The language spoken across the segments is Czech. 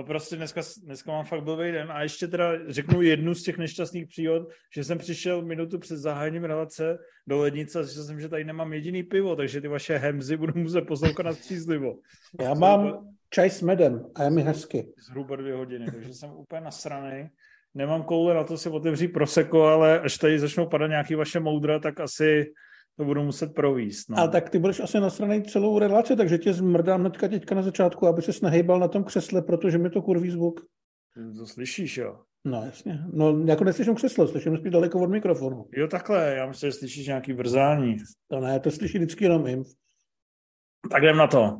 prostě dneska mám fakt blbý den a ještě teda řeknu jednu z těch nešťastných příhod, že jsem přišel minutu před zahájením relace do lednice a zjistil jsem, že tady nemám jediný pivo, takže ty vaše hemzy budu muset poslouchat na střízlivo. Já mám čaj s medem a je mi hezky. Zhruba 2 hodiny, takže jsem úplně nasranej. Nemám koule na to si otevřít prosecco, ale až tady začnou padat nějaký vaše moudra, tak asi to budu muset províst. No. Ale tak ty budeš asi nasranej celou relaci, takže tě zmrdám hnedka teďka na začátku, aby ses nehejbal na tom křesle, protože mi to kurví zvuk. To slyšíš, jo? No jasně. No jako neslyším křeslo, slyším spíš daleko od mikrofonu. Jo takhle, já myslím, že slyšíš nějaký vrzání. To ne, to slyší vždycky jenom jim. Tak jdem na to.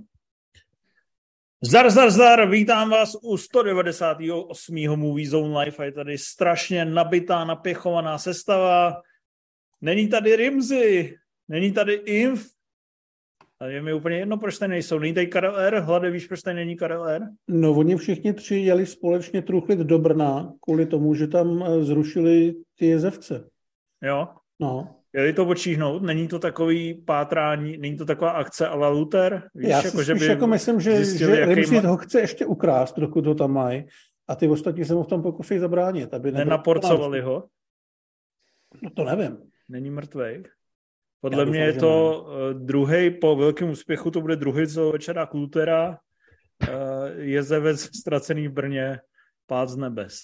Zdar, vítám vás u 198. Movie Zone Live a je tady strašně nabitá, napěchovaná sestava. Není tady Rimzy, není tady Inf. A je mi úplně jedno, proč tady nejsou. Není tady Karel R. Hlade, víš, proč tady není Karel R? No, oni všichni 3 jeli společně truchlit do Brna kvůli tomu, že tam zrušili ty jezevce. Jo? No. Jeli to odšíhnout? Není to takový pátrání, není to taková akce à la Luther? Víš, já si jako, spíš jako myslím, že Rimzy ho chce ještě ukrást, dokud ho tam mají, a ty ostatní se mu v tom pokusí zabránit. Aby nenaporcovali ho? No to nevím. Není mrtvej? Podle mě je to druhý, po velkém úspěchu, to bude druhý celovečerák Luthera, jezevec ztracený v Brně, pád z nebes.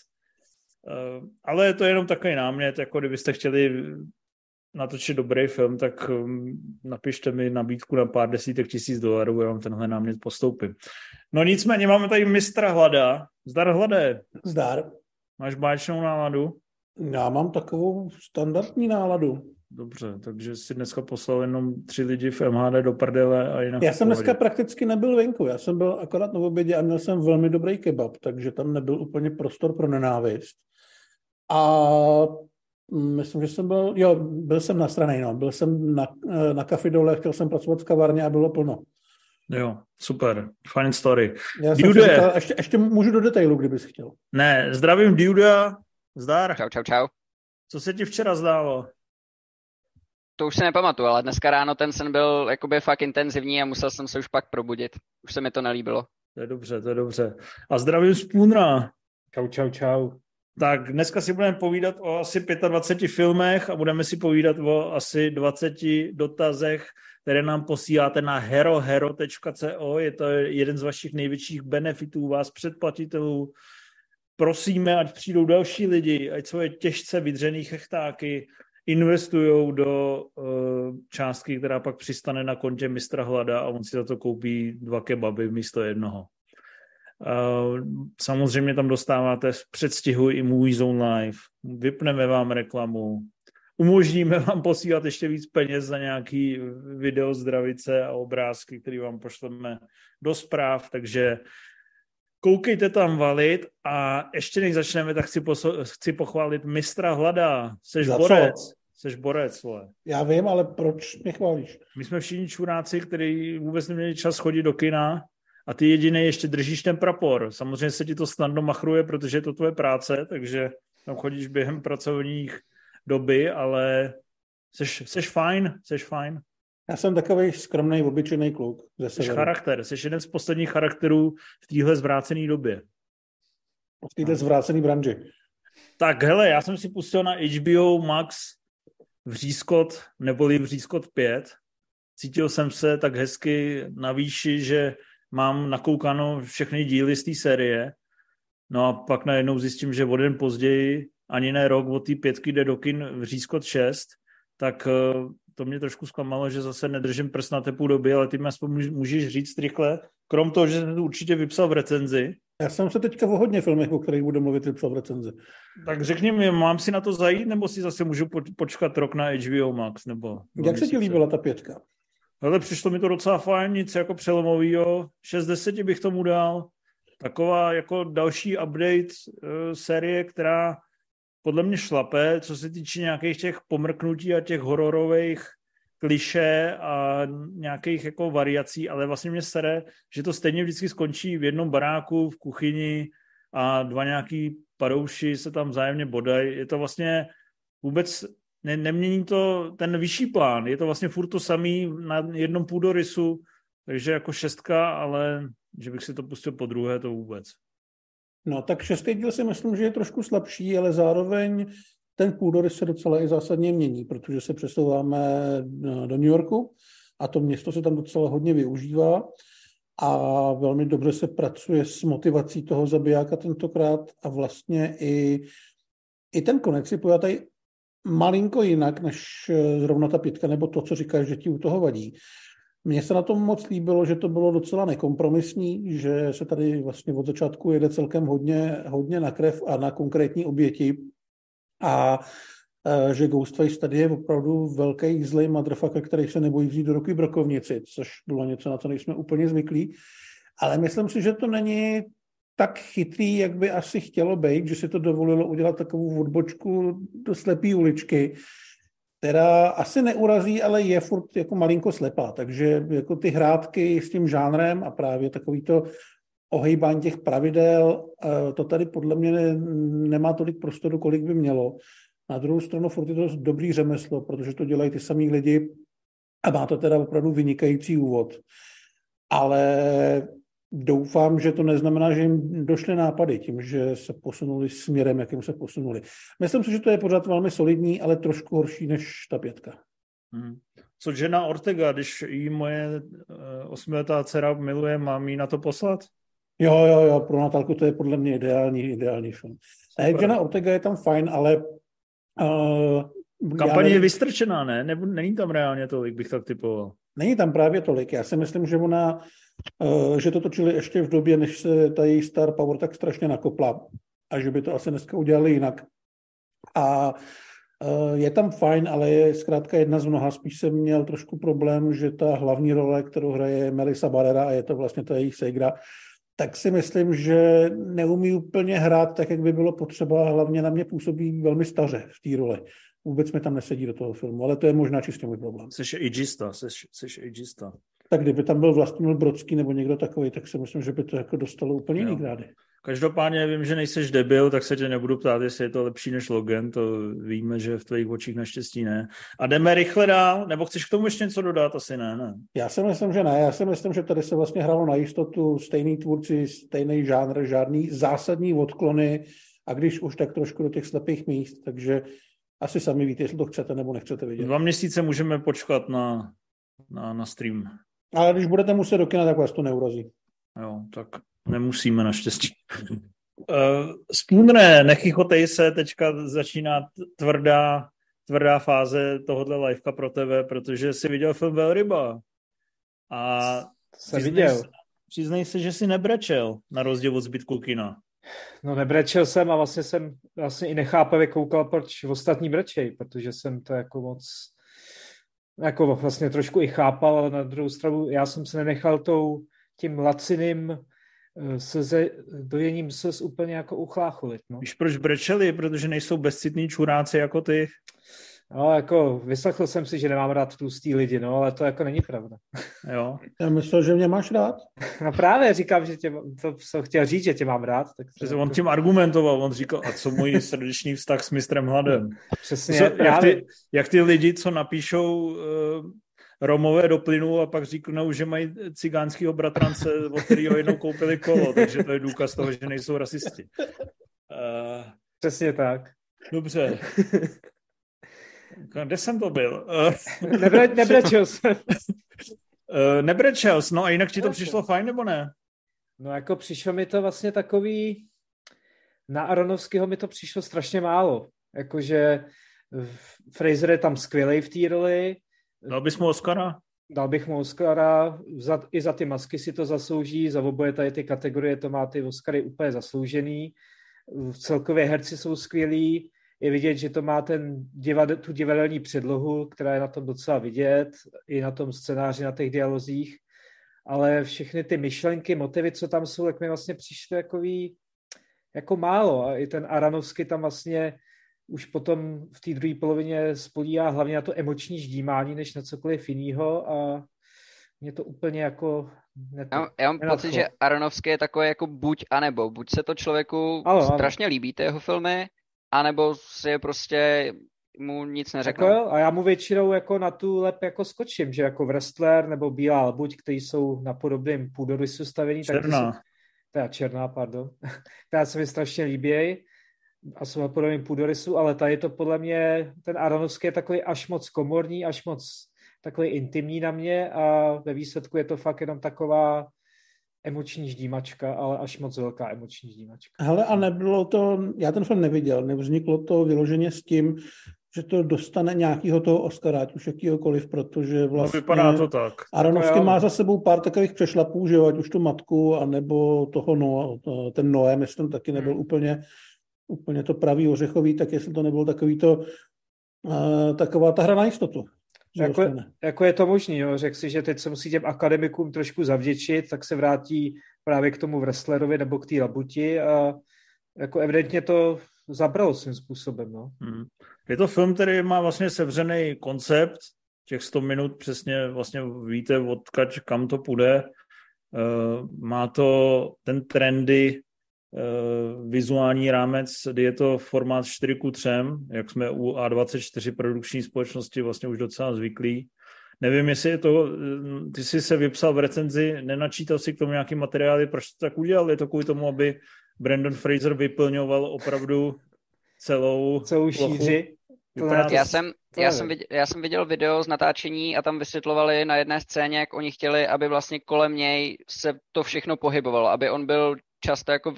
Ale to je jenom takový námět, jako kdybyste chtěli natočit dobrý film, tak napište mi nabídku na pár desítek $1000, já vám tenhle námět postoupím. No nicméně máme tady mistra Hlada. Zdar, Hlade. Zdar. Máš báječnou náladu? Já mám takovou standardní náladu. Dobře, takže si dneska poslal jenom 3 lidi v MHD do prdele a jinak. Já jsem dneska prakticky nebyl venku, já jsem byl akorát na obědě a měl jsem velmi dobrý kebab, takže tam nebyl úplně prostor pro nenávist. A myslím, že jsem byl jsem nasranej, no. Byl jsem na kafi dole, chtěl jsem pracovat v kavárně a bylo plno. Jo, super, fajn story. Já jsem si říkal, ještě můžu do detailu, kdybys chtěl. Ne, zdravím Duda, zdar. Čau. Co se ti včera zdálo? To už se nepamatuju, ale dneska ráno ten sen byl jakoby fakt intenzivní a musel jsem se už pak probudit. Už se mi to nelíbilo. To je dobře. A zdravím Spoonera. Čau. Tak dneska si budeme povídat o asi 25 filmech a budeme si povídat o asi 20 dotazech, které nám posíláte na herohero.co. Je to jeden z vašich největších benefitů, vás předplatitelů. Prosíme, ať přijdou další lidi, ať svoje těžce vydřený chechtáky investujou do částky, která pak přistane na kontě mistra Hlada a on si za to koupí 2 kebaby místo 1. Samozřejmě tam dostáváte v předstihu i Movie Zone Live, vypneme vám reklamu, umožníme vám posílat ještě víc peněz za nějaký video zdravice a obrázky, které vám pošleme do zpráv, takže koukejte tam valit a ještě než začneme, tak chci pochválit mistra Hlada. Seš borec, vole. Já vím, ale proč mě chválíš? My jsme všichni čuráci, kteří vůbec neměli čas chodit do kina a ty jediný ještě držíš ten prapor. Samozřejmě se ti to snadno machruje, protože je to tvoje práce, takže tam chodíš během pracovních doby, ale seš fajn. Já jsem takový skromný, obyčejný kluk. Jsi charakter, jsi jeden z posledních charakterů v téhle zvrácené době. V téhle zvrácené branži. Tak hele, já jsem si pustil na HBO Max Vřískot, neboli Vřískot 5. Cítil jsem se tak hezky na výši, že mám nakoukáno všechny díly z té série. No a pak najednou zjistím, že o den později, ani ne rok, od té 5 jde do kin Vřískot 6, tak to mě trošku zklamalo, že zase nedržím prst na tepu doby, ale ty mi aspoň můžeš říct rychle, krom toho, že jsem to určitě vypsal v recenzi. Já jsem se teďka o hodně filmech, o kterých budu mluvit, vypsal v recenzi. Tak řekni mi, mám si na to zajít, nebo si zase můžu počkat rok na HBO Max? Nebo jak se ti líbila ta 5? Hele, přišlo mi to docela fajn, nic jako přelomovýho. 6 z 10 bych tomu dal. Taková jako další update série, která podle mě šlape, co se týče nějakých těch pomrknutí a těch hororových klišé a nějakých jako variací, ale vlastně mě sere, že to stejně vždycky skončí v jednom baráku, v kuchyni a 2 nějaký padouši se tam vzájemně bodají. Je to vlastně vůbec, nemění to ten vyšší plán, je to vlastně furt to samý na jednom půdorysu, takže jako 6, ale že bych si to pustil po druhé, to vůbec. No, tak 6. díl si myslím, že je trošku slabší, ale zároveň ten půdorys se docela i zásadně mění, protože se přesouváme do New Yorku a to město se tam docela hodně využívá a velmi dobře se pracuje s motivací toho zabijáka tentokrát a vlastně i ten konec je pojatý malinko jinak, než zrovna ta 5, nebo to, co říkáš, že ti u toho vadí. Mně se na tom moc líbilo, že to bylo docela nekompromisní, že se tady vlastně od začátku jede celkem hodně na krev a na konkrétní oběti a že Ghostface tady je opravdu velký zlej motherfucker, který se nebojí vzít do ruky brokovnici, což bylo něco, na co nejsme úplně zvyklí. Ale myslím si, že to není tak chytrý, jak by asi chtělo být, že si to dovolilo udělat takovou odbočku do slepý uličky, která asi neurazí, ale je furt jako malinko slepá. Takže jako ty hrátky s tím žánrem a právě takový to ohejbání těch pravidel, to tady podle mě nemá tolik prostoru, kolik by mělo. Na druhou stranu furt je to dobrý řemeslo, protože to dělají ty samý lidi a má to teda opravdu vynikající úvod. Ale doufám, že to neznamená, že jim došly nápady tím, že se posunuli směrem, jakým se posunuli. Myslím si, že to je pořád velmi solidní, ale trošku horší než ta 5. Co Jenna Ortega, když jí moje 8letá dcera miluje, mám jí na to poslat? Jo, pro Natálku to je podle mě ideální film. Jenna Ortega je tam fajn, ale kampaně je vystrčená, ne? Nebo není tam reálně tolik, bych tak typoval. Není tam právě tolik. Já si myslím, že že to točili ještě v době, než se ta její star power tak strašně nakopla a že by to asi dneska udělali jinak. A je tam fajn, ale je zkrátka jedna z mnoha. Spíš jsem měl trošku problém, že ta hlavní role, kterou hraje Melissa Barrera, a je to vlastně ta její ségra, tak si myslím, že neumí úplně hrát tak, jak by bylo potřeba. Hlavně na mě působí velmi staře v té roli. Vůbec mi tam nesedí do toho filmu, ale to je možná čistě můj problém. Seš ageista. Tak kdyby tam byl Vlastimil Brodský nebo někdo takový, tak si myslím, že by to jako dostalo úplně jiný grády. Každopádně vím, že nejseš debil, tak se tě nebudu ptát, jestli je to lepší než Logan, to víme, že v tvých očích naštěstí ne. A jdeme rychle dál, nebo chceš k tomu ještě něco dodat? Asi ne. Já si myslím, že ne. Já si myslím, že tady se vlastně hrálo na jistotu, stejný tvůrci, stejný žánr, žádný zásadní odklony a když už, tak trošku do těch slepých míst, takže asi sami víte, jestli to chcete nebo nechcete vidět. 2 měsíce můžeme počkat na stream. Ale když budete muset do kina, tak vás to neurazí. Jo, tak nemusíme naštěstí. Spooner, nechychotej se, teďka začíná tvrdá fáze tohohle liveka pro tebe, protože jsi viděl film Velryba. A přiznej se, že jsi nebrečel, na rozdíl od zbytku kina. No nebrečel jsem a vlastně jsem i nechápavě koukal, proč ostatní brečej, protože jsem to jako moc jako vlastně trošku i chápal, ale na druhou stranu já jsem se nenechal tím laciným dojením slz úplně jako uchlácholit. No. Víš, proč brečeli? Protože nejsou bezcitní čuráci jako ty. No, jako vyslechl jsem si, že nemám rád tlustý lidi, no, ale to jako není pravda. Jo. Já myslel, že mě máš rád. No právě říkám, že to jsem chtěl říct, že tě mám rád. Tak on tím argumentoval, on říkal, a co můj srdečný vztah s mistrem Hladem. Přesně. Jak ty lidi, co napíšou Romové do plynu a pak říknou, že mají cigánskýho bratrance, od kterého jednou koupili kolo, takže to je důkaz toho, že nejsou rasisti. Přesně tak. Dobře. Kde jsem to byl? Nebrečel jsem. Nebrečel jsi, no a jinak ti to přišlo fajn, nebo ne? No jako přišlo mi to vlastně takový, na Aronofského mi to přišlo strašně málo. Jakože Fraser je tam skvělej v té roli. Dal bys mu Oscara? Dal bych mu Oscara, i za ty masky si to zaslouží, za oboje tady ty kategorie to má ty Oscary úplně zasloužený. Celkově herci jsou skvělí, je vidět, že to má tu divadelní předlohu, která je na tom docela vidět, i na tom scénáři, na těch dialozích, ale všechny ty myšlenky, motivy, co tam jsou, tak mi vlastně přišly jako málo a i ten Aronofsky tam vlastně už potom v té druhé polovině spolíhá hlavně na to emoční ždímání, než na cokoliv jinýho a mě to úplně jako... Já mám pocit, že Aronofsky je takové jako buď a nebo. Buď se to člověku strašně líbí, ty jeho filmy, anebo si je prostě mu nic neřeknou. Jako a já mu většinou jako na tu lep jako skočím, že jako Wrestler nebo Bílá lbuť, kteří jsou na podobném půdorysu stavění, teda černá, pardon, která se mi strašně líbí a jsou podobně půdorysu, ale tady to podle mě, ten Aronovský je takový až moc komorní, až moc takový intimní na mě a ve výsledku je to fakt jenom taková emoční ždímačka, ale až moc velká emoční ždímačka. Hele, a nebylo to, já ten film neviděl, nevzniklo to vyloženě s tím, že to dostane nějakýho toho Oscara, ať už jakýhokoliv, protože vlastně vypadá to tak. Aronovský má za sebou pár takových přešlapů, že jo, ať už tu matku, anebo ten Noé, myslím, taky nebyl úplně to pravý ořechový, tak jestli to nebylo taková ta hra na jistotu. Jako je to možný, jo? Řekl si, že teď se musí těm akademikům trošku zavděčit, tak se vrátí právě k tomu wrestlerovi nebo k té labuti a jako evidentně to zabralo svým způsobem. No. Je to film, který má vlastně sevřený koncept, těch 100 minut přesně vlastně víte, odkaď kam to půjde. Má to ten trendy vizuální rámec, kdy je to formát 4:3, jak jsme u A24 produkční společnosti vlastně už docela zvyklí. Nevím, jestli je to, ty jsi se vypsal v recenzi, nenačítal si k tomu nějaký materiály, proč to tak udělal? Je to kvůli tomu, aby Brandon Fraser vyplňoval opravdu celou šíři? Já jsem viděl video z natáčení a tam vysvětlovali na jedné scéně, jak oni chtěli, aby vlastně kolem něj se to všechno pohybovalo, aby on byl často jako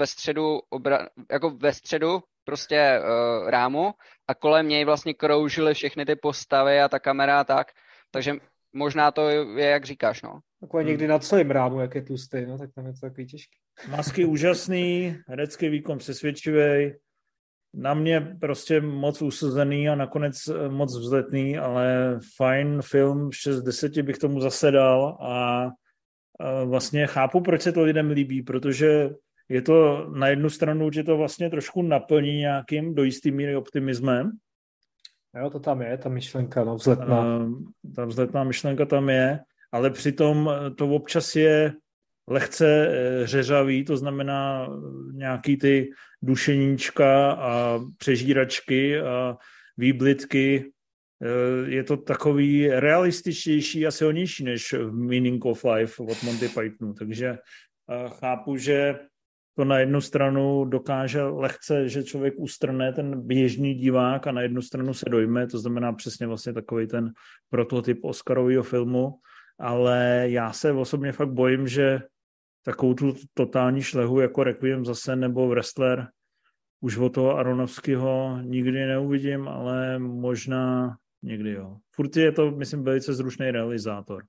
ve středu prostě rámu a kolem něj vlastně kroužily všechny ty postavy a ta kamera a tak, takže možná to je, jak říkáš, no. Takové někdy na celém rámu, jak je tlustý, no, tak tam je to takový těžký. Masky úžasný, herecký výkon přesvědčivý, na mě prostě moc usazený a nakonec moc vzletný, ale fajn film, 6/10 bych tomu zasedal a vlastně chápu, proč se to lidem líbí, protože je to na jednu stranu, že to vlastně trošku naplní nějakým do jistý míry optimismem. Jo, to tam je, ta myšlenka, no, vzletná. Ta vzletná myšlenka tam je, ale přitom to občas je lehce řeřavý, to znamená nějaký ty dušeníčka a přežíračky a výblitky. Je to takový realističtější a silnější než v Meaning of Life od Monty Pythonu, takže chápu, že to na jednu stranu dokáže lehce, že člověk ustrne ten běžný divák a na jednu stranu se dojme, to znamená přesně vlastně takový ten prototyp Oscarového filmu, ale já se osobně fakt bojím, že takovou tu totální šlehu jako Requiem zase nebo Wrestler už od toho Aronofského nikdy neuvidím, ale možná někdy jo. Furt je to, myslím, velice zručný realizátor.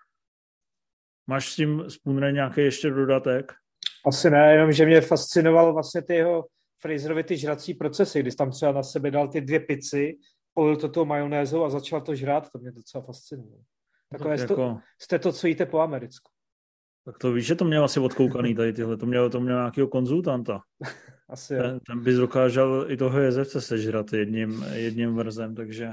Máš s tím Spooner nějaký ještě dodatek? Asi ne, jenom že mě fascinoval vlastně ty jeho Fraserovi ty žrací procesy, když tam třeba na sebe dal ty 2 pici, polil to tou majonézou a začal to žrát, to mě docela fascinovalo. Takové jste to, co jíte po americku. Tak to víš, že to měl asi odkoukaný tady tyhle, to měl nějakého konzultanta. Asi jo. Ten bys dokázal i toho jezevce sežrat jedním vrzem, takže...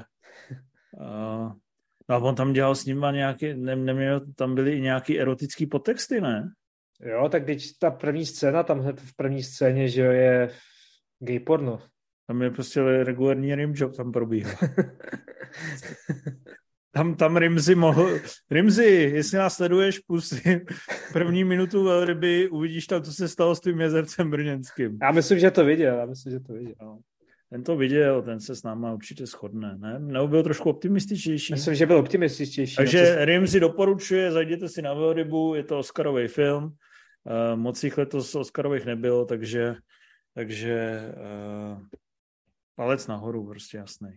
No a on tam dělal s nima nějaký, tam byly i nějaký erotický podtexty, ne? Jo, tak když ta první scéna, tam hned v první scéně, že jo, je gay porno. Tam je prostě regulární rimjob, tam probíhá. Tam Rimzi, jestli nás sleduješ, pusti první minutu velryby, uvidíš tam, co se stalo s tím jezercem brněnským. Já myslím, že to viděl. No. Ten to viděl, ten se s náma určitě shodne, ne? Nebo byl trošku optimističtější? Myslím, že byl optimističtější. Takže Rimzi doporučuje, zajděte si na velrybu, je to Oscarový film. Moc jich letos Oscarových nebylo, takže palec nahoru, prostě jasný.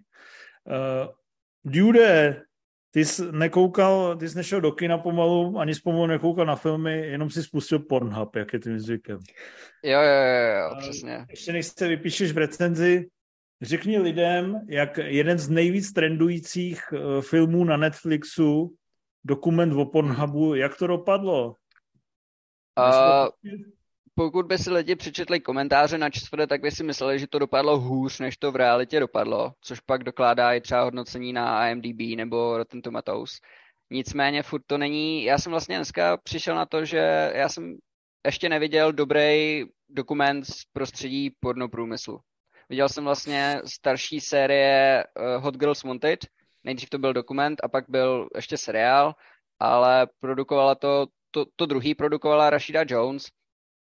Dude, ty jsi nešel do kina pomalu, ani pomalu nekoukal na filmy, jenom si spustil Pornhub, jak je tím zvykem. Jo, přesně. Ještě než se vypíšeš v recenzi, řekni lidem, jak jeden z nejvíc trendujících filmů na Netflixu, dokument o Pornhubu, jak to dopadlo? Pokud by si lidi přečetli komentáře na ČSFD, tak by si mysleli, že to dopadlo hůř, než to v realitě dopadlo, což pak dokládá i třeba hodnocení na IMDb nebo Rotten Tomatoes. Nicméně furt to není, já jsem vlastně dneska přišel na to, že já jsem ještě neviděl dobrý dokument z prostředí pornoprůmyslu. Viděl jsem vlastně starší série Hot Girls Wanted, nejdřív to byl dokument a pak byl ještě seriál, ale produkovala to druhý produkovala Rashida Jones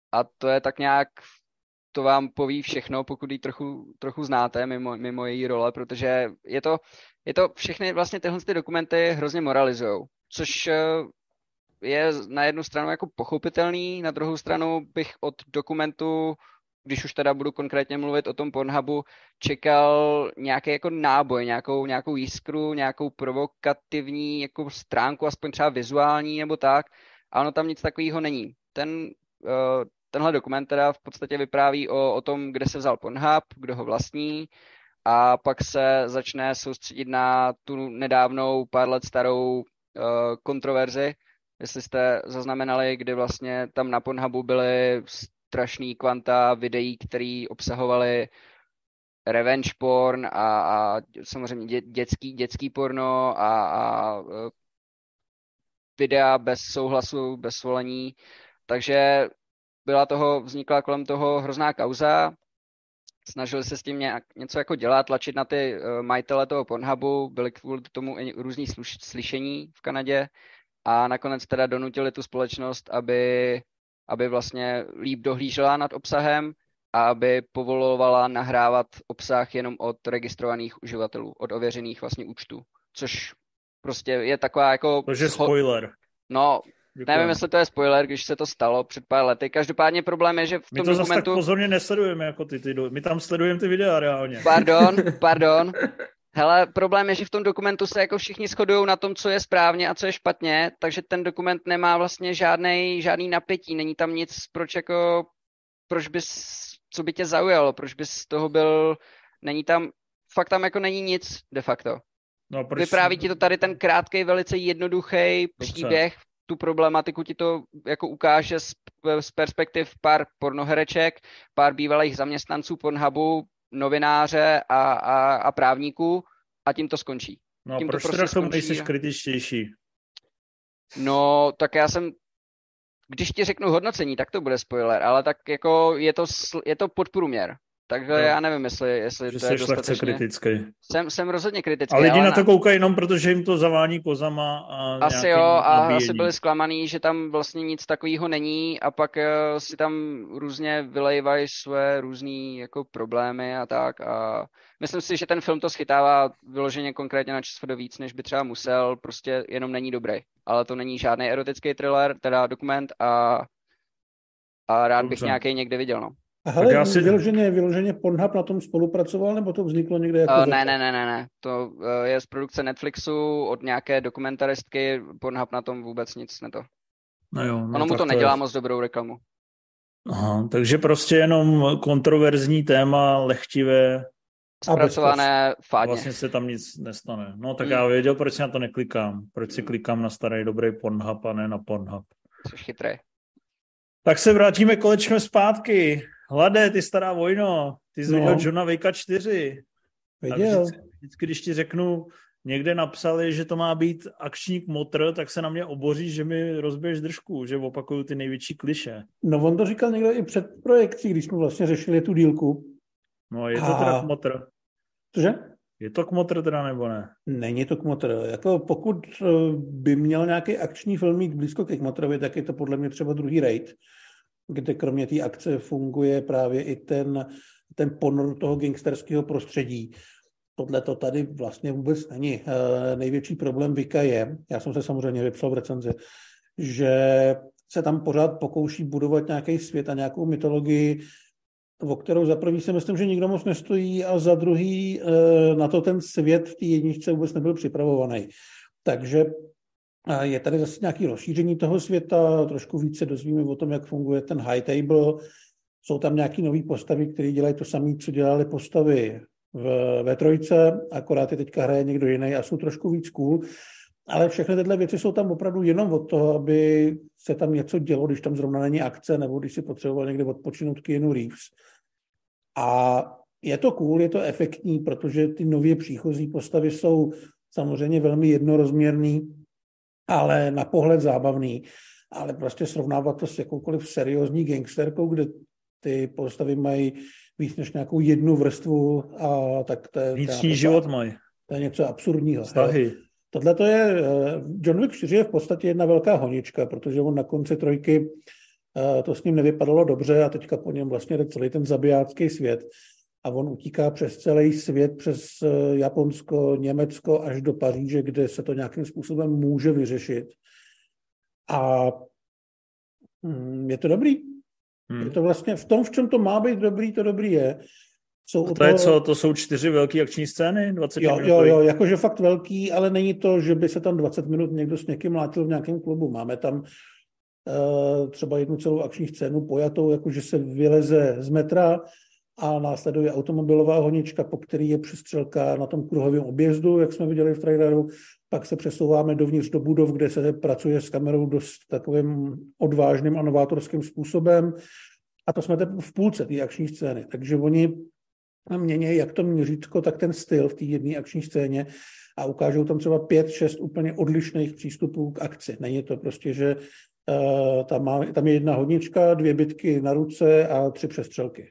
A to je tak nějak, to vám poví všechno, pokud ji trochu znáte mimo její role, protože je to všechny vlastně tyhle ty dokumenty hrozně moralizujou, což je na jednu stranu jako pochopitelný, na druhou stranu bych od dokumentu, když už teda budu konkrétně mluvit o tom Pornhubu, čekal nějaký jako náboj, nějakou jiskru, nějakou provokativní jako stránku, aspoň třeba vizuální nebo tak, a ono tam nic takového není. Tenhle dokument teda v podstatě vypráví o tom, kde se vzal Pornhub, kdo ho vlastní, a pak se začne soustředit na tu nedávnou pár let starou kontroverzi, jestli jste zaznamenali, kdy vlastně tam na Pornhubu byly strašný kvanta videí, které obsahovaly revenge porn a samozřejmě dětský porno a videa bez souhlasu, bez svolení. Takže vznikla kolem toho hrozná kauza. Snažili se s tím něco jako dělat, tlačit na ty majitele toho Pornhubu, byly kvůli tomu i různý slyšení v Kanadě a nakonec teda donutili tu společnost, aby vlastně líp dohlížela nad obsahem a aby povolovala nahrávat obsah jenom od registrovaných uživatelů, od ověřených vlastně účtů, což prostě je taková jako... To je spoiler. No, nevím, jestli to je spoiler, když se to stalo před pár lety. Každopádně problém je, že v tom dokumentu... My to zase tak pozorně nesledujeme, jako my tam sledujeme ty videa reálně. Pardon. Hele, problém je, že v tom dokumentu se jako všichni shodují na tom, co je správně a co je špatně, takže ten dokument nemá vlastně žádný napětí, není tam nic, co by tě zaujalo, proč bys z toho byl, fakt tam jako není nic de facto. No, Vypráví ti to tady ten krátkej, velice jednoduchý příběh, tu problematiku ti to jako ukáže z perspektiv pár pornohereček, pár bývalých zaměstnanců Pornhubu, novináře a právníků a tím to skončí. No tím proč to teda prostě k tomu nejsi kritičtější? No, tak když ti řeknu hodnocení, tak to bude spoiler, ale tak jako je to podprůměr. Takže no, já nevím, jestli že to je dostatečně kritický. Jsem rozhodně kritický. A lidi na to koukají jenom, protože jim to zavání kozama a asi jo, a asi byli zklamaný, že tam vlastně nic takového není a pak si tam různě vylejvají své různý jako problémy a tak. A myslím si, že ten film to schytává vyloženě konkrétně na ČSFD víc, než by třeba musel, prostě jenom není dobrý. Ale to není žádný erotický thriller, teda dokument a rád bych nějaký někde viděl, no. A hele, vyloženě Pornhub na tom spolupracoval, nebo to vzniklo někde jako... Ne. To je z produkce Netflixu od nějaké dokumentaristky. Pornhub na tom vůbec nic neto. No jo, ono mu to nedělá moc dobrou reklamu. Aha, takže prostě jenom kontroverzní téma, lehtivé. Zpracované fádně. Vlastně se tam nic nestane. No tak já věděl, proč si na to neklikám. Proč si klikám na starý dobrý Pornhub a ne na Pornhub. Což chytrý. Tak se vrátíme kolečkem zpátky. Hlade, ty stará vojno, ty jsi viděl Johna Wicka 4. Vždycky, když ti řeknu, někde napsali, že to má být akční kmotr, tak se na mě oboří, že mi rozbiješ držku, že opakuju ty největší kliše. No on to říkal někdo i před projekcí, když jsme vlastně řešili tu dílku. No je to teda kmotr. Cože? Je to kmotr teda nebo ne? Není to kmotr. Jako pokud by měl nějaký akční film mít blízko ke kmotrovi, tak je to podle mě třeba druhý Raid, kde kromě té akce funguje právě i ten ponor toho gangsterského prostředí. Tohle to tady vlastně vůbec není. Největší problém Wicka je, já jsem se samozřejmě vypsal v recenzi, že se tam pořád pokouší budovat nějaký svět a nějakou mytologii, o kterou za prvý si myslím, že nikdo moc nestojí a za druhý na to ten svět v té jedničce vůbec nebyl připravovaný. Takže je tady zase nějaké rozšíření toho světa, trošku více dozvíme o tom, jak funguje ten high table. Jsou tam nějaké nové postavy, které dělají to samé, co dělali postavy ve trojce, akorát je teďka hraje někdo jiný a jsou trošku víc cool. Ale všechny tyhle věci jsou tam opravdu jenom od toho, aby se tam něco dělo, když tam zrovna není akce, nebo když si potřeboval někde odpočinout Keanu Reeves. A je to cool, je to efektní, protože ty nově příchozí postavy jsou samozřejmě velmi jednorozměrný, ale na pohled zábavný. Ale prostě srovnávat to s jakoukoliv seriózní gangsterkou, kde ty postavy mají víc než nějakou jednu vrstvu a tak to je... Vnitřní život mají. To je něco absurdního. Vztahy. Tohle to je... John Wick 4 je v podstatě jedna velká honička, protože on na konci trojky to s ním nevypadalo dobře a teďka po něm vlastně jde celý ten zabijácký svět. A on utíká přes celý svět, přes Japonsko, Německo až do Paříže, kde se to nějakým způsobem může vyřešit. A je to dobrý. Je to vlastně v tom, v čem to má být dobrý, to dobrý je. To je co? To jsou 4 velké akční scény? 20 Jo, jakože fakt velký, ale není to, že by se tam 20 minut někdo s někým mlátil v nějakém klubu. Máme tam třeba jednu celou akční scénu pojatou, jakože se vyleze z metra a následuje automobilová honička, po který je přestřelka na tom kruhovém objezdu, jak jsme viděli v traileru. Pak se přesouváme dovnitř do budov, kde se pracuje s kamerou dost takovým odvážným a novátorským způsobem. A to jsme v půlce té akční scény. Takže oni mění jak to měřítko, tak ten styl v té jedné akční scéně a ukážou tam třeba 5-6 úplně odlišných přístupů k akci. Není to prostě, že tam je jedna hodnička, 2 bitky na ruce a 3 přestřelky.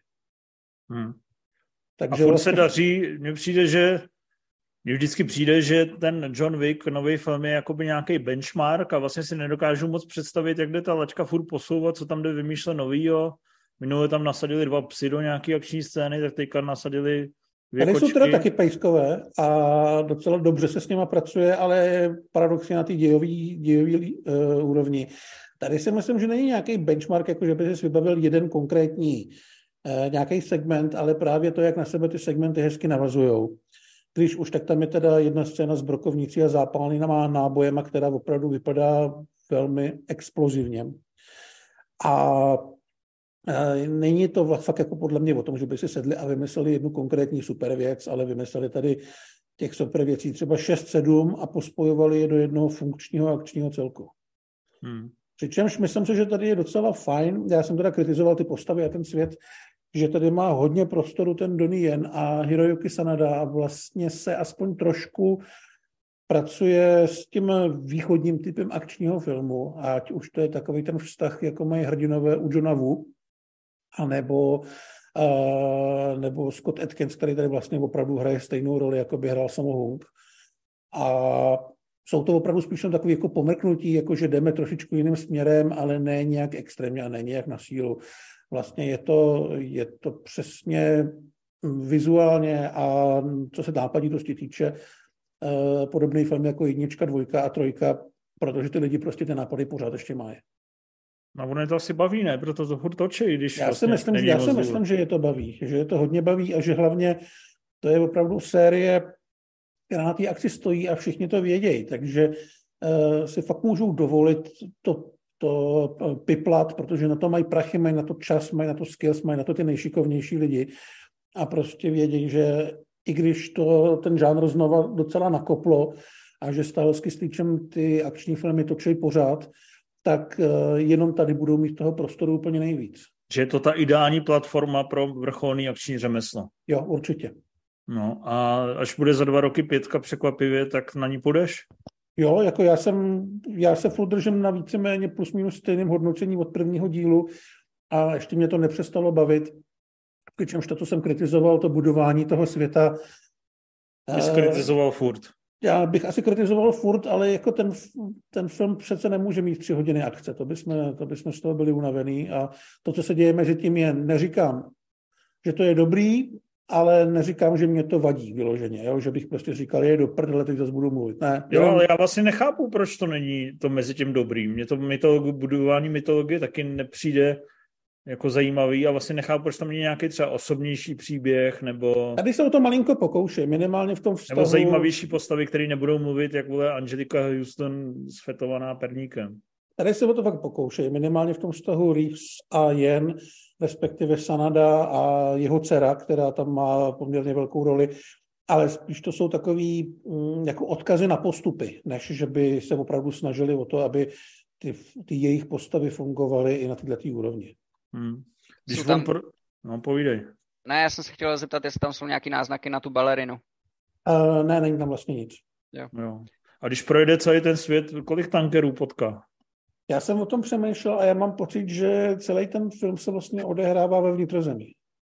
Takže a vlastně se daří, mně vždycky přijde, že ten John Wick, nový film, je jakoby nějaký benchmark a vlastně si nedokážu moc představit, jak jde ta laťka furt posouvat, co tam jde vymýšlet novýho. Minule tam nasadili 2 psy do nějaký akční scény, tak teďka nasadili 2 kočky. Tady jsou teda taky pejskové a docela dobře se s nima pracuje, ale paradoxně na té dějový úrovni. Tady si myslím, že není nějaký benchmark, jako že by si vybavil jeden konkrétní nějaký segment, ale právě to, jak na sebe ty segmenty hezky navazujou. Když už, tak tam je teda jedna scéna s brokovnicí a zápalnýma nábojema, která opravdu vypadá velmi explozivně. A není to fakt jako podle mě o tom, že by si sedli a vymysleli jednu konkrétní super věc, ale vymysleli tady těch super věcí třeba 6-7 a pospojovali je do jednoho funkčního akčního celku. Přičemž myslím si, že tady je docela fajn. Já jsem teda kritizoval ty postavy a ten svět, že tady má hodně prostoru ten Donnie Yen a Hiroyuki Sanada a vlastně se aspoň trošku pracuje s tím východním typem akčního filmu, ať už to je takový ten vztah, jako mají hrdinové u Johna Woo, nebo Scott Adkins, který tady vlastně opravdu hraje stejnou roli, jako by hrál Sammo Hung. A jsou to opravdu spíš takový jako pomrknutí, jako že jdeme trošičku jiným směrem, ale ne nějak extrémně a ne nějak na sílu. Vlastně je to přesně vizuálně a co se nápaditosti týče, podobný film jako 1, 2 a 3, protože ty lidi prostě ty nápady pořád ještě mají. No ono je to asi baví, ne? Proto to furt točí, když Já si myslím, že je to baví, že je to hodně baví a že hlavně to je opravdu série, která na té akci stojí a všichni to vědějí, takže si fakt můžou dovolit to piplat, protože na to mají prachy, mají na to čas, mají na to skills, mají na to ty nejšikovnější lidi a prostě vědějí, že i když to ten žánr znova docela nakoplo a že Stahelský s Leachem ty akční filmy točí pořád, tak jenom tady budou mít toho prostoru úplně nejvíc. Že je to ta ideální platforma pro vrcholný akční řemeslo. Jo, určitě. No a až bude za 2 roky 5 překvapivě, tak na ní půjdeš? Jo, jako já se furt držím na víceméně plus minus stejném hodnocení od prvního dílu a ještě mě to nepřestalo bavit. Přičemž to, co jsem kritizoval, to budování toho světa. Ty jsi kritizoval furt. Já bych asi kritizoval furt, ale jako ten film přece nemůže mít 3 hodiny akce. To bychom z toho byli unavený a to, co se děje mezi tím, neříkám, že to je dobrý, ale neříkám, že mě to vadí vyloženě, jo? Že bych prostě říkal, je do prdele, teď zase budu mluvit. Ne, jo, ale já vlastně nechápu, proč to není to mezi tím dobrý. Mně to budování mytologie taky nepřijde jako zajímavý a vlastně nechápu, proč tam není nějaký třeba osobnější příběh, nebo... Tady se o to malinko pokouší, minimálně v tom vztahu... Nebo zajímavější postavy, které nebudou mluvit, jak vole Angelika Houston sfetovaná perníkem. Tady se o to fakt pokouší, minimálně v tom vztahu Reeves a Yen, respektive Sanada a jeho dcera, která tam má poměrně velkou roli, ale spíš to jsou takový jako odkazy na postupy, než že by se opravdu snažili o to, aby ty jejich postavy fungovaly i na této úrovni. Když tam... No, povídej. Ne, já jsem se chtěl zeptat, jestli tam jsou nějaký náznaky na tu balerinu. Ne, není tam vlastně nic. Jo. A když projde celý ten svět, kolik tankerů potká? Já jsem o tom přemýšlel a já mám pocit, že celý ten film se vlastně odehrává ve vnitrozemí.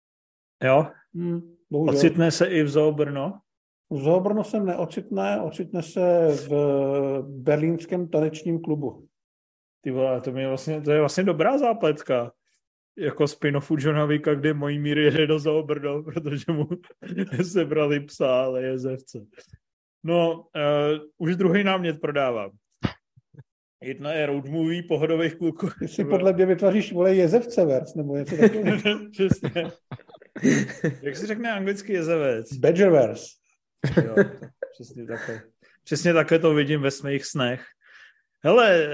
Jo? Bohužel. Ocitne se i v Zoo Brno? V Zoo Brno se neocitne, ocitne se v berlínském tanečním klubu. Ty vole, to je vlastně dobrá zápletka. Jako spin-offu Johna Wicka, kde Mojmír jede do Zoo Brno, protože mu sebrali psa, ale jezevce. No, už druhý námět prodávám. Jedna je road movie pohodových kluků. Ty si podle mě vytváříš, vole, jezevce vers, nebo něco takového. Přesně. Jak se řekne anglicky jezevec? Badgerverse. Jo, přesně takhle to vidím ve svých snech. Hele,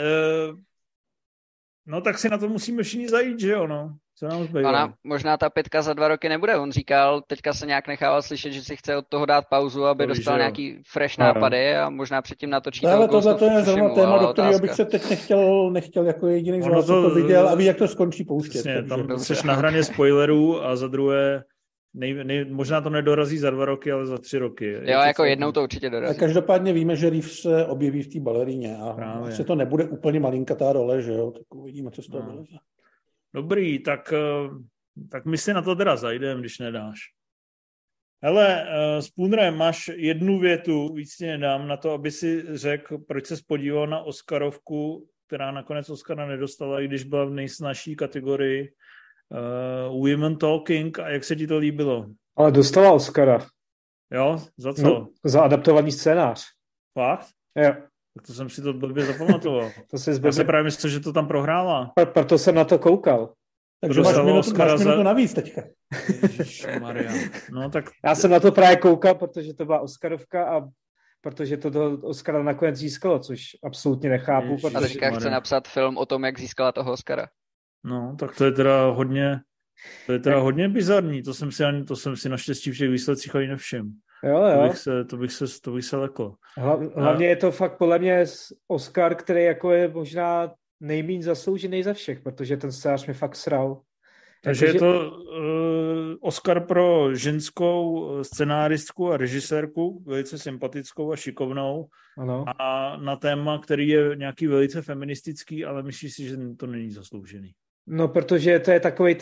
no tak si na to musíme všichni zajít, že jo, no. Co nám zbývá? Ona, možná ta 5 za 2 roky nebude. On říkal, teďka se nějak nechával slyšet, že si chce od toho dát pauzu, aby dostal nějaký fresh nápady a možná předtím natočí. Ale tohle to je zrovna téma, do kterého bych se teď nechtěl jako jediný z vás, to viděl a ví, jak to skončí pouštět. Přesně, tam jsi na hraně spoilerů a za druhé možná to nedorazí za 2 roky, ale za 3 roky. Jo, jako jednou to určitě dorazí. A každopádně víme, že Reeves se objeví v té baleríně a asi to nebude úplně malinkatá role, že jo, tak uvidíme, co z toho vyleze. Dobrý, tak my si na to teda zajdeme, když nedáš. Hele, Spooner, máš jednu větu, víc ti nedám, na to, aby si řekl, proč se podíval na Oscarovku, která nakonec Oscara nedostala, i když byla v nejsnažší kategorii Women Talking, a jak se ti to líbilo? Ale dostala Oscara. Jo? Za co? No, za adaptovaný scénář. Fakt? Jo. Tak to jsem si to blbě zapamatoval. Já se právě myslel, že to tam prohrála. Proto jsem na to koukal. Takže máš minutu navíc teďka. Ježišmarja. No, tak... Já jsem na to právě koukal, protože to byla Oscarovka a protože to do Oscara nakonec získalo, což absolutně nechápu. A teďka chce napsat film o tom, jak získala toho Oscara. No, tak to je teda hodně bizarní. To jsem si naštěstí v těch výsledcích ani nevšiml. Jo. To bych se lekl. Hlavně je to fakt podle mě Oscar, který jako je možná nejméně zasloužený za všech, protože ten scénář mi fakt sral. Takže je to Oscar pro ženskou scenáristku a režisérku, velice sympatickou a šikovnou. Ano. A na téma, který je nějaký velice feministický, ale myslíš si, že to není zasloužený? No, protože to je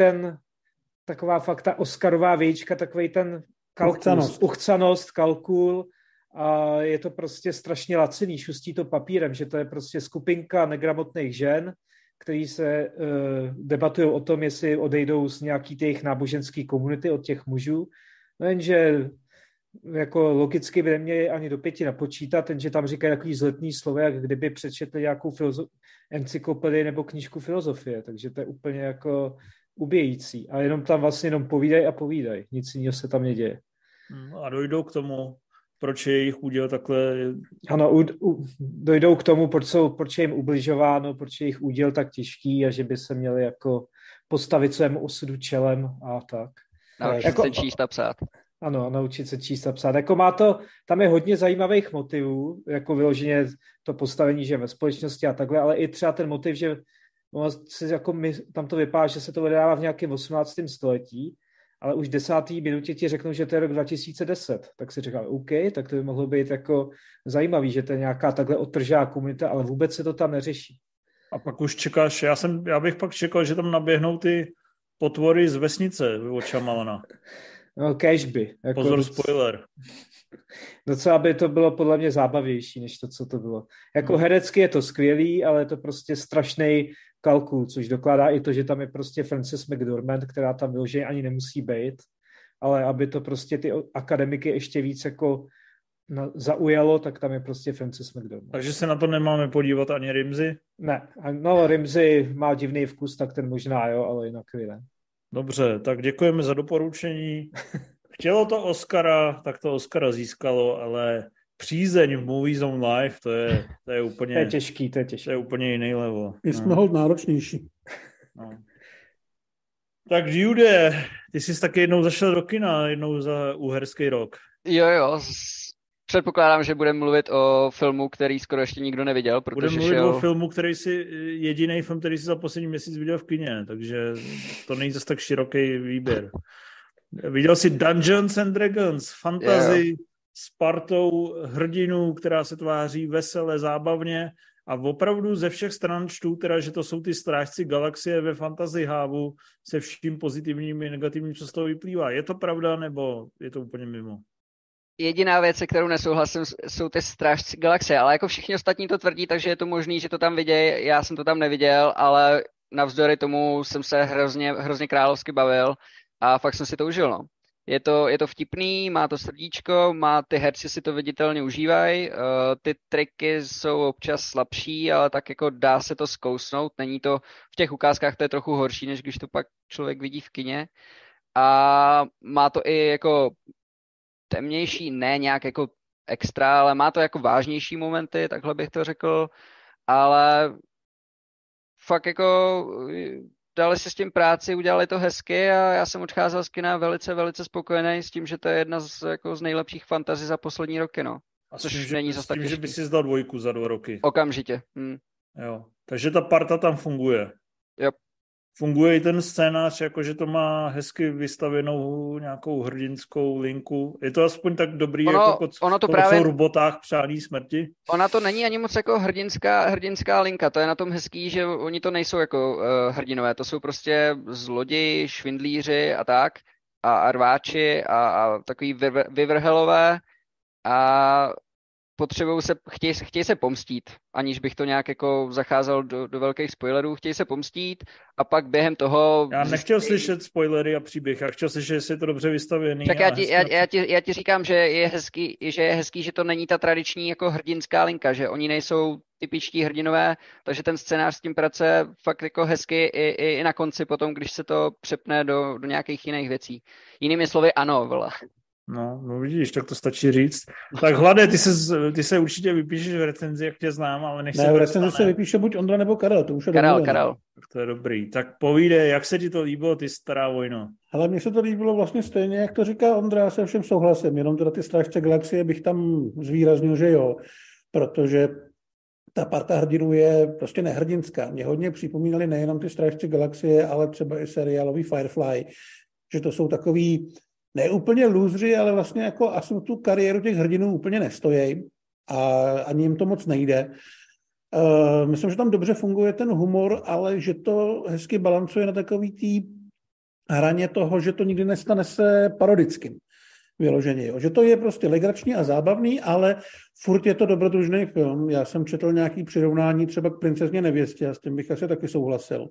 taková fakt ta Oscarová vějíčka, takovej ten uchcanost, kalkul, a je to prostě strašně laciný, šustí to papírem, že to je prostě skupinka negramotných žen, který se debatují o tom, jestli odejdou z nějaký těch náboženský komunity od těch mužů. No jenže jako logicky by neměli ani do 5 napočítat, jenže tam říkají takový zletný slovo, jak kdyby přečetli nějakou encyklopedii nebo knížku filozofie, takže to je úplně jako ubíjející. A jenom tam vlastně jenom povídají. Nic jiného se tam neděje. A dojdou k tomu, proč je jejich úděl takhle... Ano, dojdou k tomu, proč je jim ubližováno, proč je jejich úděl tak těžký a že by se měli jako postavit svému osudu čelem a tak. Naučit se číst a psát. Ano, naučit se číst a psát. Jako tam je hodně zajímavých motivů, jako vyloženě to postavení, že ve společnosti a takhle, ale i třeba ten motiv, že tam to vypadá, že se to vydává v nějakém 18. století, ale už v 10. minutě ti řeknou, že to je rok 2010. Tak si říkal, OK, tak to by mohlo být jako zajímavý, že to je nějaká takhle odtržá komunita, ale vůbec se to tam neřeší. A pak už čekáš, já bych pak čekal, že tam naběhnou ty potvory z vesnice od Šamalana. No, cashby. Jako pozor, spoiler. Docela by to bylo podle mě zábavější, než to, co to bylo. Jako herecky je to skvělý, ale je to prostě strašný kalkul, což dokládá i to, že tam je prostě Frances McDormand, která tam vyloženě ani nemusí být, ale aby to prostě ty akademiky ještě víc jako zaujalo, tak tam je prostě Frances McDormand. Takže se na to nemáme podívat ani Rimsey? Ne, no Rimsey má divný vkus, tak ten možná jo, ale jinak ne. Dobře, tak děkujeme za doporučení. Chtělo to Oscara, tak to Oscara získalo, ale přízeň v Movie Zone Live, to je úplně... To je těžký. To je úplně jiný level. My jsme hold náročnější. No. Tak Jude, ty jsi taky jednou zašel do kina, jednou za Uherský rok. Jo, předpokládám, že budeme mluvit o filmu, který skoro ještě nikdo neviděl, protože budeme mluvit o filmu, jediný film, který jsi za poslední měsíc viděl v kině, takže to není zase tak široký výběr. Viděl jsi Dungeons and Dragons, fantasy s partou hrdinů, která se tváří veselé, zábavně a opravdu ze všech stran čtu teda, že to jsou ty strážci galaxie ve fantasy hávu se vším pozitivním i negativním, co z toho vyplývá. Je to pravda, nebo je to úplně mimo? jediná věc, se kterou nesouhlasím, jsou ty Strážci galaxie, ale jako všichni ostatní to tvrdí, takže je to možný, že to tam vidějí, já jsem to tam neviděl, ale navzdory tomu jsem se hrozně královsky bavil a fakt jsem si to užil, no. Je to vtipný, má to srdíčko, ty herci si to viditelně užívají, ty triky jsou občas slabší, ale tak jako dá se to zkousnout, není to, v těch ukázkách to je trochu horší, než když to pak člověk vidí v kině. A má to i jako temnější, ne nějak jako extra, ale má to jako vážnější momenty, takhle bych to řekl, ale fakt jako dali si s tím práci, udělali to hezky a já jsem odcházel z kina velice, velice spokojený s tím, že to je jedna z nejlepších fantasy za poslední roky, no. A což tím, není zas tak tím, těžký. že by si zdal 2 za 2 roky. Okamžitě. Jo. Takže ta parta tam funguje. Yep. Funguje i ten scénář, jakože to má hezky vystavěnou nějakou hrdinskou linku. Je to aspoň tak dobrý, jako to právě v robotách přání smrti? Ona to není ani moc jako hrdinská linka, to je na tom hezký, že oni to nejsou jako hrdinové, to jsou prostě zloději, švindlíři a tak, a rváči a takový vyvrhelové a chtějí se pomstít, aniž bych to nějak jako zacházel do velkých spoilerů, chtějí se pomstít a pak během toho... Já nechtěl slyšet spoilery a příběh, já chtěl slyšet, jestli je to dobře vystavěný. Tak já ti říkám, že je hezký, že to není ta tradiční jako hrdinská linka, že oni nejsou typičtí hrdinové, takže ten scénář s tím pracuje fakt jako hezky i na konci potom, když se to přepne do nějakých jiných věcí. Jinými slovy ano, vole. No vidíš, tak to stačí říct. Tak Hlade, ty se určitě vypíšeš v recenzi, jak tě znám, ale nech se... Ne, v recenzi se vypíše buď Ondra nebo Karel, to už je Karel. Tak to je dobrý. Tak povídej, jak se ti to líbilo, ty stará vojno? Ale mně se to líbilo vlastně stejně, jak to říká Ondra, já se všem souhlasím, jenom teda ty Strážce galaxie bych tam zvýraznil, že jo, protože ta parta hrdinů je prostě nehrdinská. Mě hodně připomínali nejenom ty Strážci galaxie, ale třeba i seriálový Firefly, že to jsou takový neúplně lůzři, ale vlastně jako asi tu kariéru těch hrdinů úplně nestojí a ani jim to moc nejde. Myslím, že tam dobře funguje ten humor, ale že to hezky balancuje na takový tý hraně toho, že to nikdy nestane se parodickým vyloženě. Jo. Že to je prostě legrační a zábavný, ale furt je to dobrodružný film. Já jsem četl nějaký přirovnání třeba k Princezně nevěstě a s tím bych asi taky souhlasil.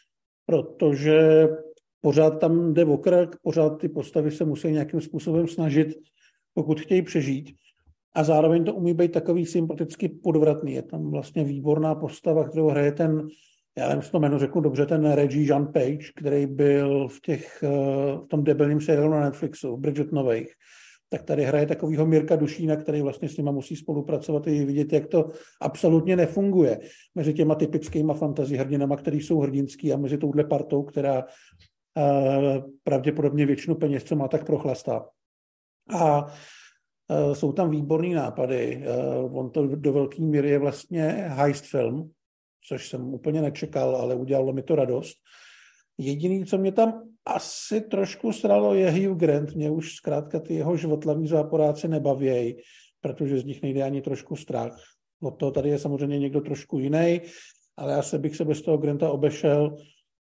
Protože pořád tam jde o krk, pořád ty postavy se musí nějakým způsobem snažit, pokud chtějí přežít. A zároveň to umí být takový sympaticky podvratný. Je tam vlastně výborná postava, kterou hraje ten, já nevím, to jméno řeknu dobře, ten Reggie Jean Page, který byl v tom debilním seriálu na Netflixu, Bridgertonových. Tak tady hraje takovýho Mirka Dušína, který vlastně s nima musí spolupracovat i vidět, jak to absolutně nefunguje. Mezi těma typickýma fantasy hrdinama, který jsou hrdinský, a mezi touhle partou, která pravděpodobně většinu peněz, co má, tak prochlastá. A jsou tam výborný nápady. On to do velké míry je vlastně heist film, což jsem úplně nečekal, ale udělalo mi to radost. Jediný, co mě tam asi trošku sralo, je Hugh Grant. Mě už zkrátka ty jeho žvotlaví záporáci nebavějí, protože z nich nejde ani trošku strach. Od toho tady je samozřejmě někdo trošku jiný, ale já bych se bez toho Granta obešel.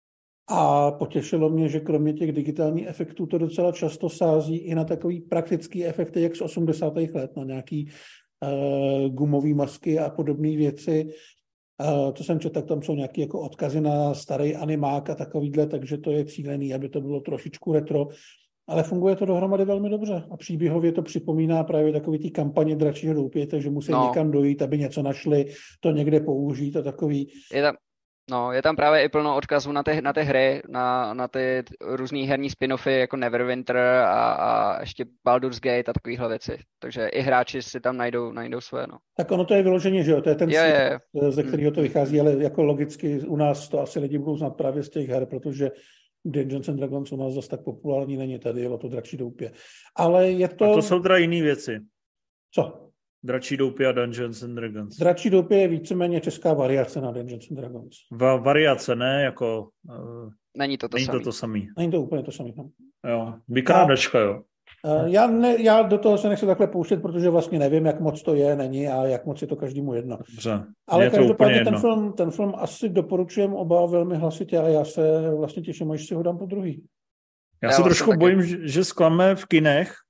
A potěšilo mě, že kromě těch digitálních efektů to docela často sází i na takový praktický efekty, jak z 80. let, na nějaký gumový masky a podobné věci. To jsem četl, tak tam jsou nějaké jako odkazy na starý animák a takovýhle, takže to je cílený, aby to bylo trošičku retro. Ale funguje to dohromady velmi dobře. A příběhově to připomíná právě takový ty kampaně Dračího doupě, takže musí někam dojít, aby něco našli, to někde použít a takový... Je tam právě i plno odkazů na ty hry, na ty různý herní spin-offy jako Neverwinter a ještě Baldur's Gate a takovýhle věci. Takže i hráči si tam najdou své. No. Tak ono to je vyloženě, že jo? To je ten svět, ze kterého to vychází, ale jako logicky u nás to asi lidi budou znát právě z těch her, protože Dungeons and Dragons u nás zase tak populární není, tady je to Dračí doupě. Ale je to... A to jsou teda jiný věci. Co? Dračí doupě a Dungeons and Dragons. Dračí doupě je víceméně česká variace na Dungeons and Dragons. Variace, ne? Jako... Není to to samý. Není to úplně to samý. No. Jo. Vykrádačka, jo. Já do toho se nechci takhle pouštět, protože vlastně nevím, jak moc to je, není a jak moc je to každému jedno. Dobře. Ale každopádně ten film asi doporučujem oba velmi hlasitě a já se vlastně těším, až si ho dám po druhý. Já se trošku bojím, že zklame v kinech,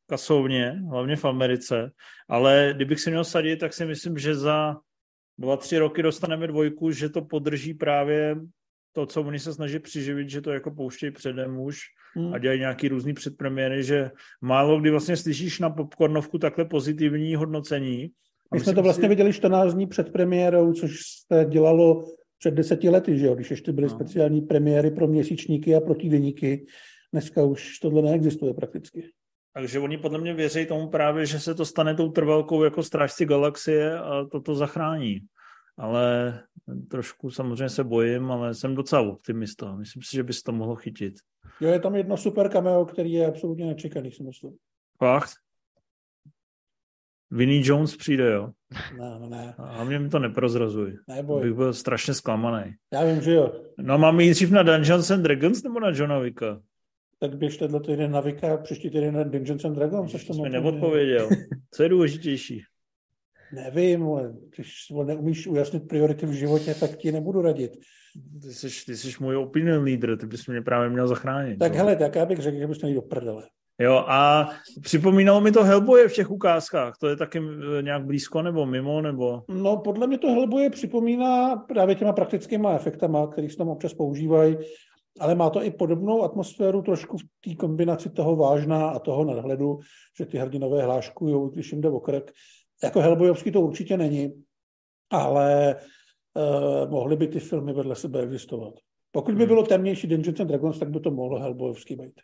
kasovně, hlavně v Americe, ale kdybych si měl sadit, tak si myslím, že za 2-3 roky dostaneme 2, že to podrží právě to, co oni se snaží přiživit, že to jako pouštějí předem už a dělají nějaký různý předpremiéry, že málo kdy vlastně slyšíš na popcornovku takhle pozitivní hodnocení. My jsme to vlastně viděli 14 dní před premiérou, což se dělalo před 10 lety, že jo? Když ještě byly speciální premiéry pro měsíčníky a pro týdeníky. Dneska už tohle neexistuje prakticky. Takže oni podle mě věří tomu právě, že se to stane tou trvalkou jako Strážci galaxie a to zachrání. Ale trošku samozřejmě se bojím, ale jsem docela optimista. Myslím si, že by se to mohlo chytit. Jo, je tam jedno super cameo, který je absolutně nečekaný, si myslím. Fakt? Vinnie Jones přijde, jo? Ne. A mě mi to neprozrazuj. Neboj. Bych byl strašně zklamaný. Já vím, že jo. No máme jít dřív na Dungeons and Dragons nebo na Johna Wicka? Tak běž tenhle týden na Wicca, příští týden na Dungeons and Dragons. Což jsi mi neodpověděl. Co je důležitější? Nevím, ale když neumíš ujasnit priority v životě, tak ti nebudu radit. Ty jsi můj opinion leader, ty bys mě právě měl zachránit. Tak hele, tak já bych řekl, že bys měl jít do prdele. Jo, a připomínalo mi to Hellboye v těch ukázkách. To je taky nějak blízko nebo mimo, nebo... No, podle mě to Hellboye připomíná právě těma praktickýma efektama, který se tam občas používají, ale má to i podobnou atmosféru trošku v té kombinaci toho vážna a toho nadhledu, že ty hrdinové hláškujou, když jim jde o krk. Jako Hellboyovský to určitě není, ale mohly by ty filmy vedle sebe existovat. Pokud by bylo temnější Dungeons and Dragons, tak by to mohlo Hellboyovský být.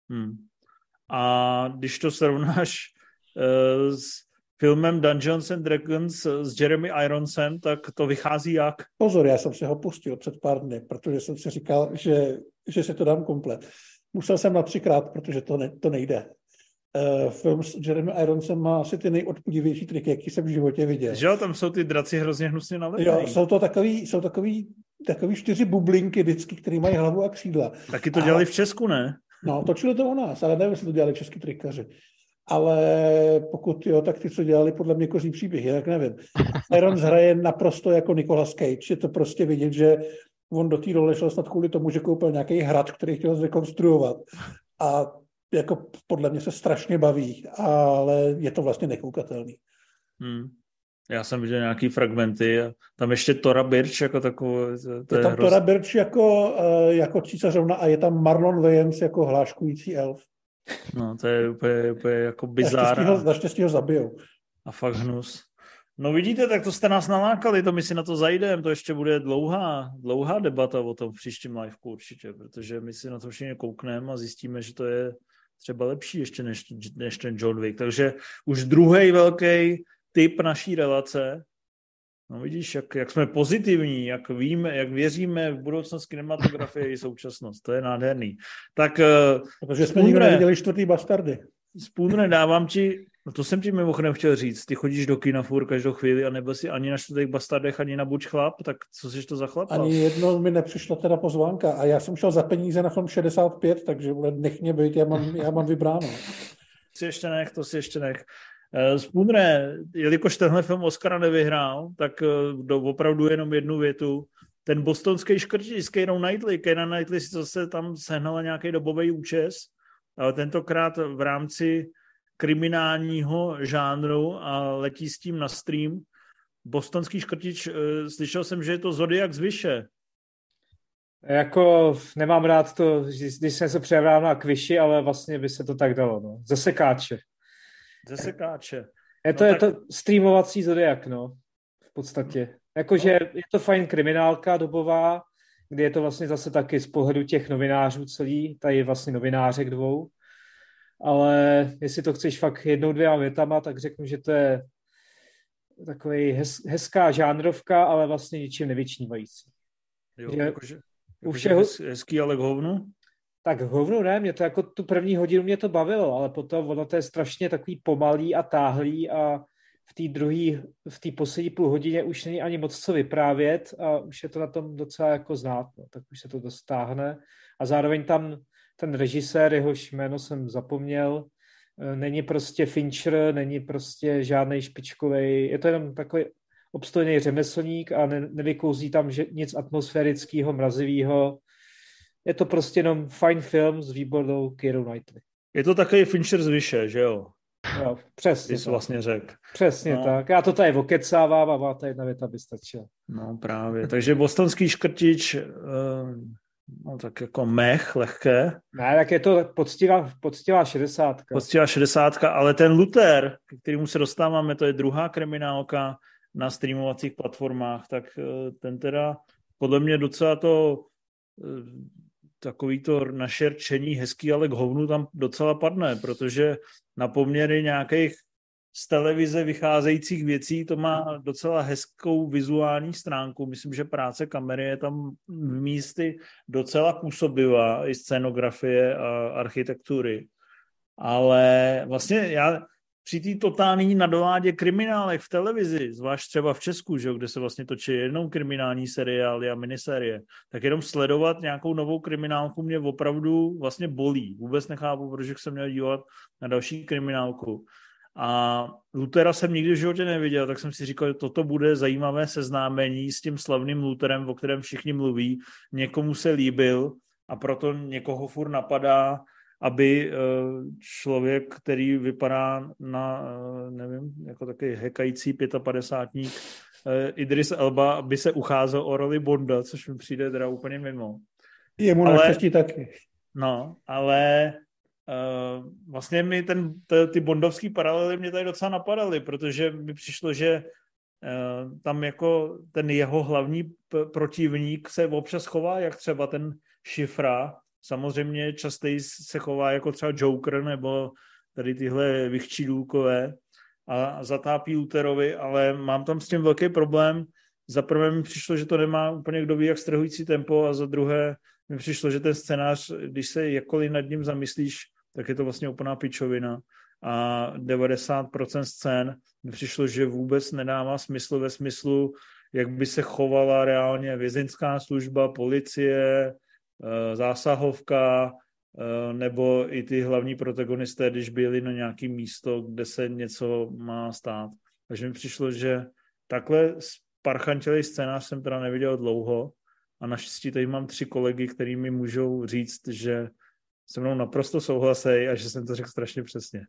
A když to srovnáš s filmem Dungeons and Dragons s Jeremy Ironsem, tak to vychází jak? Pozor, já jsem si ho pustil před pár dny, protože jsem si říkal, že se to dám komplet. Musel jsem na 3krát, protože to nejde. Film s Jeremy Ironsem má asi ty nejodpudivější triky, jaký jsem v životě viděl. Že jo, tam jsou ty draci hrozně hnusně nalepený. Jo, jsou takový 4 bublinky vždycky, které mají hlavu a křídla. Taky to dělali v Česku, ne? No, točili to u nás, ale nevím, jestli to dělali český trikaři. Ale pokud jo, tak ty, co dělali podle mě kozí příběh, jinak nevím. Irons hraje naprosto jako Nicolas Cage. Je to prostě vidět, že on do té role šel snad kvůli tomu, že koupil nějaký hrad, který chtěl zrekonstruovat. A jako podle mě se strašně baví, ale je to vlastně nekoukatelný. Já jsem viděl nějaký fragmenty a tam ještě Tora Birch jako takovou... Je tam Tora Birch jako císařovna a je tam Marlon Wayans jako hláškující elf. No, to je úplně jako bizár. Naštěstí ho zabijou. A fakt hnus. No vidíte, tak to jste nás nalákali, to my si na to zajdeme, to ještě bude dlouhá debata o tom v příštím liveku určitě, protože my si na to všichni koukneme a zjistíme, že to je třeba lepší ještě než ten John Wick. Takže už druhý velký typ naší relace. No vidíš, jak jsme pozitivní, jak víme, jak věříme v budoucnost kinematografie i současnost. To je nádherný. Tak protože jsme nikdo neviděli 4. Bastardy. Spůdne, dávám ti, no to jsem ti mimochodem chtěl říct, ty chodíš do kina furt každou chvíli a nebyl jsi ani na 4. Bastardech, ani na Buď chlap, tak co jsi to za chlapa? Ani jednou mi nepřišla teda pozvánka a já jsem šel za peníze na film 65, takže nech mě být, já mám vybráno. To si ještě nech. Spůdne, jelikož tenhle film Oscara nevyhrál, tak opravdu jenom jednu větu. Ten bostonský škrtič s Keirou Knightley. Keira Knightley si zase tam sehnala nějaký dobový účes, ale tentokrát v rámci kriminálního žánru a letí s tím na stream. Bostonský škrtič, slyšel jsem, že je to Zodiak z Vyše. Jako nemám rád to, když jsem se převrál k Vyši, ale vlastně by se to tak dalo. No. Zasekáče. Je to streamovací Zodiak, no. V podstatě. Jakože je to fajn kriminálka dobová, kdy je to vlastně zase taky z pohledu těch novinářů celý, tady je vlastně novinářek 2, ale jestli to chceš fakt 1-2 větama, tak řeknu, že to je takový hezká žánrovka, ale vlastně ničím nevyčnívající. Jo, jakože hezký, ale k hovnu? Tak hovnu ne, mě to jako tu první hodinu mě to bavilo, ale potom ono to je strašně takový pomalý a táhlý a v té poslední půl hodině už není ani moc co vyprávět a už je to na tom docela jako znát, no, tak už se to dostáhne. A zároveň tam ten režisér, jehož jméno jsem zapomněl, není prostě Fincher, není prostě žádnej špičkovej, je to jenom takový obstojný řemeslník a nevykouzí tam nic atmosférického, mrazivého. Je to prostě jenom fajn film s výbornou Keirou Knightley. Je to takový Fincher z Vyše, že jo? Jo, přesně Ty jsi vlastně řekl. Přesně tak. Já to tady okecávám a ta jedna věta by stačila. No právě. Takže bostonský škrtič, no tak jako mech, lehké. Ne, tak je to poctivá 60. Poctivá 60, ale ten Luther, k kterému se dostáváme, to je druhá kriminálka na streamovacích platformách, tak ten teda podle mě docela to takový to naše rčení hezký, ale k hovnu tam docela padne, protože na poměry nějakých z televize vycházejících věcí to má docela hezkou vizuální stránku. Myslím, že práce kamery je tam v místy docela působivá, i scenografie a architektury. Ale vlastně já při té totální nadvládě kriminálek v televizi, zvlášť třeba v Česku, že, kde se vlastně točí jenom kriminální seriály a miniserie, tak jenom sledovat nějakou novou kriminálku mě opravdu vlastně bolí. Vůbec nechápu, protože jsem měl dívat na další kriminálku. A Luthera jsem nikdy v životě neviděl, tak jsem si říkal, že toto bude zajímavé seznámení s tím slavným Lutherem, o kterém všichni mluví. Někomu se líbil a proto někoho furt napadá, aby člověk, který vypadá na, nevím, jako takový hekající 55-ník Idris Elba, aby se ucházel o roli Bonda, což mi přijde teda úplně mimo. Jemu naštěstí taky. No, ale vlastně mi ty bondovský paralely mě tady docela napadaly, protože mi přišlo, že tam jako ten jeho hlavní protivník se občas chová, jak třeba ten Šifra. Samozřejmě častěji se chová jako třeba Joker nebo tady tyhle vychčídůlkové a zatápí Lutherovi, ale mám tam s tím velký problém. Za prvé mi přišlo, že to nemá úplně kdo ví jak strhující tempo a za druhé mi přišlo, že ten scénář, když se jakkoliv nad ním zamyslíš, tak je to vlastně úplná pičovina. A 90% scén mi přišlo, že vůbec nedává smysl ve smyslu, jak by se chovala reálně vězeňská služba, policie, zásahovka, nebo i ty hlavní protagonisté, když byli na nějaké místo, kde se něco má stát. Takže mi přišlo, že takhle sparchantělý scénář jsem teda neviděl dlouho a naštěstí tady mám 3 kolegy, který mi můžou říct, že se mnou naprosto souhlasí a že jsem to řekl strašně přesně.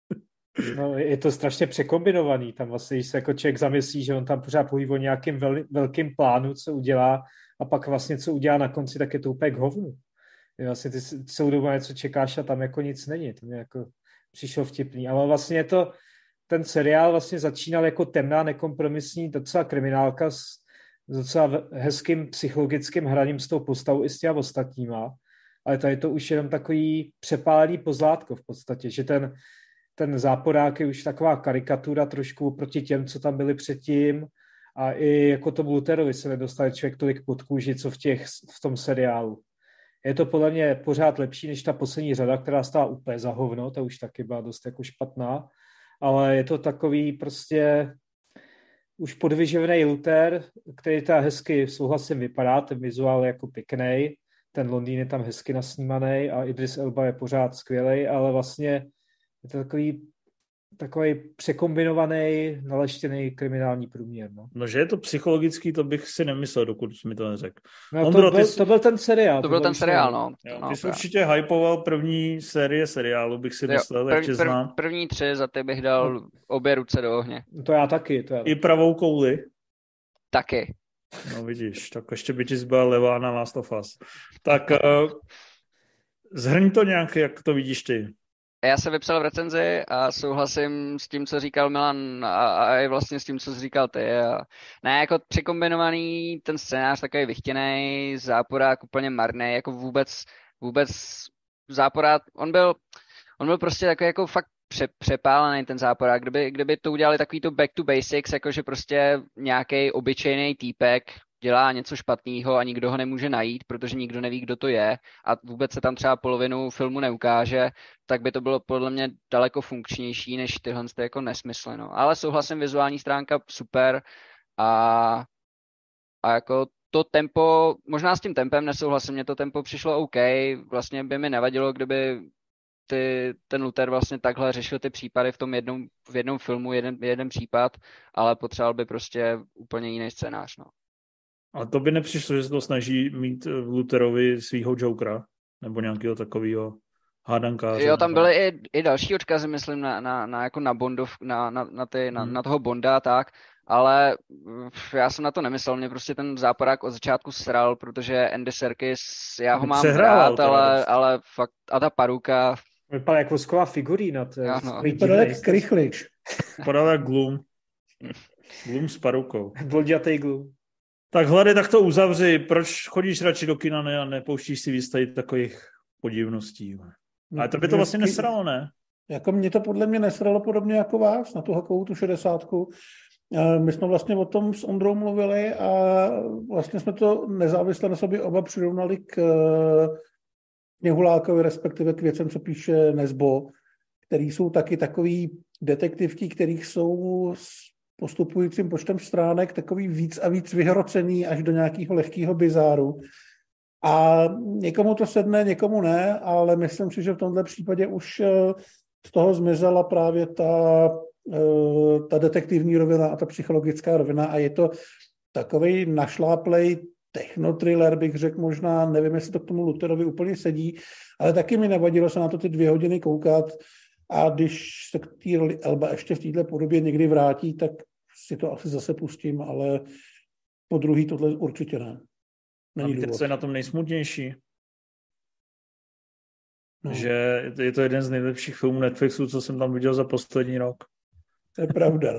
No, je to strašně překombinovaný. Tam vlastně, když se jako člověk zamyslí, že on tam pořád poví o nějakým velkým plánu, co udělá, a pak vlastně, co udělá na konci, tak je to úplně k hovnu. Vlastně ty celou dobu něco čekáš a tam jako nic není. To mě jako přišlo vtipný. Ale vlastně je to, ten seriál vlastně začínal jako temná, nekompromisní, docela kriminálka s docela hezkým psychologickým hraním s tou postavou i s těma ostatníma. Ale tady to už jenom takový přepálený pozlátko v podstatě, že ten záporák je už taková karikatura trošku proti těm, co tam byli předtím, a i jako tomu Lutherovi se nedostane člověk tolik pod kůži, co v tom seriálu. Je to podle mě pořád lepší než ta poslední řada, která stála úplně za hovno, ta už taky byla dost jako špatná, ale je to takový prostě už podvyživený Luther, který teda hezky, souhlasím, vypadá, ten vizuál je jako pěkný, ten Londýn je tam hezky nasnímaný a Idris Elba je pořád skvělej, ale vlastně je to takový překombinovaný, naleštěný kriminální průměr. No, že je to psychologický, to bych si nemyslel, dokud jsi mi to neřekl. No, to byl ten seriál. To byl ten seriál, no. Ty jsi určitě hypoval první série seriálu, bych si myslel, jak tě znám. První 3, za ty bych dal obě ruce do ohně. To já taky. I pravou kouli. Taky. No vidíš, tak ještě by ti zbyla levá na Last of Us. Tak zhrň to nějak, jak to vidíš ty. Já jsem vypsal v recenzi a souhlasím s tím, co říkal Milan a i vlastně s tím, co jsi říkal ty. Ne, jako překombinovaný ten scénář takový vychtěnej, záporák úplně marný, jako vůbec záporák, on byl prostě takový jako fakt přepálený ten záporák. Kdyby to udělali takový to back to basics, jakože prostě nějaký obyčejný týpek dělá něco špatného a nikdo ho nemůže najít, protože nikdo neví, kdo to je a vůbec se tam třeba polovinu filmu neukáže, tak by to bylo podle mě daleko funkčnější než tyhle jako nesmysly. No. Ale souhlasím, vizuální stránka super a jako to tempo, možná s tím tempem nesouhlasím, mně to tempo přišlo OK, vlastně by mi nevadilo, kdyby ten Luther vlastně takhle řešil ty případy v jednom filmu, jeden případ, ale potřeboval by prostě úplně jiný scénář. No. A to by nepřišlo, že se to snaží mít v Lutherovi svýho Jokera? Nebo nějakého takového hádankáře. Jo, tam byly i další odkazy, myslím, na jako na Bondov, na toho Bonda a tak, ale já jsem na to nemyslel, mě prostě ten záporák od začátku sral, protože Andy Serkis, já ho mám rád, ale fakt, a ta paruka... Vypadá jako vosková figurína. Vypadá jak krychlič. Vypadá jak Gloom. Gloom s parukou. Blondětej Gloom. Tak Hlady, tak to uzavři. Proč chodíš radši do kina a nepouštíš si vystavit takových podivností? Ale to by to vlastně nesralo, ne? Jako mě to podle mě nesralo podobně jako vás na tu hokejovou tu 60. My jsme vlastně o tom s Ondrou mluvili a vlastně jsme to nezávisle na sobě oba přirovnali k Knihulákovi, respektive k věcem, co píše Nesbo, který jsou taky takový detektivky, kterých jsou s postupujícím počtem stránek takový víc a víc vyhrocený až do nějakého lehkého bizáru. A někomu to sedne, někomu ne, ale myslím si, že v tomto případě už z toho zmizela právě ta detektivní rovina a ta psychologická rovina a je to takovej našláplej technotriller, bych řekl možná, nevím, jestli to k tomu Lutherovi úplně sedí, ale taky mi nevadilo se na to ty 2 hodiny koukat a když se k té Elba ještě v této podobě někdy vrátí, tak si to asi zase pustím, ale po druhý tohle určitě ne. Není důvod. Co je na tom nejsmutnější? No. Že je to jeden z nejlepších filmů Netflixu, co jsem tam viděl za poslední rok. To je pravda.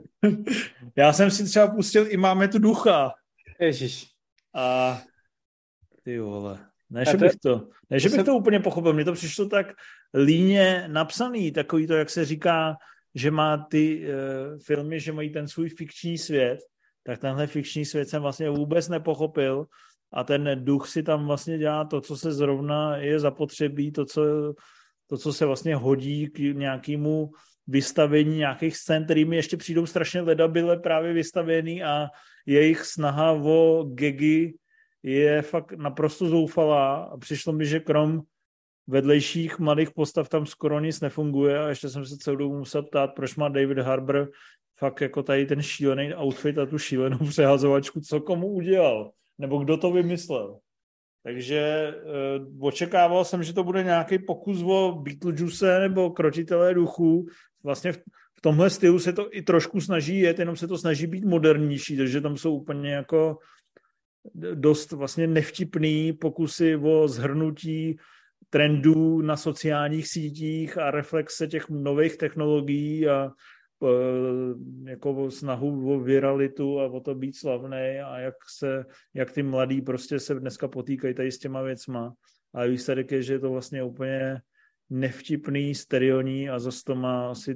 Já jsem si třeba pustil I Máme tu ducha. Ježiš. A ty vole. Ne, že bych to úplně pochopil. Mně to přišlo tak líně napsaný, takový to, jak se říká, že má ty filmy, že mají ten svůj fikční svět, tak tenhle fikční svět jsem vlastně vůbec nepochopil a ten duch si tam vlastně dělá to, co se zrovna je zapotřebí, to, co se vlastně hodí k nějakému vystavení nějakých scén, kterými ještě přijdou strašně ledabyle právě vystavěný a jejich snaha o gagy je fakt naprosto zoufalá a přišlo mi, že krom vedlejších mladých postav tam skoro nic nefunguje a ještě jsem se celou dobu musel ptát, proč má David Harbour fakt jako tady ten šílený outfit a tu šílenou přehazovačku, co komu udělal, nebo kdo to vymyslel. Takže očekával jsem, že to bude nějaký pokus o Beetlejuice nebo Krotitelé duchů. Vlastně v tomhle stylu se to i trošku snaží jet, jenom se to snaží být modernější, takže tam jsou úplně jako dost vlastně nevtipný pokusy o shrnutí trendů na sociálních sítích a reflexe těch nových technologií a jako snahu o viralitu a o to být slavnej a jak ty mladí prostě se dneska potýkají tady s těma věcma. A výsledek je, že je to vlastně úplně nevtipný, sterilní a zase to má asi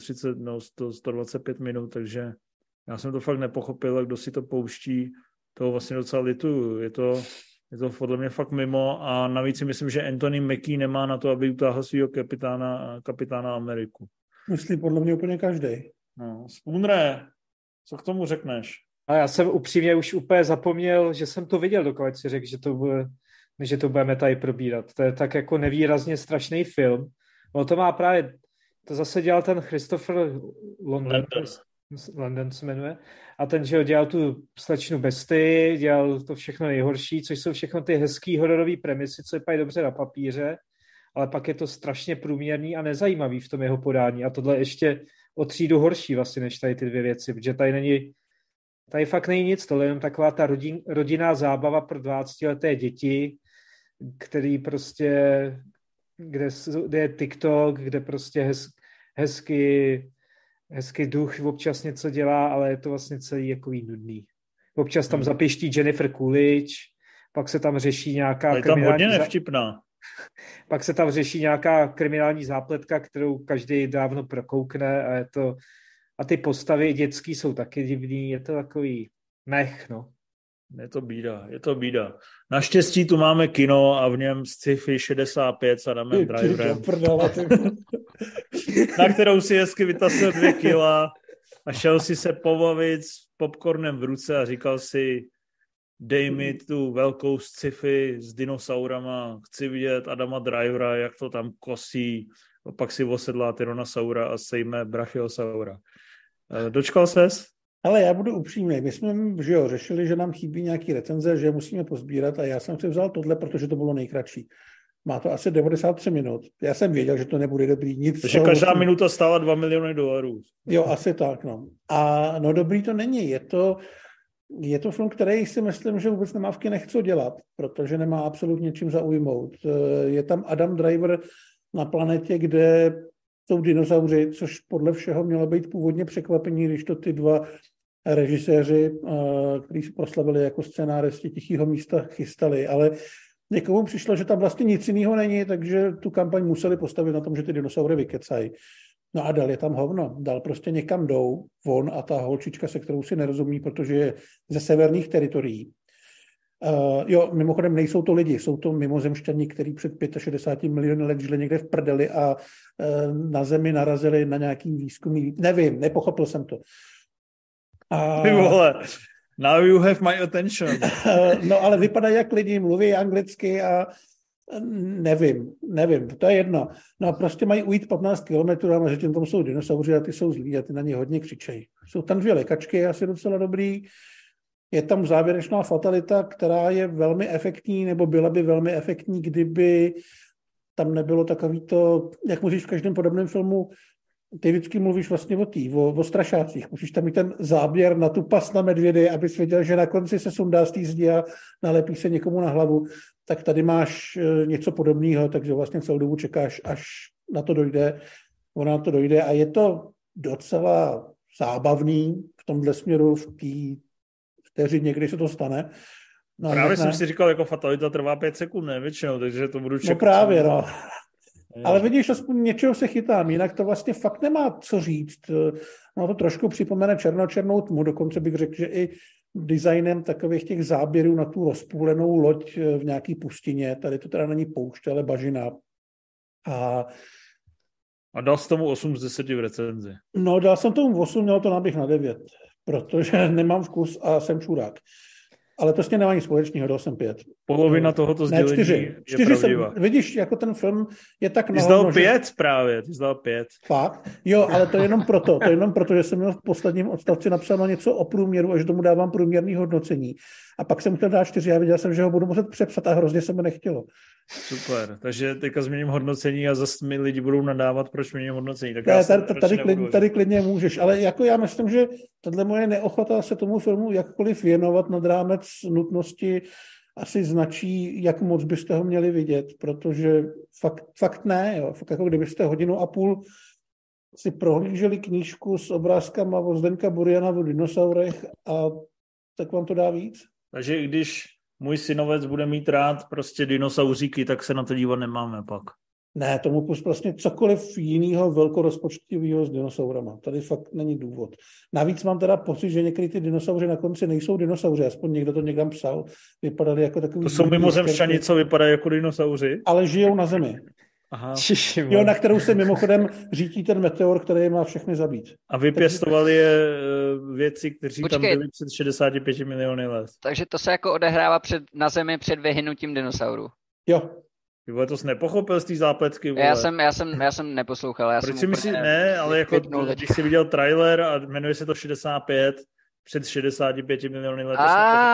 125 minut, takže já jsem to fakt nepochopil a kdo si to pouští, toho vlastně docela lituju. Je to podle mě fakt mimo a navíc si myslím, že Anthony Mackie nemá na to, aby utáhl svýho kapitána Ameriku. Myslí podle mě úplně každej. No, Spoonre, co k tomu řekneš? A já jsem upřímně už úplně zapomněl, že jsem to viděl, dokud si řekl, že to budeme tady probírat. To je tak jako nevýrazně strašný film. No to má právě, to zase dělal ten Christopher Landon se jmenuje, a ten, že dělal tu Slečnu Bestii, dělal to všechno nejhorší, což jsou všechno ty hezký hororové premisy, co vypadají dobře na papíře, ale pak je to strašně průměrný a nezajímavý v tom jeho podání. A tohle ještě o třídu horší vlastně, než tady ty 2 věci, protože tady fakt není nic, tohle je jenom taková ta rodinná zábava pro 20leté děti, který prostě, kde je TikTok, kde prostě hezký duch občas něco dělá, ale je to vlastně celý jakový nudný. Občas tam zapěští Jennifer Coolidge, pak se tam řeší nějaká Pak se tam řeší nějaká kriminální zápletka, kterou každý dávno prokoukne a ty postavy dětský jsou taky divný, je to takový no. Je to bída. Naštěstí tu máme kino a v něm sci-fi 65 s Adamem Driverem. Na kterou si hezky vytasil 2 kila a šel si se pobavit s popcornem v ruce a říkal si, dej mi tu velkou sci-fi s dinosaurama, chci vidět Adama Drivera, jak to tam kosí, a pak si osedlá Tyrannosaura a sejme Brachiosaura. Dočkal ses? Ale já budu upřímný. My jsme řešili, že nám chybí nějaký recenze, že musíme pozbírat a já jsem si vzal tohle, protože to bylo nejkratší. Má to asi 93 minut. Já jsem věděl, že to nebude dobrý. Nic. Takže každá minuta stála $2 miliony. Jo, asi tak, no. A no dobrý to není. Je to film, který si myslím, že vůbec nemá v kinech co dělat, protože nemá absolutně čím zaujmout. Je tam Adam Driver na planetě, kde jsou dinosauři, což podle všeho mělo být původně překvapení, když to ty dva režiséři, kteří se proslavili jako scenáristi Tichýho místa, chystali, ale někomu přišlo, že tam vlastně nic jiného není, takže tu kampaň museli postavit na tom, že ty dinosaury vykecají. No a dal je tam hovno. Dal prostě někam jdou, on a ta holčička, se kterou si nerozumí, protože je ze severních teritorií. Jo, mimochodem nejsou to lidi, jsou to mimozemšťani, kteří před 65 miliony let žili někde v prdeli a na Zemi narazili na nějaký výzkumný... Nevím, nepochopil jsem to. Ty vole, now you have my attention. No ale vypadají jak lidi, mluví anglicky a nevím, to je jedno. No a prostě mají ujít 15 kilometrů a mezi tím tam jsou dinosauři a ty jsou zlí a ty na ně hodně křičejí. Jsou tam 2 lékačky, asi docela dobrý. Je tam závěrečná fatalita, která je velmi efektní, nebo byla by velmi efektní, kdyby tam nebylo takový to, jak můžeš v každém podobném filmu, ty vždycky mluvíš vlastně o strašácích. Musíš tam mít ten záběr na tu pas na medvědy, abys věděl, že na konci se sundá z té zdi a nalepí se někomu na hlavu. Tak tady máš něco podobného, takže vlastně celou dobu čekáš, až na to dojde. Ona na to dojde a je to docela zábavný v tomhle směru, v té vteřině, kdy se to stane. No, právě jsem si říkal, jako fatalita trvá 5 sekund, ne většinou, takže to budu čekat. No právě, no. Ale vidíš, aspoň něčeho se chytám, jinak to vlastně fakt nemá co říct. No to trošku připomene černou tmu, dokonce bych řekl, že i designem takových těch záběrů na tu rozpůlenou loď v nějaký pustině, tady to teda není poušť, ale bažina. A dal jsi tomu 8 z 10 v recenzi. No dal jsem tomu 8, měl to nabih na 9, protože nemám vkus a jsem čurák. Ale to s tím nemá nic společného, dal jsem 5. Polovina tohoto sdělení je 4 vidíš, jako ten film je tak Ty jsi dal 5 právě, ty jsi dal 5. Fakt? Jo, ale to je jenom proto, že jsem měl v posledním odstavci napsáno něco o průměru a že tomu dávám průměrný hodnocení. A pak jsem chtěl dát 4 a viděl jsem, že ho budu muset přepsat a hrozně se mi nechtělo. Super, takže teďka změním hodnocení a zase mi lidi budou nadávat, proč měním hodnocení. Tak tady klidně můžeš, ale jako já myslím, že tato moje neochota se tomu filmu jakkoliv věnovat nad rámec nutnosti asi značí, jak moc byste ho měli vidět, protože fakt ne, jo. Fakt jako kdybyste 1,5 hodiny si prohlíželi knížku s obrázkama od Zdeňka Buriana o dinosaurech a tak vám to dá víc. Takže když můj synovec bude mít rád prostě dinosauříky, tak se na to dívat nemáme pak. Ne, tomu pust vlastně cokoliv jiného velkorozpočtového s dinosaurama. Tady fakt není důvod. Navíc mám teda pocit, že některé ty dinosauři na konci nejsou dinosauři, aspoň někdo to někam psal. Vypadali jako takový... To jsou mimozemšťani, co vypadají jako dinosauři? Ale žijou na Zemi. Aha. Jo, na kterou se mimochodem řítí ten meteor, který má všechny zabít. A vypěstovali je věci, kteří tam byli před 65 miliony let. Takže to se jako odehrává na Zemi před vyhynutím dinosaurů. Jo. Vole, to jsi nepochopil z té zápletky, vole. Já jsem neposlouchal. Proč si myslíš, ne, ale jako, když jsi viděl trailer a jmenuje se to 65 před 65 miliony let.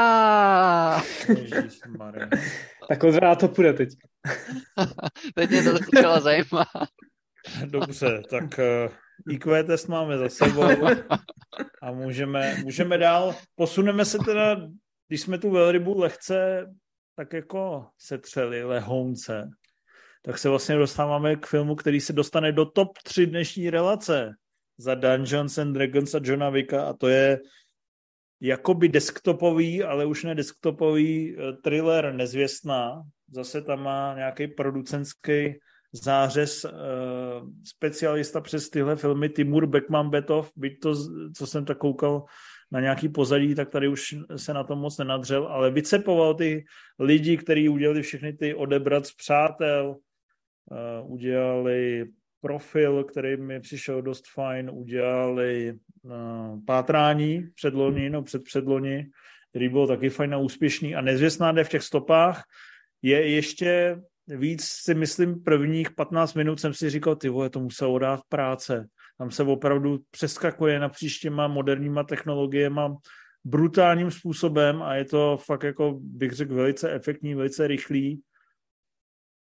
Ježišmarja. Tak od rána to půjde teď. Teď mě to docela zajímá. Dobře, tak IQ test máme za sebou a můžeme dál. Posuneme se teda, když jsme tu velrybu lehce tak jako setřeli, lehounce, tak se vlastně dostáváme k filmu, který se dostane do top 3 dnešní relace za Dungeons and Dragons a Johna Wicka, a to je jakoby desktopový, ale už ne desktopový thriller Nezvěstná. Zase tam má nějaký producentský zářez specialista přes tyhle filmy Timur Bekmambetov, byť to, co jsem tak koukal na nějaký pozadí, tak tady už se na tom moc nenadřel, ale vycepoval ty lidi, kteří udělali všechny ty Odebrat z přátel, udělali Profil, který mi přišel dost fajn, udělali Pátrání předloni, který byl taky fajn a úspěšný, a Nezvěstná jde v těch stopách. Je ještě víc, si myslím, prvních 15 minut jsem si říkal, ty vole, to muselo dát práce. Tam se opravdu přeskakuje napříč těma moderníma technologiema brutálním způsobem a je to fakt, jako bych řekl, velice efektní, velice rychlý.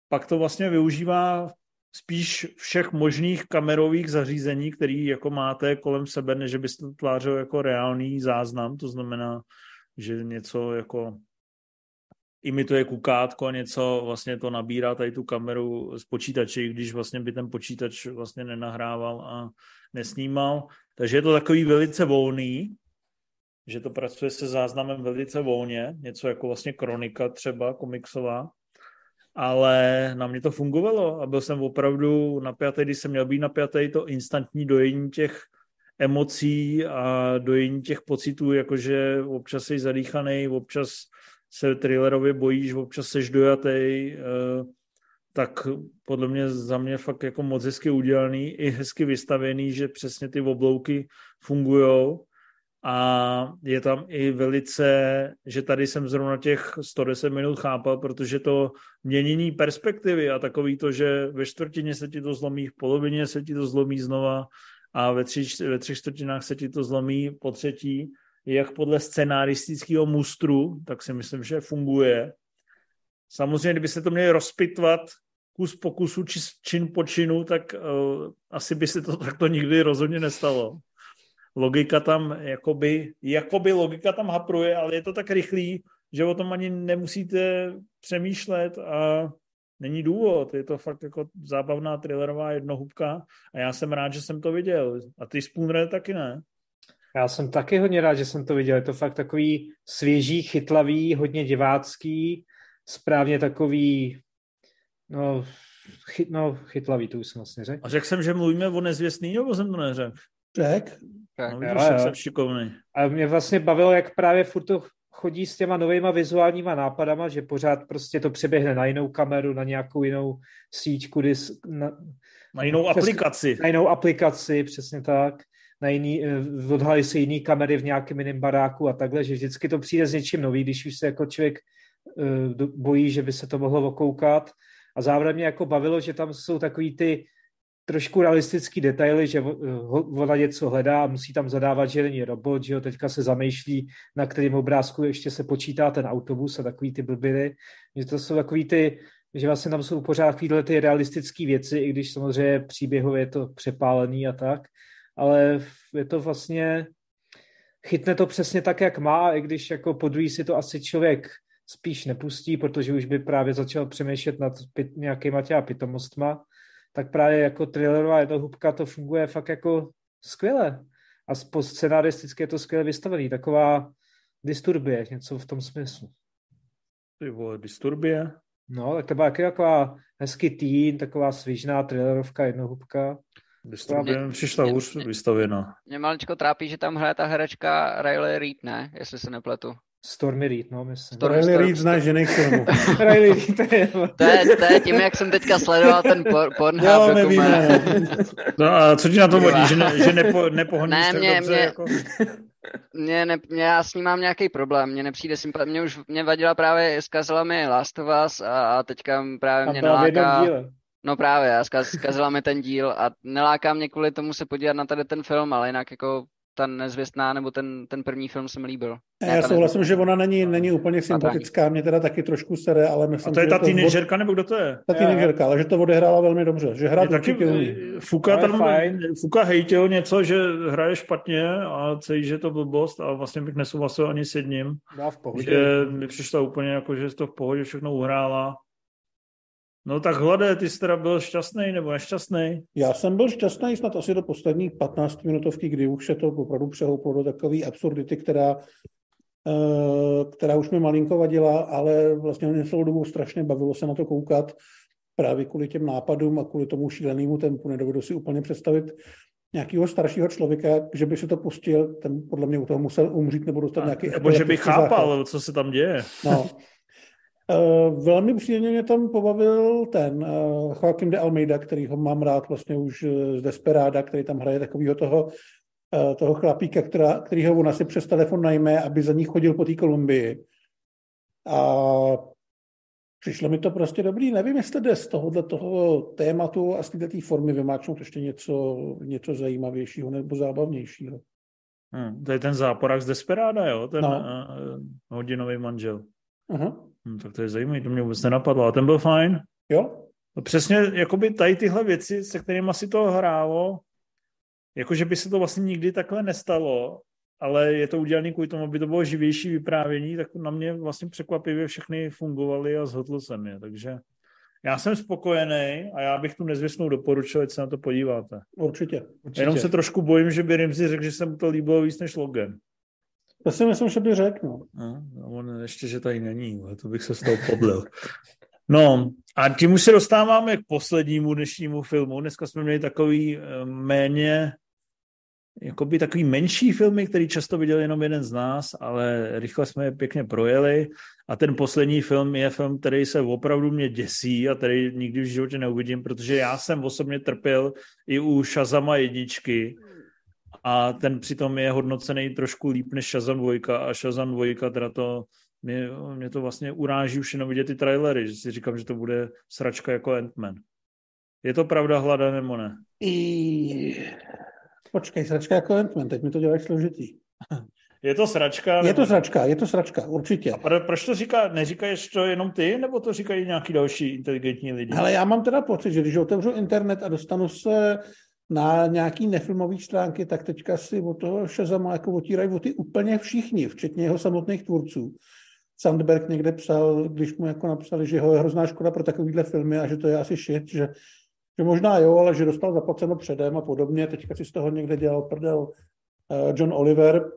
pak to vlastně využívá spíš všech možných kamerových zařízení, který jako máte kolem sebe, než byste to tvářil jako reálný záznam, to znamená, že něco jako imituje kukátko a něco vlastně to nabírá tady tu kameru z počítače, i když vlastně by ten počítač vlastně nenahrával a nesnímal. Takže je to takový velice volný, že to pracuje se záznamem velice volně, něco jako vlastně kronika třeba komiksová, ale na mě to fungovalo a byl jsem opravdu napjatý, když jsem měl být napjatý, to instantní dojení těch emocí a dojení těch pocitů, jakože občas jsi zadýchaný, občas se thrillerově bojíš, občas seš dojatý, tak podle mě za mě fakt jako moc hezky udělaný i hezky vystavený, že přesně ty oblouky fungujou a je tam i velice, že tady jsem zrovna těch 110 minut chápal, protože to měnění perspektivy a takový to, že ve čtvrtině se ti to zlomí, v polovině se ti to zlomí znova a ve třech čtvrtinách se ti to zlomí po třetí, jak podle scenaristického mustru, tak si myslím, že funguje. Samozřejmě, kdyby se to měli rozpitvat kus po kusu, čin po činu, tak asi by se to takto nikdy rozhodně nestalo. Logika tam, jakoby logika tam hapruje, ale je to tak rychlý, že o tom ani nemusíte přemýšlet a není důvod. Je to fakt jako zábavná thrillerová jednohubka a já jsem rád, že jsem to viděl. A ty Spooner taky ne? Já jsem taky hodně rád, že jsem to viděl. Je to fakt takový svěží, chytlavý, hodně divácký, správně takový, chytlavý, to už jsem vlastně řekl. A řekl jsem, že mluvíme o Nezvěstný, nebo jsem to neřekl? Řekl. No vidíš, jak jsem šikovný. A mě vlastně bavilo, jak právě furt to chodí s těma novýma vizuálníma nápadama, že pořád prostě to přeběhne na jinou kameru, na nějakou jinou síťku, na jinou aplikaci. Na jinou aplikaci, přesně tak. Odhalí se jiný kamery v nějakém jiném baráku a takhle, že vždycky to přijde s něčím nový, když už se jako člověk bojí, že by se to mohlo okoukat. A zároveň mě jako bavilo, že tam jsou takový ty trošku realistický detaily, že ona něco hledá a musí tam zadávat, že není robot, že jo, teďka se zamýšlí, na kterém obrázku ještě se počítá ten autobus a takový ty blbiny. Že to jsou takový ty, že vlastně tam jsou pořád takovýhle ty realistické věci, i když samozřejmě příběhově je to přepálený a tak, ale je to vlastně, chytne to přesně tak, jak má, i když jako podruhý si to asi člověk spíš nepustí, protože už by právě začal přemýšlet nad nějakýma těma pitomostma, tak právě jako thrillerová jednohubka to funguje fakt jako skvěle. A scenaristicky je to skvěle vystavený. Taková disturbie, něco v tom smyslu. Ty vole, disturbie? No, tak to byla taková hezký teen, taková svižná thrillerovka jednohubka. Disturbie mi přišla už vystavěna. Mě maličko trápí, že tam hraje ta herečka Riley Reid, ne? Jestli se nepletu. Stormy Reid, no, myslím. Riley Reid znáš, že nejsem. Riley Reid, to je tím, jak jsem teďka sledoval ten Pornhub dokument. No a co ti na to vodí, že nepohodníš tak dobře? Jako... Já s ním mám nějaký problém, mně nepřijde mě vadila právě, zkazila mi Last of Us a teďka právě mě naláká... No právě, zkazila mi ten díl a neláká mě kvůli tomu se podívat na tady ten film, ale jinak jako ta Nezvěstná nebo ten první film se mi líbil. Já souhlasím, že ona není úplně sympatická, mě teda taky trošku sere, ale myslím, a to je ta teenagerka, nebo kdo to je? Ta teenagerka, ale že to odehrála velmi dobře, že hrát určitě umí. Fuka hejtil něco, že hraje špatně a celý, že to blbost a vlastně bych nesouhlasil ani s jedním. Že mi přišla úplně jako, že to v pohodě všechno uhrála. No tak Hlade, ty jsi teda byl šťastný nebo nešťastný? Já jsem byl šťastný snad asi do posledních 15 minutovky, kdy už se to opravdu přehouplo do takové absurdity, která už mi malinko vadila, ale vlastně mě celou dobu strašně bavilo se na to koukat právě kvůli těm nápadům a kvůli tomu šílenému tempu. Nedovedu si úplně představit nějakého staršího člověka, že by si to pustil, ten podle mě u toho musel umřít nebo dostat nějaký... Nebo že by chápal, co se tam děje. No. Velmi příjemně mě tam pobavil ten Joaquim de Almeida, který ho mám rád vlastně už z Desperada, který tam hraje takovýho toho chlapíka, kterýho ona si přes telefon najme, aby za ní chodil po té Kolumbii. A přišlo mi to prostě dobrý. Nevím, jestli jde z toho tématu a z této formy vymáčnout ještě něco zajímavějšího nebo zábavnějšího. To je ten záporák z Desperada, jo? Ten hodinový manžel. Aha. Tak to je zajímavý, to mě vůbec nenapadlo. A ten byl fajn? Jo? No přesně, jakoby tady tyhle věci, se kterými si to hrálo, jakože by se to vlastně nikdy takhle nestalo, ale je to udělané kvůli tomu, aby to bylo živější vyprávění, tak na mě vlastně překvapivě všechny fungovaly a zhodl jsem je, takže já jsem spokojený a já bych tu Nezvěstnou doporučil, ať se na to podíváte. Určitě. Jenom se trošku bojím, že by Rimzi řekl, že se mu to líbilo víc než Logan. To si myslím, že by řekl. No, on ještě, že tady není, ale to bych se z toho podlil. No a tím už se dostáváme k poslednímu dnešnímu filmu. Dneska jsme měli takový méně, jakoby takový menší filmy, který často viděl jenom jeden z nás, ale rychle jsme je pěkně projeli. A ten poslední film je film, který se opravdu mě děsí a který nikdy v životě neuvidím, protože já jsem osobně trpěl i u Shazama 1 a ten přitom je hodnocený trošku líp než Shazam 2 a Shazam 2 teda to mě to vlastně uráží už jenom vidět ty trailery, že si říkám, že to bude sračka jako Ant-Man. Je to pravda, Hlada, nebo ne? Počkej, sračka jako Ant-Man, teď mi to děláš složitý. Je to sračka? Je to sračka, určitě. A proč to neříkáš to jenom ty, nebo to říkají nějaký další inteligentní lidi? Ale já mám teda pocit, že když otevřu internet a dostanu se na nějaký nefilmový stránky, tak teďka si od toho Shazama jako otírají o ty úplně všichni, včetně jeho samotných tvůrců. Sandberg někde psal, když mu jako napsali, že ho je hrozná škoda pro takovýhle filmy a že to je asi shit, že možná jo, ale že dostal zaplaceno předem a podobně. Teďka si z toho někde dělal prdel John Oliver.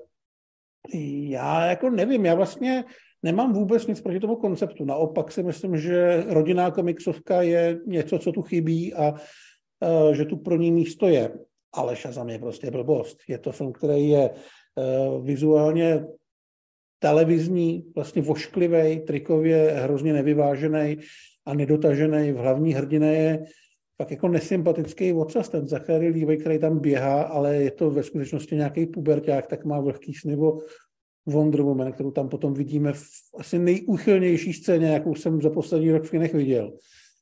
Já jako nevím, já vlastně nemám vůbec nic proti tomu konceptu. Naopak si myslím, že rodinná komiksovka je něco, co tu chybí a že tu pro ní místo je. Ale Shazam je prostě blbost. Je to film, který je vizuálně televizní, vlastně vošklivej, trikově hrozně nevyvážený a nedotažený. V hlavní hrdině je tak jako nesympatický ocas, ten Zachary Levi, který tam běhá, ale je to ve skutečnosti nějaký puberťák, tak má vlhký sny o Wonder Woman, kterou tam potom vidíme v asi nejúchylnější scéně, jakou jsem za poslední rok v kinech viděl.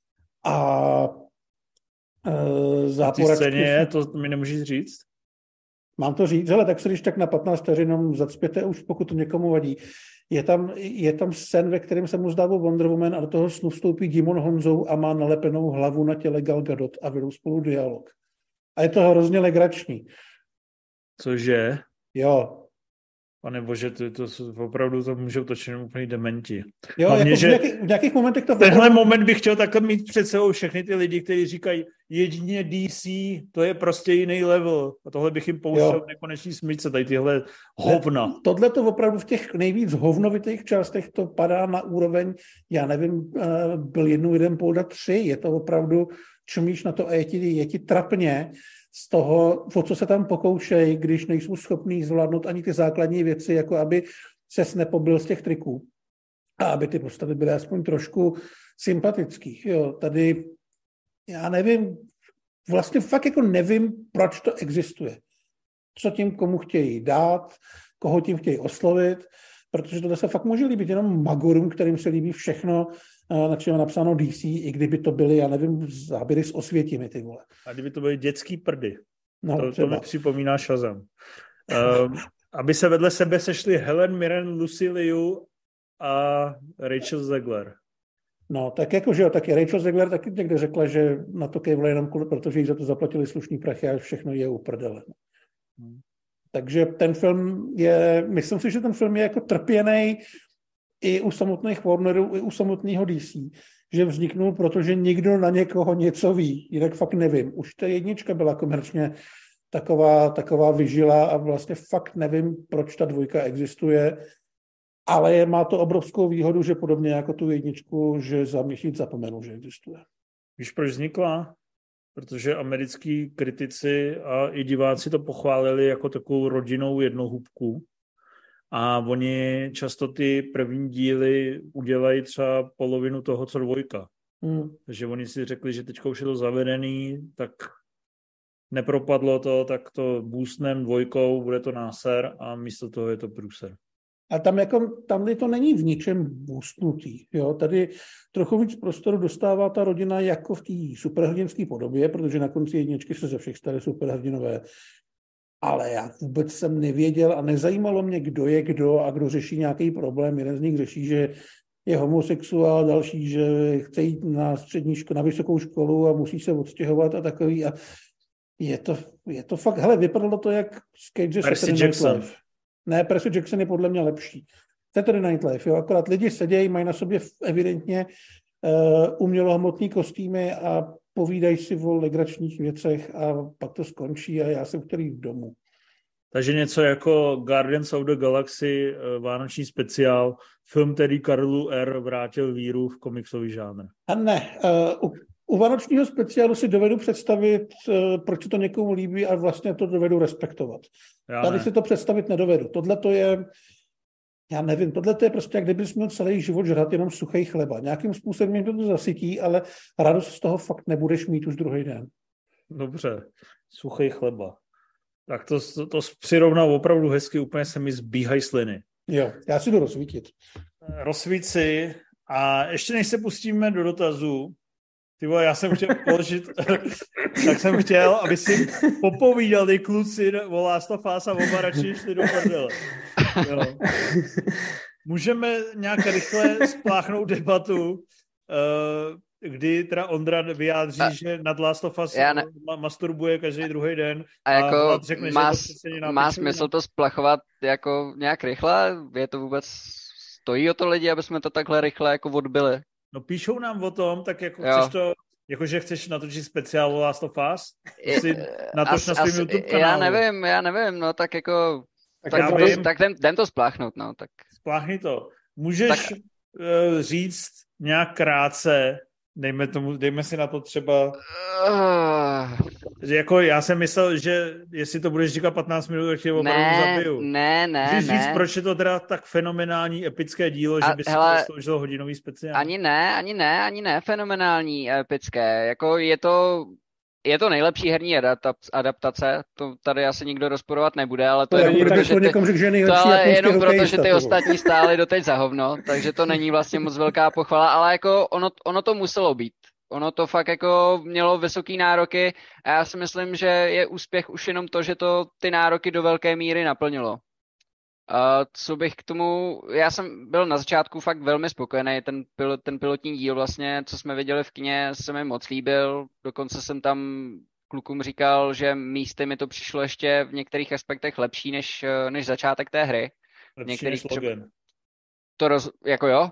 A záporačky... A ty scéně je, to mi nemůžeš říct? Mám to říct, hele, tak se když tak na 15 vteřin zacpěte už, pokud to někomu vadí. Je tam scén, ve kterém se mu zdá o Wonder Woman a do toho snu vstoupí Djimon Hounsou a má nalepenou hlavu na těle Gal Gadot a vedou spolu dialog. A je to hrozně legrační. Cože? Jo. Pane bože, to opravdu to můžou točit úplně dementi. Jo, hlavně, jako v nějakých momentech to... Tenhle moment bych chtěl takhle mít před sebou všechny ty lidi, kteří říkají, jedině DC, to je prostě jiný level. A tohle bych jim pouštěl nekonečný smyčce, tady tyhle hovna. Tohle to opravdu v těch nejvíc hovnovitých částech to padá na úroveň, já nevím, byl jeden polda 3, je to opravdu, čumíš na to a je ti trapně z toho, o co se tam pokoušejí, když nejsou schopní zvládnout ani ty základní věci, jako aby ses nepobil z těch triků a aby ty postavy byly aspoň trošku sympatický. Jo, tady já nevím, vlastně fakt jako nevím, proč to existuje. Co tím komu chtějí dát, koho tím chtějí oslovit, protože tohle se fakt může líbit jenom magorům, kterým se líbí všechno, na čem je napsáno DC, i kdyby to byly, já nevím, záběry z Osvětimi, ty vole. A kdyby to byly dětský prdy. No, to mi připomíná Shazam. Aby se vedle sebe sešli Helen Mirren, Lucy Liu a Rachel Zegler. No, tak jakože jo, taky Rachel Zegler taky někde řekla, že na to kejvla jenom kvůli, protože jí za to zaplatili slušný prachy a všechno je uprdele. Takže ten film je, myslím si, že ten film je jako trpěnej i u samotných Warnerů, i u samotného DC, že vzniknul, protože nikdo na někoho něco ví, jinak fakt nevím. Už ta jednička byla komerčně taková vyžila a vlastně fakt nevím, proč ta dvojka existuje, ale má to obrovskou výhodu, že podobně jako tu jedničku, že za měsíc zapomenu, že existuje. Víš, proč vznikla? Protože americký kritici a i diváci to pochválili jako takovou rodinnou jednohubku. A oni často ty první díly udělají třeba polovinu toho, co dvojka. Takže oni si řekli, že teďka už je to zavedený, tak nepropadlo to, tak to boostnem dvojkou, bude to náser a místo toho je to průser. A tam to není v ničem boostnutý. Jo? Tady trochu víc prostoru dostává ta rodina jako v té superhrdinské podobě, protože na konci jedničky se ze všech stali superhrdinové. Ale já vůbec jsem nevěděl a nezajímalo mě, kdo je kdo a kdo řeší nějaký problém. Jeden z nich řeší, že je homosexuál, další, že chce jít na vysokou školu a musí se odstěhovat a takový. A je to fakt, hele, vypadalo to jak z Cage Saturday Night Live. Ne, Percy Jackson je podle mě lepší. Saturday Night Live, jo, akorát lidi sedějí, mají na sobě evidentně umělohmotný kostýmy a povídají si o legračních věcech a pak to skončí a já jsem chtěl jít domů. Takže něco jako Guardians of the Galaxy, vánoční speciál, film, který Karlu R. vrátil víru v komiksový žánr. A ne, u vánočního speciálu si dovedu představit, proč se to někomu líbí a vlastně to dovedu respektovat. Tady si to představit nedovedu. Tohle to je, já nevím, tohle to je prostě, jak kdybys měl celý život žrat jenom suchý chleba. Nějakým způsobem mě to zasytí, ale radost z toho fakt nebudeš mít už druhý den. Dobře, suchý chleba. Tak to přirovnal opravdu hezky, úplně se mi zbíhají sliny. Jo, já si jdu rozsvítit. Rozsvít si a ještě než se pustíme do dotazů, ty vole, já jsem chtěl položit, tak jsem chtěl, aby si popovídali kluci o Last of Us a oba radši šli do prdele. Jo. Můžeme nějak rychle spláchnout debatu, kdy teda Ondra vyjádří, že nad Last of Us masturbuje každý druhý den a jako řekne, má smysl to splachovat jako nějak rychle? Je to vůbec, stojí o to lidi, aby jsme to takhle rychle jako odbyli? No píšou nám o tom, tak jako chceš to, jakože chceš natočit speciál o Last of Us? Natoč na svým YouTube kanálu. Já nevím, no tak jako tak jdem to spláchnout, no tak. Spláchni to. Můžeš říct nějak krátce, dejme si na to třeba, že jako já jsem myslel, že jestli to budeš říkat 15 minut, tak tě opravdu zabiju. Ne. Říct, proč je to teda tak fenomenální, epické dílo, že by si to zasloužilo hodinový speciál. Ani ne fenomenální, epické. Jako je to nejlepší herní adaptace, to tady asi nikdo rozporovat nebude, ale to je jenom proto, že ty ostatní stáli doteď za hovno, takže to není vlastně moc velká pochvala, ale jako ono to muselo být. Ono to fakt jako mělo vysoký nároky a já si myslím, že je úspěch už jenom to, že to ty nároky do velké míry naplnilo. Co bych k tomu, já jsem byl na začátku fakt velmi spokojený, ten pilotní díl vlastně, co jsme viděli v kině, se mi moc líbil, dokonce jsem tam klukům říkal, že místy mi to přišlo ještě v některých aspektech lepší než začátek té hry. Lepší než Logan. Jako jo,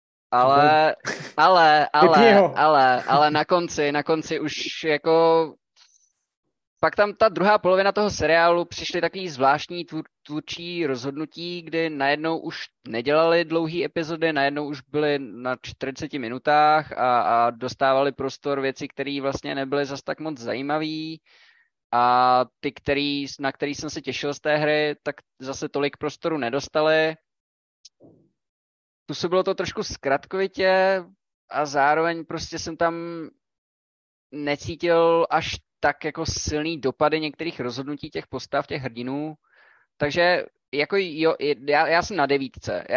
ale na konci už jako pak tam ta druhá polovina toho seriálu přišly takový zvláštní tvůrčí rozhodnutí, kdy najednou už nedělali dlouhé epizody, najednou už byly na 40 minutách a dostávali prostor věci, které vlastně nebyly zas tak moc zajímavý a ty, na který jsem se těšil z té hry, tak zase tolik prostoru nedostali. Působilo to trošku zkratkovitě a zároveň prostě jsem tam necítil až tak jako silný dopady některých rozhodnutí těch postav, těch hrdinů. Takže jako jo, já jsem na 9.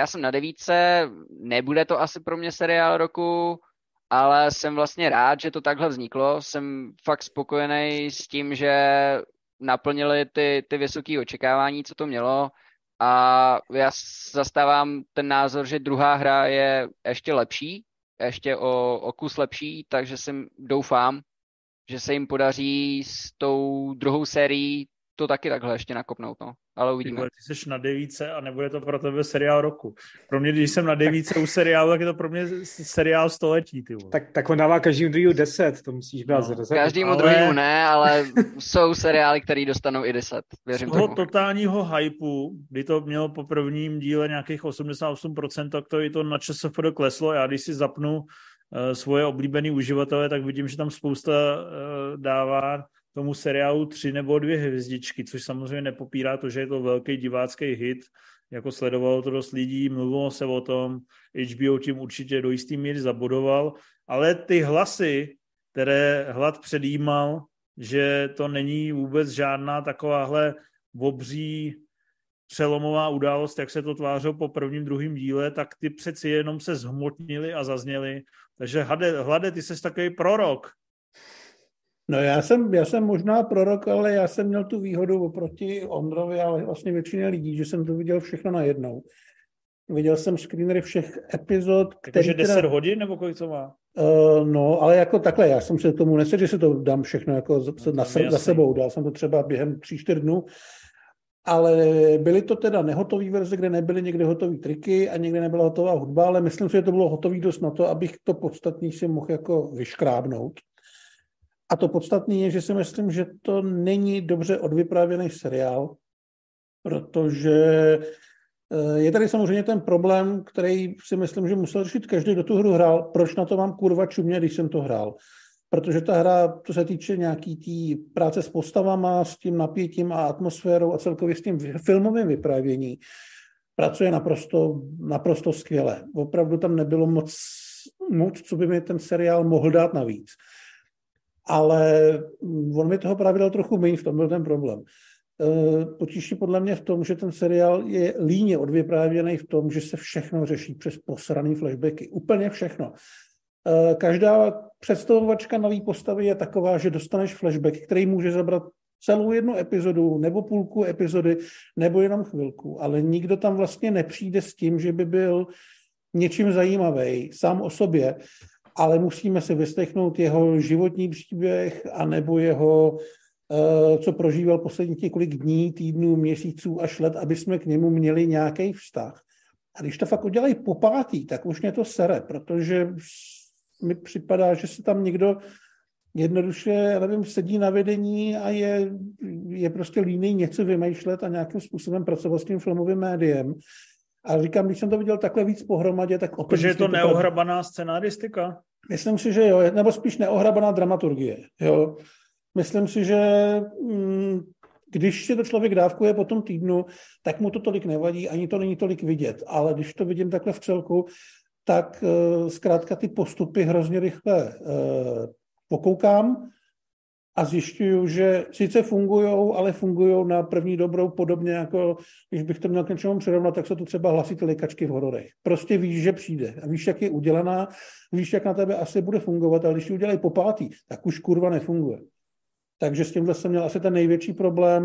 Nebude to asi pro mě seriál roku, ale jsem vlastně rád, že to takhle vzniklo. Jsem fakt spokojený s tím, že naplnili ty vysoké očekávání, co to mělo. A já zastávám ten názor, že druhá hra je ještě lepší, ještě o kus lepší, takže doufám, že se jim podaří s tou druhou sérií to taky takhle ještě nakopnout, no. Ale uvidíme. Ty jsi na 9 a nebude to pro tebe seriál roku. Pro mě, když jsem na 9 u seriálu, tak je to pro mě seriál století, ty vole. Tak on dává každému druhému 10, to musíš brát zařazet. Každému druhému ne, ale jsou seriály, které dostanou i 10. Věřím z toho tomu. totálního hypeu, kdy to mělo po prvním díle nějakých 88%, tak to i to na ČSFD kleslo. Já když si zapnu svoje oblíbený uživatele, tak vidím, že tam spousta dává tomu seriálu 3 nebo 2 hvězdičky, což samozřejmě nepopírá to, že je to velký divácký hit, jako sledovalo to dost lidí, mluvilo se o tom, HBO tím určitě do jistý míry zabodoval, ale ty hlasy, které Hlad předjímal, že to není vůbec žádná takováhle obří přelomová událost, jak se to tvářilo po prvním, druhém díle, tak ty přeci jenom se zhmotnili a zazněli. Takže Hlade, ty jsi takový prorok. No já jsem možná prorok, ale já jsem měl tu výhodu oproti Ondrovi, ale vlastně většině lidí, že jsem to viděl všechno najednou. Viděl jsem screenery všech epizod. Takže 10 hodin, nebo kolik to má? No, ale jako takhle, já jsem se k tomu nesedl, že si to dám všechno jako za sebou. Dal jsem to třeba během 3-4 dnů. Ale byly to teda nehotové verze, kde nebyly někde hotové triky a někde nebyla hotová hudba, ale myslím si, že to bylo hotový dost na to, abych to podstatný si mohl jako vyškrábnout. A to podstatné je, že si myslím, že to není dobře odvyprávěný seriál, protože je tady samozřejmě ten problém, který si myslím, že musel řešit každý, kdo tu hru hrál. Proč na to mám kurva čumě, když jsem to hrál? Protože ta hra, co se týče nějaký té práce s postavama, s tím napětím a atmosférou a celkově s tím filmovým vyprávění, pracuje naprosto skvěle. Opravdu tam nebylo moc, co by mi ten seriál mohl dát navíc. Ale on mi toho právě dal trochu méně, v tom byl ten problém. Potíž je podle mě v tom, že ten seriál je líně odvyprávěný v tom, že se všechno řeší přes posraný flashbacky. Úplně všechno. Každá představovačka nový postavy je taková, že dostaneš flashback, který může zabrat celou jednu epizodu, nebo půlku epizody, nebo jenom chvilku, ale nikdo tam vlastně nepřijde s tím, že by byl něčím zajímavý sám o sobě, ale musíme si vyslechnout jeho životní příběh, anebo jeho, co prožíval posledních několik dní, týdnů, měsíců až let, aby jsme k němu měli nějaký vztah. A když to fakt udělají po pátý, tak už mě to sere, protože mi připadá, že se tam někdo jednoduše, nevím, sedí na vedení a je prostě líný něco vymýšlet a nějakým způsobem pracovat s tím filmovým médiem. A říkám, když jsem to viděl takhle víc pohromadě, tak opět... Takže je to neohrabaná scenaristika? Myslím si, že jo, nebo spíš neohrabaná dramaturgie. Jo. Myslím si, že když si to člověk dávkuje po tom týdnu, tak mu to tolik nevadí, ani to není tolik vidět. Ale když to vidím takhle v celku, tak zkrátka ty postupy hrozně rychle pokoukám a zjišťuju, že sice fungujou, ale fungují na první dobrou podobně, jako když bych to měl k něčemu přirovnat, tak jsou to třeba hlasité likačky v hororech. Prostě víš, že přijde a víš, jak je udělaná, víš, jak na tebe asi bude fungovat, ale když ji udělají po pátý, tak už kurva nefunguje. Takže s tímhle jsem měl asi ten největší problém.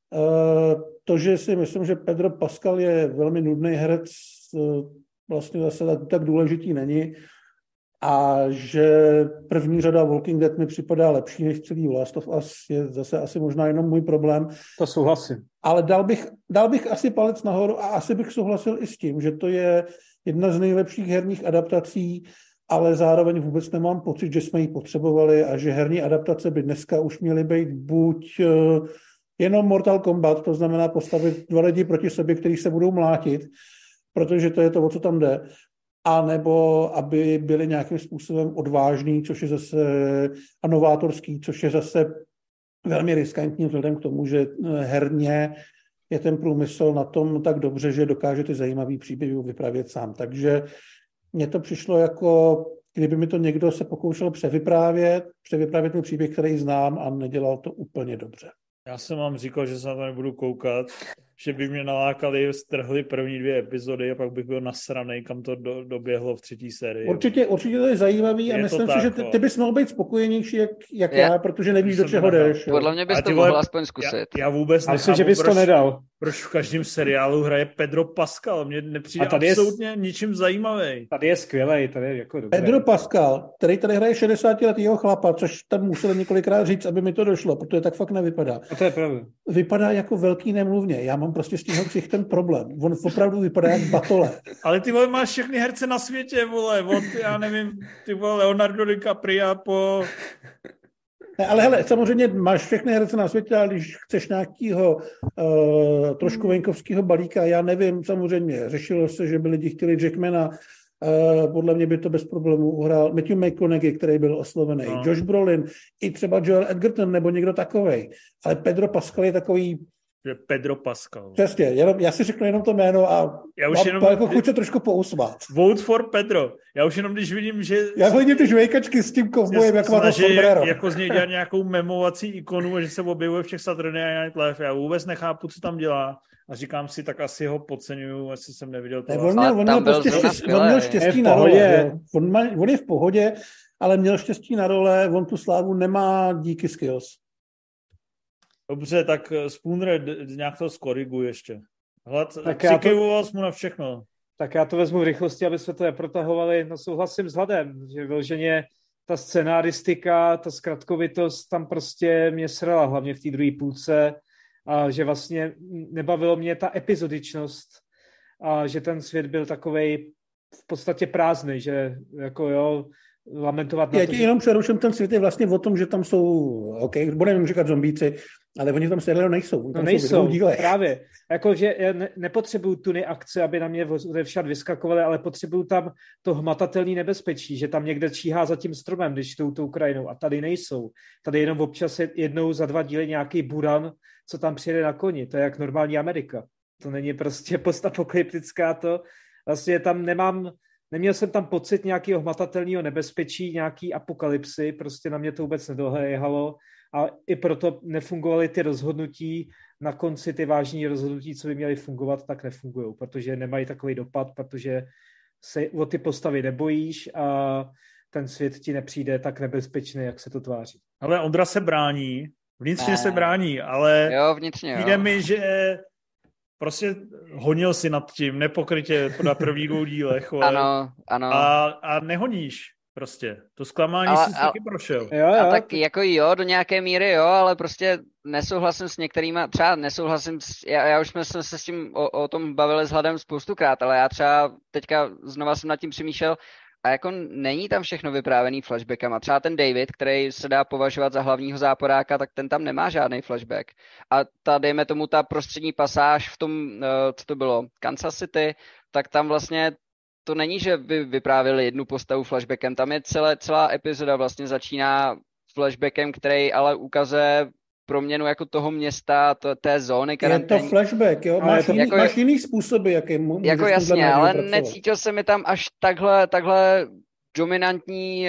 To, že si myslím, že Pedro Pascal je velmi nudný herec, vlastně zase tak důležitý není. A že první řada Walking Dead mi připadá lepší než celý Last of Us, je zase asi možná jenom můj problém. To souhlasím. Ale dal bych asi palec nahoru a asi bych souhlasil i s tím, že to je jedna z nejlepších herních adaptací, ale zároveň vůbec nemám pocit, že jsme ji potřebovali a že herní adaptace by dneska už měly být buď jenom Mortal Kombat, to znamená postavit 2 lidi proti sobě, kteří se budou mlátit, protože to je to, o co tam jde, a nebo aby byli nějakým způsobem odvážný, což je zase a novátorský, což je zase velmi riskantní vzhledem k tomu, že herně je ten průmysl na tom tak dobře, že dokáže ty zajímavý příběhy vyprávět sám. Takže mně to přišlo jako, kdyby mi to někdo se pokoušel převyprávět mi příběh, který znám a nedělal to úplně dobře. Já jsem vám říkal, že se na to nebudu koukat, že by mě nalákali, strhli první 2 epizody a pak bych byl nasranej, kam to doběhlo v 3. sérii. Určitě to je zajímavý a myslím si, že ty bys mohl být spokojenější jak já, protože nevíš, do čeho jdeš. Podle mě bys to mohl aspoň zkusit. Já vůbec nechápu, myslím, že bys to nedal. Proč v každém seriálu hraje Pedro Pascal. Mně nepřijde absolutně ničím zajímavý. Tady je skvělej, tady je jako dobrý. Pedro Pascal, který tady hraje 60letýho chlapa, což tam musel několikrát říct, aby mi to došlo, protože tak fakt nevypadá. A to je pravda. Vypadá jako velký nemluvně. Já mám prostě s tím ten problém. On opravdu vypadá jak batole. Ale ty vole, máš všechny herce na světě, vole. Od, já nevím, ty vole, Leonardo DiCaprio po... Ale hele, samozřejmě máš všechny herce na světě, ale když chceš nějakého trošku venkovského balíka, já nevím, samozřejmě, řešilo se, že by lidi chtěli Jackmana, podle mě by to bez problémů uhrál Matthew McConaughey, který byl oslovený, Josh Brolin, i třeba Joel Edgerton, nebo někdo takovej. Ale Pedro Pascal je takový... Pedro Pascal. Přesně, já si řeknu jenom to jméno a já už jenom, jako chuť se trošku pousmát. Vote for Pedro. Já už jenom, když vidím, že... Já vidím ty žvejkačky s tím kovbojem, jak má to sombrero. Jako z něj dělat nějakou memovací ikonu a že se objevuje v těch Saturday Night Live. Já vůbec nechápu, co tam dělá. A říkám si, tak asi ho podceňuju, asi jsem neviděl to. On měl štěstí na role. On je v pohodě, ale měl štěstí na role, on tu slávu nemá díky skills. Dobře, tak Spooner nějak to skoriguj ještě. Přikyvoval jsi mu na všechno. Tak já to vezmu v rychlosti, aby jsme to neprotahovali. No souhlasím s Hladem, že vyloženě ta scenáristika, ta zkratkovitost tam prostě mě srala, hlavně v té druhé půlce, a že vlastně nebavilo mě ta epizodičnost a že ten svět byl takovej v podstatě prázdný, že jako jo, lamentovat na Já to, tě že... jenom přeruším, ten svět je vlastně o tom, že tam jsou, budeme říkat zombíci, ale oni tam seriálu nejsou. Tam nejsou, jsou právě. Jako, že já nepotřebuju tuny akce, aby na mě odevšad vyskakovaly, ale potřebuju tam to hmatatelné nebezpečí, že tam někde číhá za tím stromem, když jdou tou krajinou. A tady nejsou. Tady jenom občas jednou za 2 díly nějaký buran, co tam přijede na koni. To je jak normální Amerika. To není prostě postapokalyptická to. Vlastně tam neměl jsem tam pocit nějakého hmatatelného nebezpečí, nějaký apokalypsy, prostě na mě to vůbec nedohléhalo a i proto nefungovaly ty rozhodnutí, na konci ty vážní rozhodnutí, co by měly fungovat, tak nefungují, protože nemají takový dopad, protože se o ty postavy nebojíš a ten svět ti nepřijde tak nebezpečný, jak se to tváří. Ale Ondra se brání, vnitřně se brání, ale jo, vnitřně, přijde mi, že prostě honil si nad tím nepokrytě na prvních 2 dílech. Ano. A nehoníš prostě. To zklamání si taky prošel. Jo, a tak jako jo, do nějaké míry jo, ale prostě nesouhlasím s některýma, třeba nesouhlasím já už jsme se s tím o tom bavili s Hladem spoustukrát, ale já třeba teďka znova jsem nad tím přemýšlel a jako není tam všechno vyprávěný flashbackama. Třeba ten David, který se dá považovat za hlavního záporáka, tak ten tam nemá žádný flashback. A dejme tomu ta prostřední pasáž v tom, co to bylo, Kansas City, tak tam vlastně to není, že by vyprávěli jednu postavu flashbackem. Tam je celá epizoda vlastně začíná flashbackem, který ale ukazuje proměnu jako toho města, té zóny karanténní. Je to flashback, jo? Máš jiný způsoby, jaké můžeš jako jasně, ale pracovat. necítil se mi tam až takhle dominantní,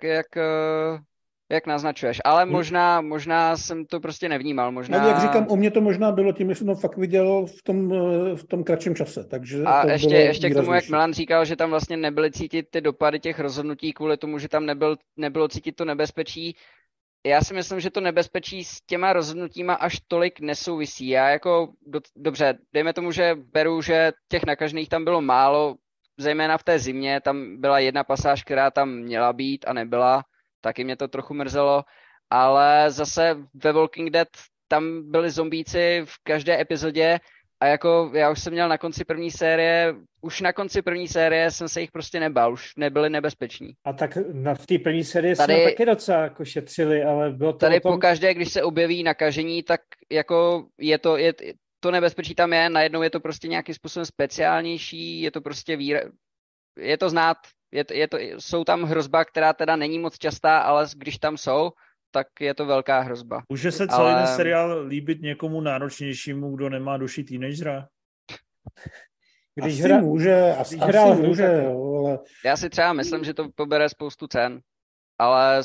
jak naznačuješ. Ale možná jsem to prostě nevnímal. Možná... No, jak říkám, u mě to možná bylo tím, že jsem to fakt viděl v tom kratším čase. Takže a to ještě k tomu, jak Milan říkal, že tam vlastně nebyly cítit ty dopady těch rozhodnutí kvůli tomu, že tam nebylo cítit to nebezpečí. Já si myslím, že to nebezpečí s těma rozhodnutíma až tolik nesouvisí. Já jako, dobře, dejme tomu, že beru, že těch nakažených tam bylo málo, zejména v té zimě, tam byla jedna pasáž, která tam měla být a nebyla, taky mě to trochu mrzelo, ale zase ve Walking Dead tam byli zombíci v každé epizodě a jako já už jsem měl na konci první série jsem se jich prostě nebál, už nebyli nebezpeční. A tak v té první sérii jsme taky docela jako šetřili, ale bylo to tady pokaždé, když se objeví nakažení, tak jako je to nebezpečí tam je, najednou je to prostě nějakým způsobem speciálnější, je to prostě je to znát, jsou tam hrozba, která teda není moc častá, ale když tam jsou, tak je to velká hrozba. Může se celý ten seriál líbit někomu náročnějšímu, kdo nemá duši teenagera? Asi může, ale... Já si třeba myslím, že to pobere spoustu cen, ale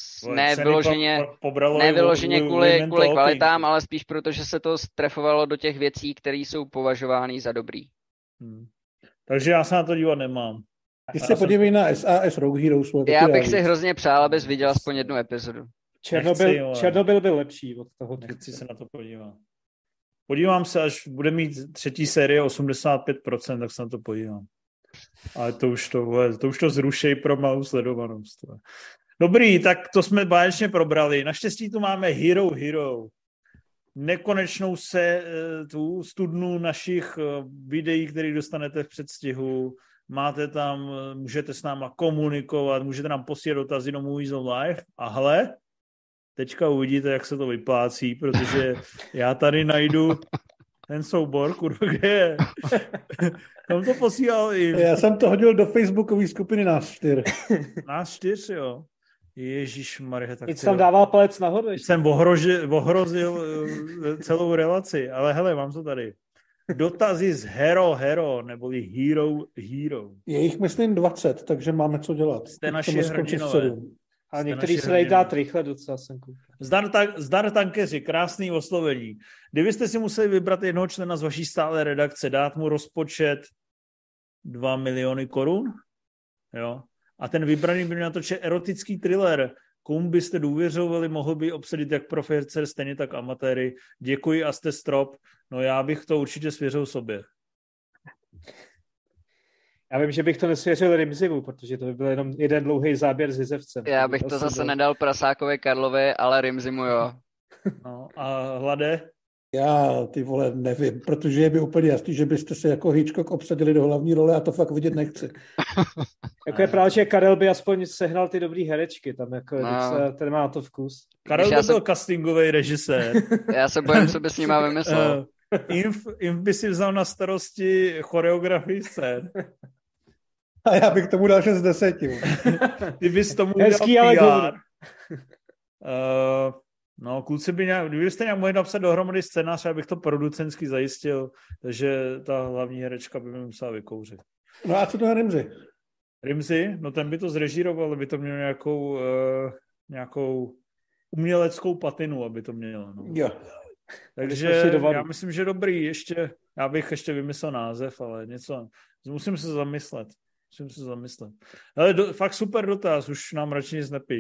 nevyloženě kvůli kvalitám, ale spíš proto, že se to strefovalo do těch věcí, které jsou považovány za dobrý. Takže já se na to dívat nemám. Když se podívej na SAS Rogue Heroes. Já bych si hrozně přál, abys viděl aspoň jednu epizodu. Černobyl byl lepší od toho. Nechci se na to podívat. Podívám se, až bude mít 3. série 85%, tak se na to podívám. Ale to už to zrušej pro malou sledovanost. Dobrý, tak to jsme báječně probrali. Naštěstí tu máme Hero. Nekonečnou tu studnu našich videí, které dostanete v předstihu. Máte tam, můžete s náma komunikovat, můžete nám posílat dotazy do Movies on Live. A hle, teďka uvidíte, jak se to vyplácí, protože já tady najdu ten soubor, kurva, kde je? Tam to posílal i... Já jsem to hodil do facebookové skupiny Nás 4. Nás 4, jo. Ježišmarja, tak Nic tam dával palec nahoru. Jsem ohrozil celou relaci, ale hele, mám to tady. Dotazy z Hero, neboli Hero. Je jich, myslím, 20, takže máme co dělat. Jste naši hrdinové. A některý se dají dát rychle, docela jsem koupil. Zdar tankeři, krásný oslovení. Kdybyste si museli vybrat jednoho člena z vaší stále redakce, dát mu rozpočet 2 miliony korun, jo, a ten vybraný by natočil erotický thriller, komu byste důvěřovali, mohl by obsadit jak profeser, stejně tak amatéry. Děkuji a jste strop. No já bych to určitě svěřil sobě. Já vím, že bych to nesvěřil Rimzivu, protože to by byl jenom jeden dlouhý záběr s Jizevcem. Já bych to zase nedal Prasákovi Karlovi, ale Rimzimu jo. No, a Hlade? Já, ty vole, nevím, protože je mi úplně jasný, že byste se jako Hitchcock obsadili do hlavní role a to fakt vidět nechci. Jako je právě, že Karel by aspoň sehnal ty dobrý herečky, tam jako ten má na to vkus. Karel by byl castingový režisér. Já se bojím, co by s nima vymyslel. Inf by si vzal na starosti choreografii scén. A já bych tomu dal 6 z 10. Ty bys tomu hezký, dal ale PR. No, kluci by kdybyste nějak mohli napsat dohromady scénář, abych to producentsky zajistil, takže ta hlavní herečka by mi musela vykouřit. No a co to na Rimzi? Rimzi? No ten by to zrežíroval, aby to měl nějakou uměleckou patinu, aby to mělo. No. Jo. Takže já myslím, že dobrý. Já bych ještě vymyslel název, ale něco. Musím se zamyslet. Ale fakt super dotaz, už nám radši nic nepíš.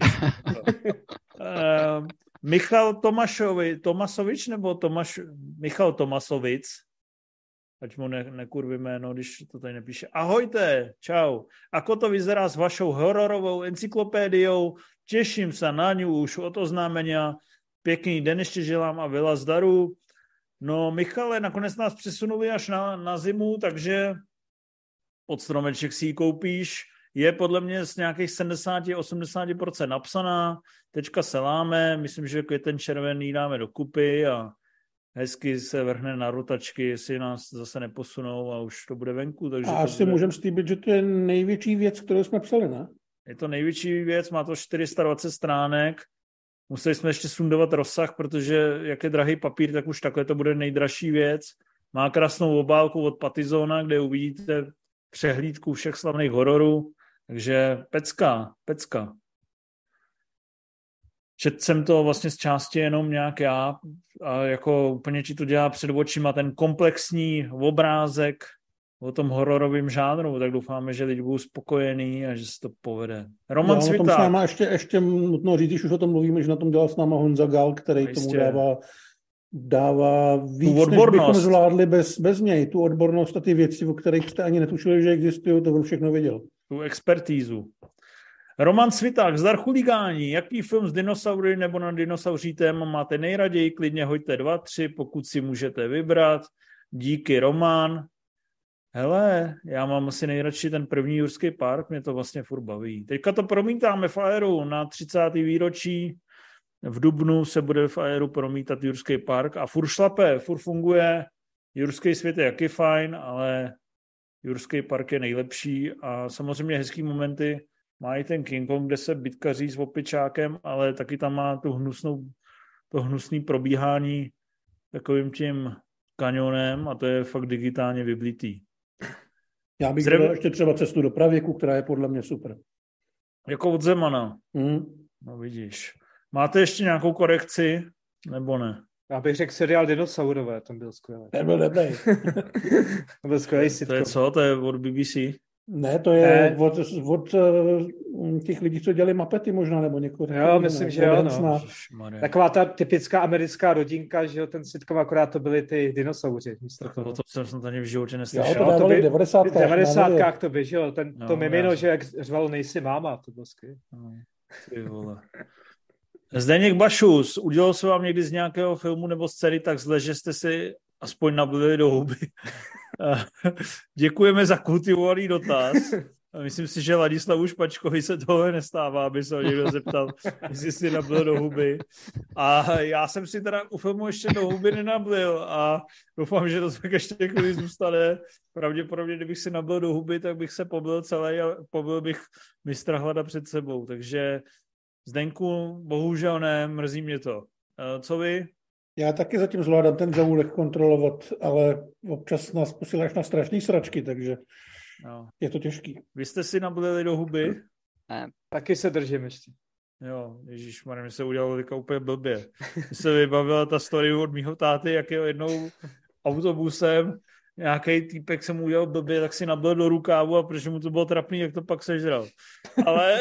Michal Tomasovič nebo Michal Tomasovic, ať mu nekurví jméno, když to tady nepíše. Ahojte, čau. Ako to vyzerá s vašou hororovou encyklopédiou? Těším se na ňu už od oznámenia. Pěkný den ještě želám a veľa zdaru. No, Michale, nakonec nás přesunuli až na zimu, takže pod stromeček si ji koupíš. Je podle mě z nějakých 70-80% napsaná. Teďka se láme, myslím, že květen červený dáme dokupy a hezky se vrhne na rotačky, jestli nás zase neposunou a už to bude venku. Takže a asi můžeme slíbit, že to je největší věc, kterou jsme psali, ne? Je to největší věc, má to 420 stránek. Museli jsme ještě sundovat rozsah, protože jak je drahý papír, tak už takhle to bude nejdražší věc. Má krásnou obálku od Patizona, kde uvidíte přehlídku všech slavných hororů. Takže pecka. Četl jsem to vlastně z části jenom nějak já a jako úplně ti to dělá před očima ten komplexní obrázek o tom hororovém žánru, tak doufáme, že lidi budou spokojení a že se to povede. Roman Sviták. S náma ještě nutno říct, když už o tom mluvíme, že na tom dělal s náma Honza Gál, který tomu dává víc, než bychom zvládli bez něj. Tu odbornost a ty věci, o kterých jste ani netušili, že existují, to on všechno věděl. Tu expertízu. Roman Sviták, zdar chuligání. Jaký film z dinosaury nebo na dinosauří téma máte nejraději? Klidně hoďte 2, 3, pokud si můžete vybrat. Díky, Roman. Hele, já mám asi nejradši ten první Jurský park, mě to vlastně furt baví. Teďka to promítáme v Aeru na 30. výročí. V dubnu se bude v Aeru promítat Jurský park a furt šlape, furt funguje. Jurský svět je jaký fajn, ale Jurský park je nejlepší a samozřejmě hezký momenty má i ten King Kong, kde se bitkaří s opičákem, ale taky tam má to hnusný probíhání takovým tím kanionem a to je fakt digitálně vyblitý. Já bych dal ještě třeba Cestu do pravěku, která je podle mě super. Jako od Zemana. No vidíš. Máte ještě nějakou korekci, nebo ne? Já bych řekl seriál Dinosaurové, ten byl skvělý. Ten byl dobrý. To byl skvělý sitcom. To je co? To je od BBC? Ne, to je od těch lidí, co dělali Mapety možná, nebo někoho. Jo, myslím, že jo. No. Taková ta typická americká rodinka, že jo, ten sitcom, akorát to byly ty dinosauři. To jsem tady v životě neslyšel. Jo, to dávali v 90. V 90. to běželo, to mimino, že jak řvalo nejsi máma, to bylo skvělé. Ty vole. Zdeněk Bašus, udělal se vám někdy z nějakého filmu nebo z série tak zle, že jste si aspoň nablili do huby. Děkujeme za kultivovaný dotaz. Myslím si, že Ladislavu Špačkovi se tohle nestává, aby se ho někdo zeptal, jestli si nablil do huby. A já jsem si teda u filmu ještě do huby nenablil a doufám, že to tak ještě chvíli zůstane. Pravděpodobně, kdybych si nablil do huby, tak bych se poblil celý a poblil bych mistra Hlada před sebou. Takže Zdenku, bohužel ne, mrzí mě to. Co vy? Já taky zatím zvládám ten žaludek kontrolovat, ale občas nás posíláš na strašný sračky, takže je to těžký. Vy jste si nablili do huby? Ne. Taky se držím ještě. Jo, ježišmarja, mi se udělalo teďka úplně blbě. Mě se vybavila ta story od mýho táty, jak je jednou autobusem, nějaký týpek se mu udělal blbě, tak si nabil do rukávu a protože mu to bylo trapný, jak to pak sežral. Ale...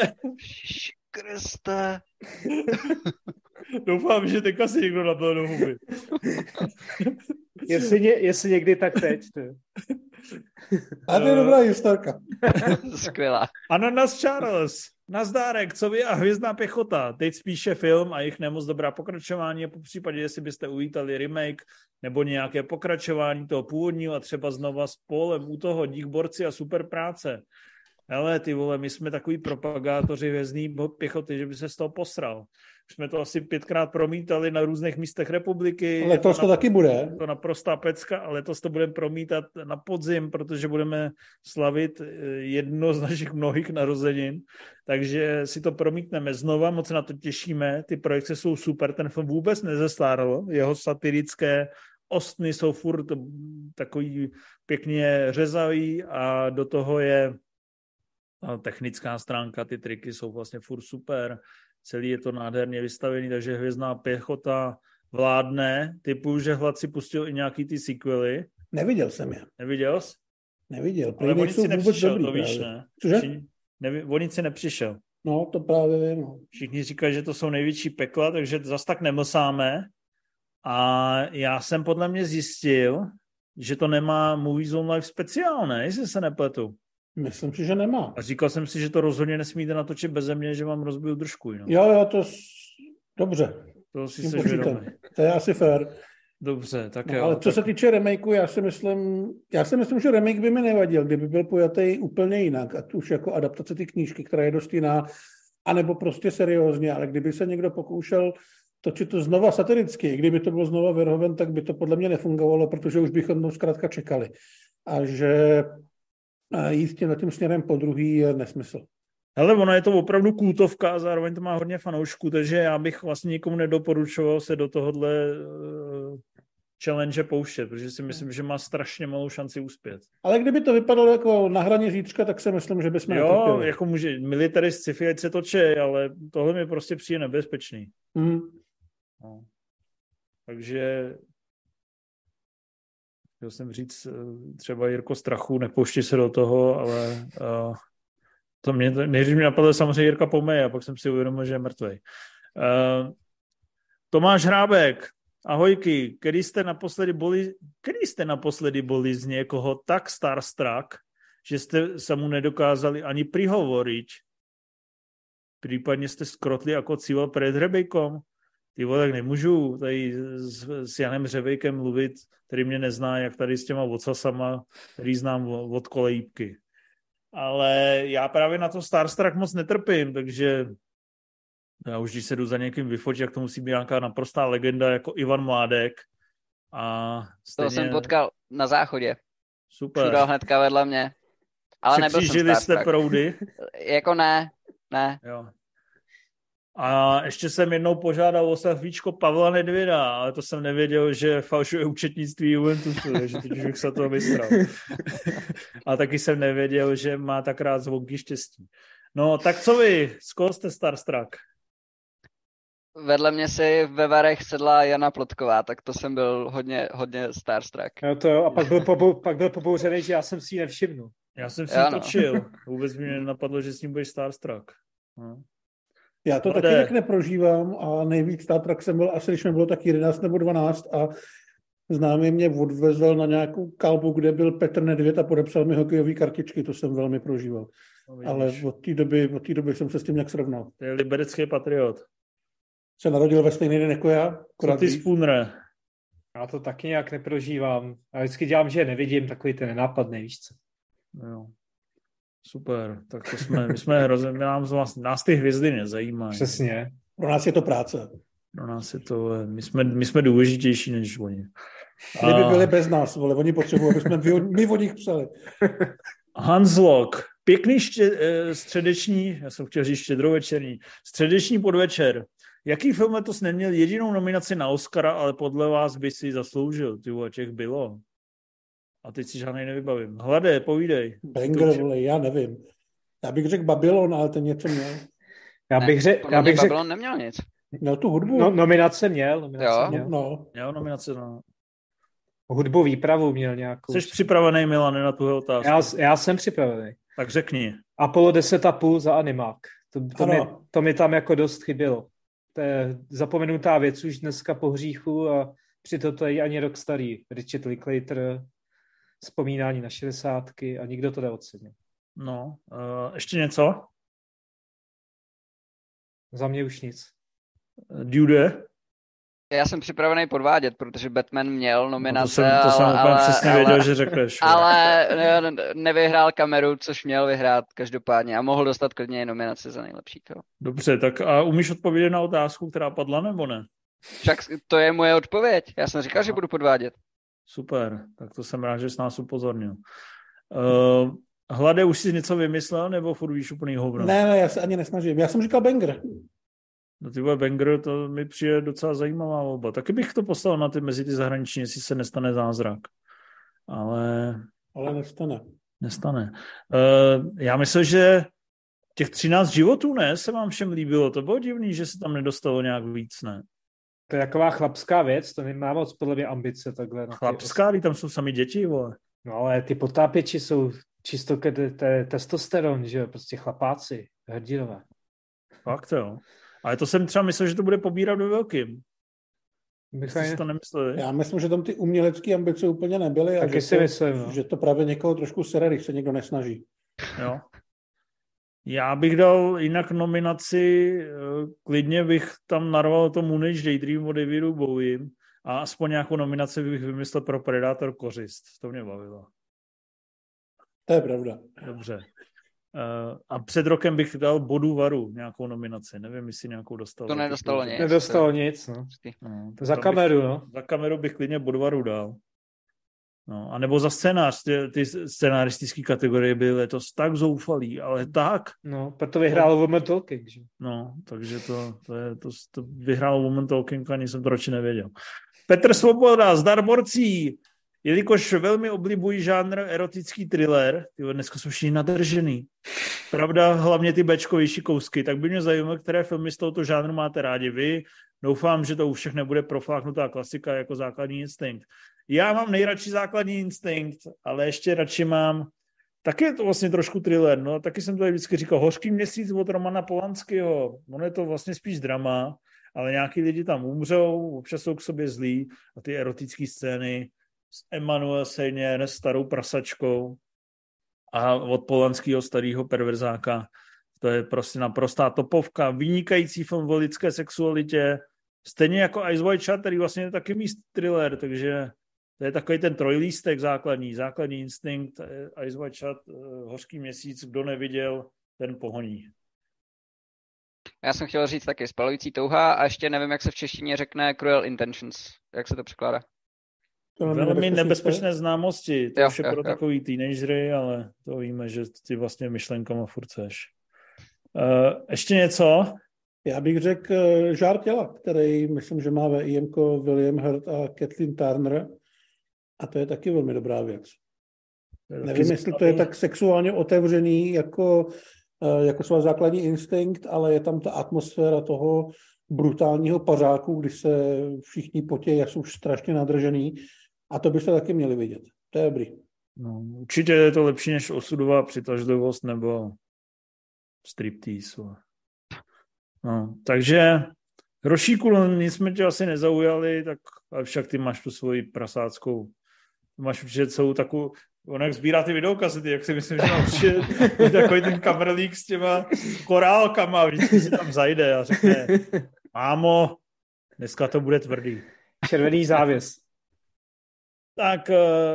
Kriste. Doufám, že teďka si někdo nabil do huby. jestli někdy, tak teď. A to je dobrá historka. Skvělá. Ananas Charles, nazdárek, co vy a Hvězdná pěchota. Teď spíše film a jich nemoc dobrá pokračování a po případě, jestli byste uvítali remake nebo nějaké pokračování toho původního a třeba znova s Paulem u toho, dík borci a super práce. Hele, ty vole, my jsme takový propagátoři Hvězdný pěchoty, že by se z toho posral. Už jsme to asi 5krát promítali na různých místech republiky. Letos to taky bude. To naprostá pecka, ale letos to budeme promítat na podzim, protože budeme slavit jedno z našich mnohých narozenin. Takže si to promítneme znova, moc na to těšíme. Ty projekce jsou super, ten film vůbec nezestárl. Jeho satirické ostny jsou furt takový pěkně řezavý a do toho je technická stránka, ty triky jsou vlastně furt super. Celý je to nádherně vystavený, takže Hvězdná pěchota vládne. Typu, že Hlad si pustil i nějaký ty sequely. Neviděl jsem je. Neviděl jsi? Neviděl. Ale o nic si nepřišel, to víš, ne? Cože? O nic si nepřišel. No, to právě vím. Všichni říkají, že to jsou největší pekla, takže zas tak nemlsáme. A já jsem podle mě zjistil, že to nemá Movie Zone Live speciál, ne? Jestli se nepletu. Myslím si, že nemá. A říkal jsem si, že to rozhodně nesmíte natočit beze mě, že vám rozbiju držku. No. Jo, dobře. To si seš vědomý. To je asi fair. Dobře, tak no, jo. Ale co se týče remakeu, já si myslím, že remake by mi nevadil, kdyby byl pojatý úplně jinak, ať už jako adaptace ty knížky, která je dost jiná, anebo prostě seriózně, ale kdyby se někdo pokoušel točit to znova satiricky, kdyby to bylo znova Verhoeven, tak by to podle mě nefungovalo, protože už bychom to zkrátka čekali. A že jít tím směrem po druhý je nesmysl. Hele, ono je to opravdu kultovka a zároveň to má hodně fanoušků, takže já bych vlastně nikomu nedoporučoval se do tohohle challenge pouštět, protože si myslím, že má strašně malou šanci uspět. Ale kdyby to vypadalo jako na hraně zítřka, tak si myslím, že bychom netrpěli. Jo, jako může militarist sci-fi, ať se točí, ale tohle mi prostě přijde nebezpečný. No. Takže chtěl jsem říct třeba Jirko Strachu, nepoušti se do toho, ale to mě, nejdřív mě napadlo samozřejmě Jirka Pomej a pak jsem si uvědomil, že je mrtvej. Tomáš Hrábek, ahojky, kdy jste naposledy boli z někoho tak starstruck, že jste se mu nedokázali ani prihovoriť? Případně jste skrotli jako cíval před hrebejkom? Ty vole, tak nemůžu tady s Janem Hřebejkem mluvit, který mě nezná, jak tady s těma vocasama, který znám od kolejípky. Ale já právě na to Starstruck moc netrpím, takže já už když se jdu za někým vyfotit, jak to musí být nějaká naprostá legenda jako Ivan Mládek. A stejně... To jsem potkal na záchodě. Super. Všude hnedka vedle mě. Ale nebyl jsem Starstruck. Jste proudy? Jako ne. Jo. A ještě jsem jednou požádal o selfiečko Pavla Nedvěda, ale to jsem nevěděl, že falšuje účetnictví Juventusu, takže teď už bych se toho vystral. A taky jsem nevěděl, že má tak rád zvonky štěstí. No, tak co vy? Z koho jste starstruck? Vedle mě si ve Varech sedla Jana Plotková, tak to jsem byl hodně starstruck. No to jo, a pak byl pobouřený, že já jsem si ji nevšimnul. Já jsem si ji točil. Vůbec mi nenapadlo, že s ním budeš starstruck. No. Já to taky tak neprožívám a nejvíc Star Trek jsem byl asi, když mi bylo tak 11 nebo 12 a známý mě odvezl na nějakou kalbu, kde byl Petr Nedvěd a podepsal mi hokejové kartičky, to jsem velmi prožíval. No, ale od té doby jsem se s tím nějak srovnal. To je liberecký patriot. Se narodil ve stejný den jako já. Co ty Spooner? Já to taky nějak neprožívám. Já vždycky dělám, že nevidím, takový ten nenápadný, víš co. Jo. Super, tak to jsme hrozně, nás ty hvězdy nezajímají. Přesně. Pro nás je to práce. Pro nás je to, my jsme důležitější než oni. Kdyby byli bez nás, vole, oni potřebují, aby jsme my o nich psali. Hanslok, pěkný středeční, já jsem chtěl říct štědrovečerní, středeční podvečer. Jaký film letos neměl jedinou nominaci na Oscara, ale podle vás by si zasloužil? Ty vole, těch bylo. A teď si žádnej nevybavím. Hlade, povídej. Banger, vole, já nevím. Já bych řekl Babylon, ale ten něco měl. Já bych řekl... Babylon neměl nic. Měl tu hudbu. No, nominace měl. Měl nominace na... Hudbu výpravu měl nějakou. Jsi připravený, Milane, na tuhle otázku? Já jsem připravený. Tak řekni. Apollo 10,5 za animák. To mi tam jako dost chybělo. To je zapomenutá věc už dneska po hříchu a přitom to je ani rok starý. Richard Linklater vzpomínání na 60. a nikdo to neocenil. No, ještě něco? Za mě už nic. Dude? Já jsem připravený podvádět, protože Batman měl nominace, No to jsem úplně přesně věděl, že řekneš. Ale nevyhrál Kameru, což měl vyhrát každopádně a mohl dostat klidně i nominaci za nejlepší film. Dobře, tak a umíš odpovědět na otázku, která padla, nebo ne? Však to je moje odpověď. Já jsem říkal, že budu podvádět. Super, tak to jsem rád, že jsi nás upozornil. Hlade, už jsi něco vymyslel, nebo furt víš úplný hovno? Ne, já se ani nesnažím. Já jsem říkal Banger. No ty vole, Banger, to mi přijde docela zajímavá volba. Taky bych to poslal na mezi ty zahraniční, jestli se nestane zázrak. Ale nestane. Já myslím, že těch 13 životů, ne, se vám všem líbilo. To bylo divný, že se tam nedostalo nějak víc, ne? To je taková chlapská věc, to nemá moc podle mě ambice takhle. Chlapská, tam jsou sami děti, vole. No ale ty potápěči jsou čisto testosteron, že jo, prostě chlapáci, hrdinové. Fakt jo. Ale to jsem třeba myslel, že to bude pobírat ve velkým. Jsi to nemysleli? Já myslím, že tam ty umělecké ambice úplně nebyly a že to právě někoho trošku sere, když se někdo nesnaží. Jo. Já bych dal jinak nominaci, klidně bych tam narval to Moonage Daydream od Davidu Bowiem a aspoň nějakou nominaci bych vymyslel pro Predator Kořist. To mě bavilo. To je pravda. Dobře. A před rokem bych dal Bodu Varu nějakou nominaci. Nevím, jestli nějakou dostal. To nedostalo nic. Nedostalo nic, no. Za Kameru, no. Za Kameru bych klidně Bodu Varu dal. No, a nebo za scénář. Ty scénaristické kategorie byly letos tak zoufalý, ale tak. No, proto vyhrálo Woman Talking, že? No, takže to vyhrálo Woman Talking, ani jsem to radši nevěděl. Petr Svoboda, zdar borcí. Jelikož velmi oblibují žánr erotický thriller, dneska jsou všichni nadržený. Pravda, hlavně ty bečkovější kousky, tak by mě zajímalo, které filmy z tohoto žánru máte rádi vy. Doufám, že to u všech nebude profláknutá klasika jako Základní instinkt. Já mám nejradši Základní instinkt, ale ještě radši mám, taky je to vlastně trošku thriller, no, taky jsem tady vždycky říkal, Hořký měsíc od Romana Polanského, ono je to vlastně spíš drama, ale nějaký lidi tam umřou, občas jsou k sobě zlí a ty erotické scény s Emmanuel Seigner, s starou prasačkou a od Polanského starého perverzáka. To je prostě naprostá topovka, vynikající film o lidské sexualitě, stejně jako Ice White Shot, který vlastně je taky míst thriller, takže to je takový ten trojlístek základní instinkt, Ice White Shot, Hořký měsíc, kdo neviděl, ten pohoní. Já jsem chtěl říct taky Spalující touha a ještě nevím, jak se v češtině řekne Cruel Intentions. Jak se to překládá? Velmi nebezpečné známosti. To už je pro takový teenagery, ale to víme, že ty vlastně myšlenkama furt seš. Ještě něco? Já bych řekl Žár těla, který myslím, že má ve IMko William Hurt a Kathleen Turner. A to je taky velmi dobrá věc. Nevím, jestli to je tak sexuálně otevřený jako svá Základní instinkt, ale je tam ta atmosféra toho brutálního pařáku, kdy se všichni potějí a jsou strašně nadržený. A to byste taky měli vidět. To je dobrý. No, určitě je to lepší než Osudová přitažlivost nebo striptease. No, takže Hrošíku, nic jsme tě asi nezaujali, tak ale však ty máš tu svoji prasáckou, máš určitě celou takovou, on jak sbírá ty videokasety, jak si myslím, že má určitě takový ten kamerlík s těma korálkama, vždycky si tam zajde a řekne, mámo, dneska to bude tvrdý. Červený závěs. Tak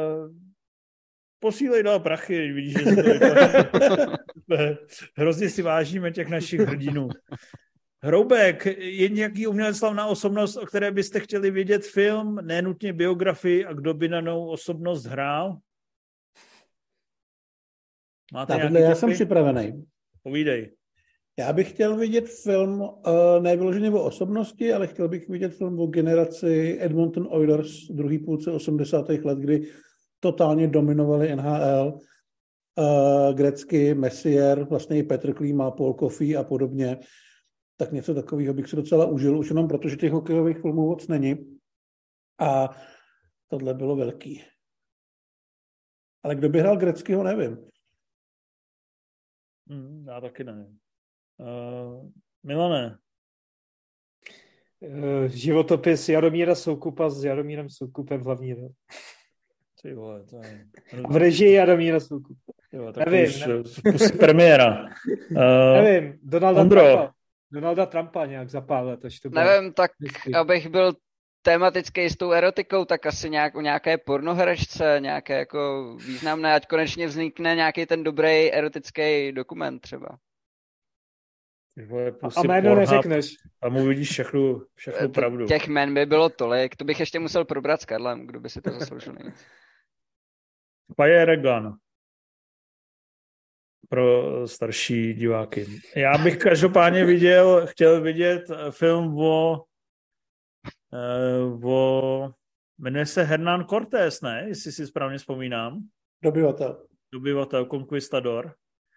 posílej dál prachy, vidíš, že se to hrozně si vážíme těch našich hrdinů. Hroubek, je nějaký umělecká osobnost, o které byste chtěli vidět film, nenutně biografii a kdo by na danou osobnost hrál? Máte nějaký já jsem připravený. Povídej. Já bych chtěl vidět film, nevyloženě o osobnosti, ale chtěl bych vidět film o generaci Edmonton Oilers druhé půlce 80. let, kdy totálně dominovali NHL. Gretzky, Messier, vlastně i Petr Klíma, Paul Coffey a podobně. Tak něco takového bych si docela užil, už jenom protože těch hokejových filmů moc není. A tohle bylo velký. Ale kdo by hrál Gretzkyho, nevím. Já taky nevím. Milane. Životopis Jaromíra Soukupa s Jaromírem Soukupem v hlavní roli. Ty vole, to je... V režii Jaromíra Soukupa. Jo, tak nevím, to už pusí premiéra. Nevím, Donalda Trumpa nějak za pár let, až to bude. Nevím, tak abych byl tematický s tou erotikou, tak asi o nějaké pornoherečce, nějaké jako významné, ať konečně vznikne nějaký ten dobrý erotický dokument třeba. A jméno neřekneš. A mu vidíš všechnu pravdu. Těch jmen by bylo tolik, to bych ještě musel probrat s Karlem, kdo by si to zasloužil nejvíc. Fire Gun. Pro starší diváky. Já bych každopádně chtěl vidět film jmenuje se Hernán Cortés, ne? Jestli si správně vzpomínám. Dobyvatel, Conquistador,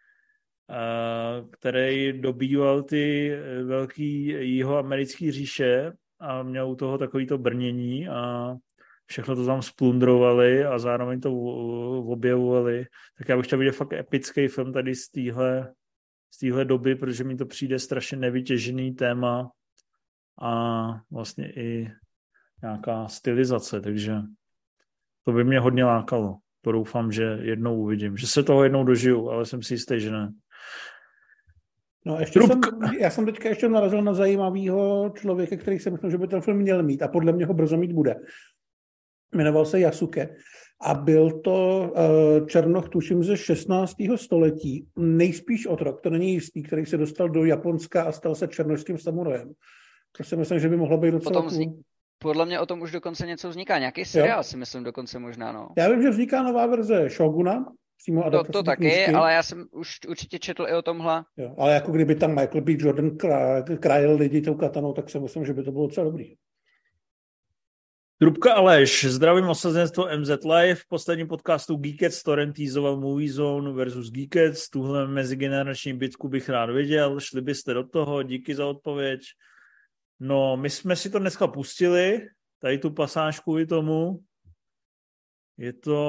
který dobýval ty velký jihoamerický říše a měl u toho takovýto brnění a všechno to tam splundrovali a zároveň to objevovali. Tak já bych chtěl vidět fakt epický film tady z téhle doby, protože mi to přijde strašně nevytěžený téma a vlastně i nějaká stylizace, takže to by mě hodně lákalo. To doufám, že jednou uvidím. Že se toho jednou dožiju, ale jsem si jistý, že ne. No, já jsem teďka ještě narazil na zajímavého člověka, který si myslím, že by ten film měl mít a podle mě ho brzo mít bude. Jmenoval se Yasuke a byl to černoch, tuším, ze 16. století. Nejspíš otrok, to není jistý, který se dostal do Japonska a stal se černošským samurajem. To si myslím, že by mohlo být docela podle mě o tom už dokonce něco vzniká. Nějaký seriál si myslím dokonce možná, no. Já vím, že vzniká nová verze Shoguna. To taky, knížky. Ale já jsem už určitě četl i o tomhle. Jo, ale jako kdyby tam Michael B. Jordan krájel lidi tou katanou, tak si myslím, že by to bylo docela dobrý. Trubka Aleš, zdravím osazenstvo MZ Live. V posledním podcastu Geekets torrentízoval Movie Zone versus Geekets. Tuhle mezigenerační bitku bych rád viděl. Šli byste do toho, díky za odpověď. No, my jsme si to dneska pustili, tady tu pasážku i tomu. Je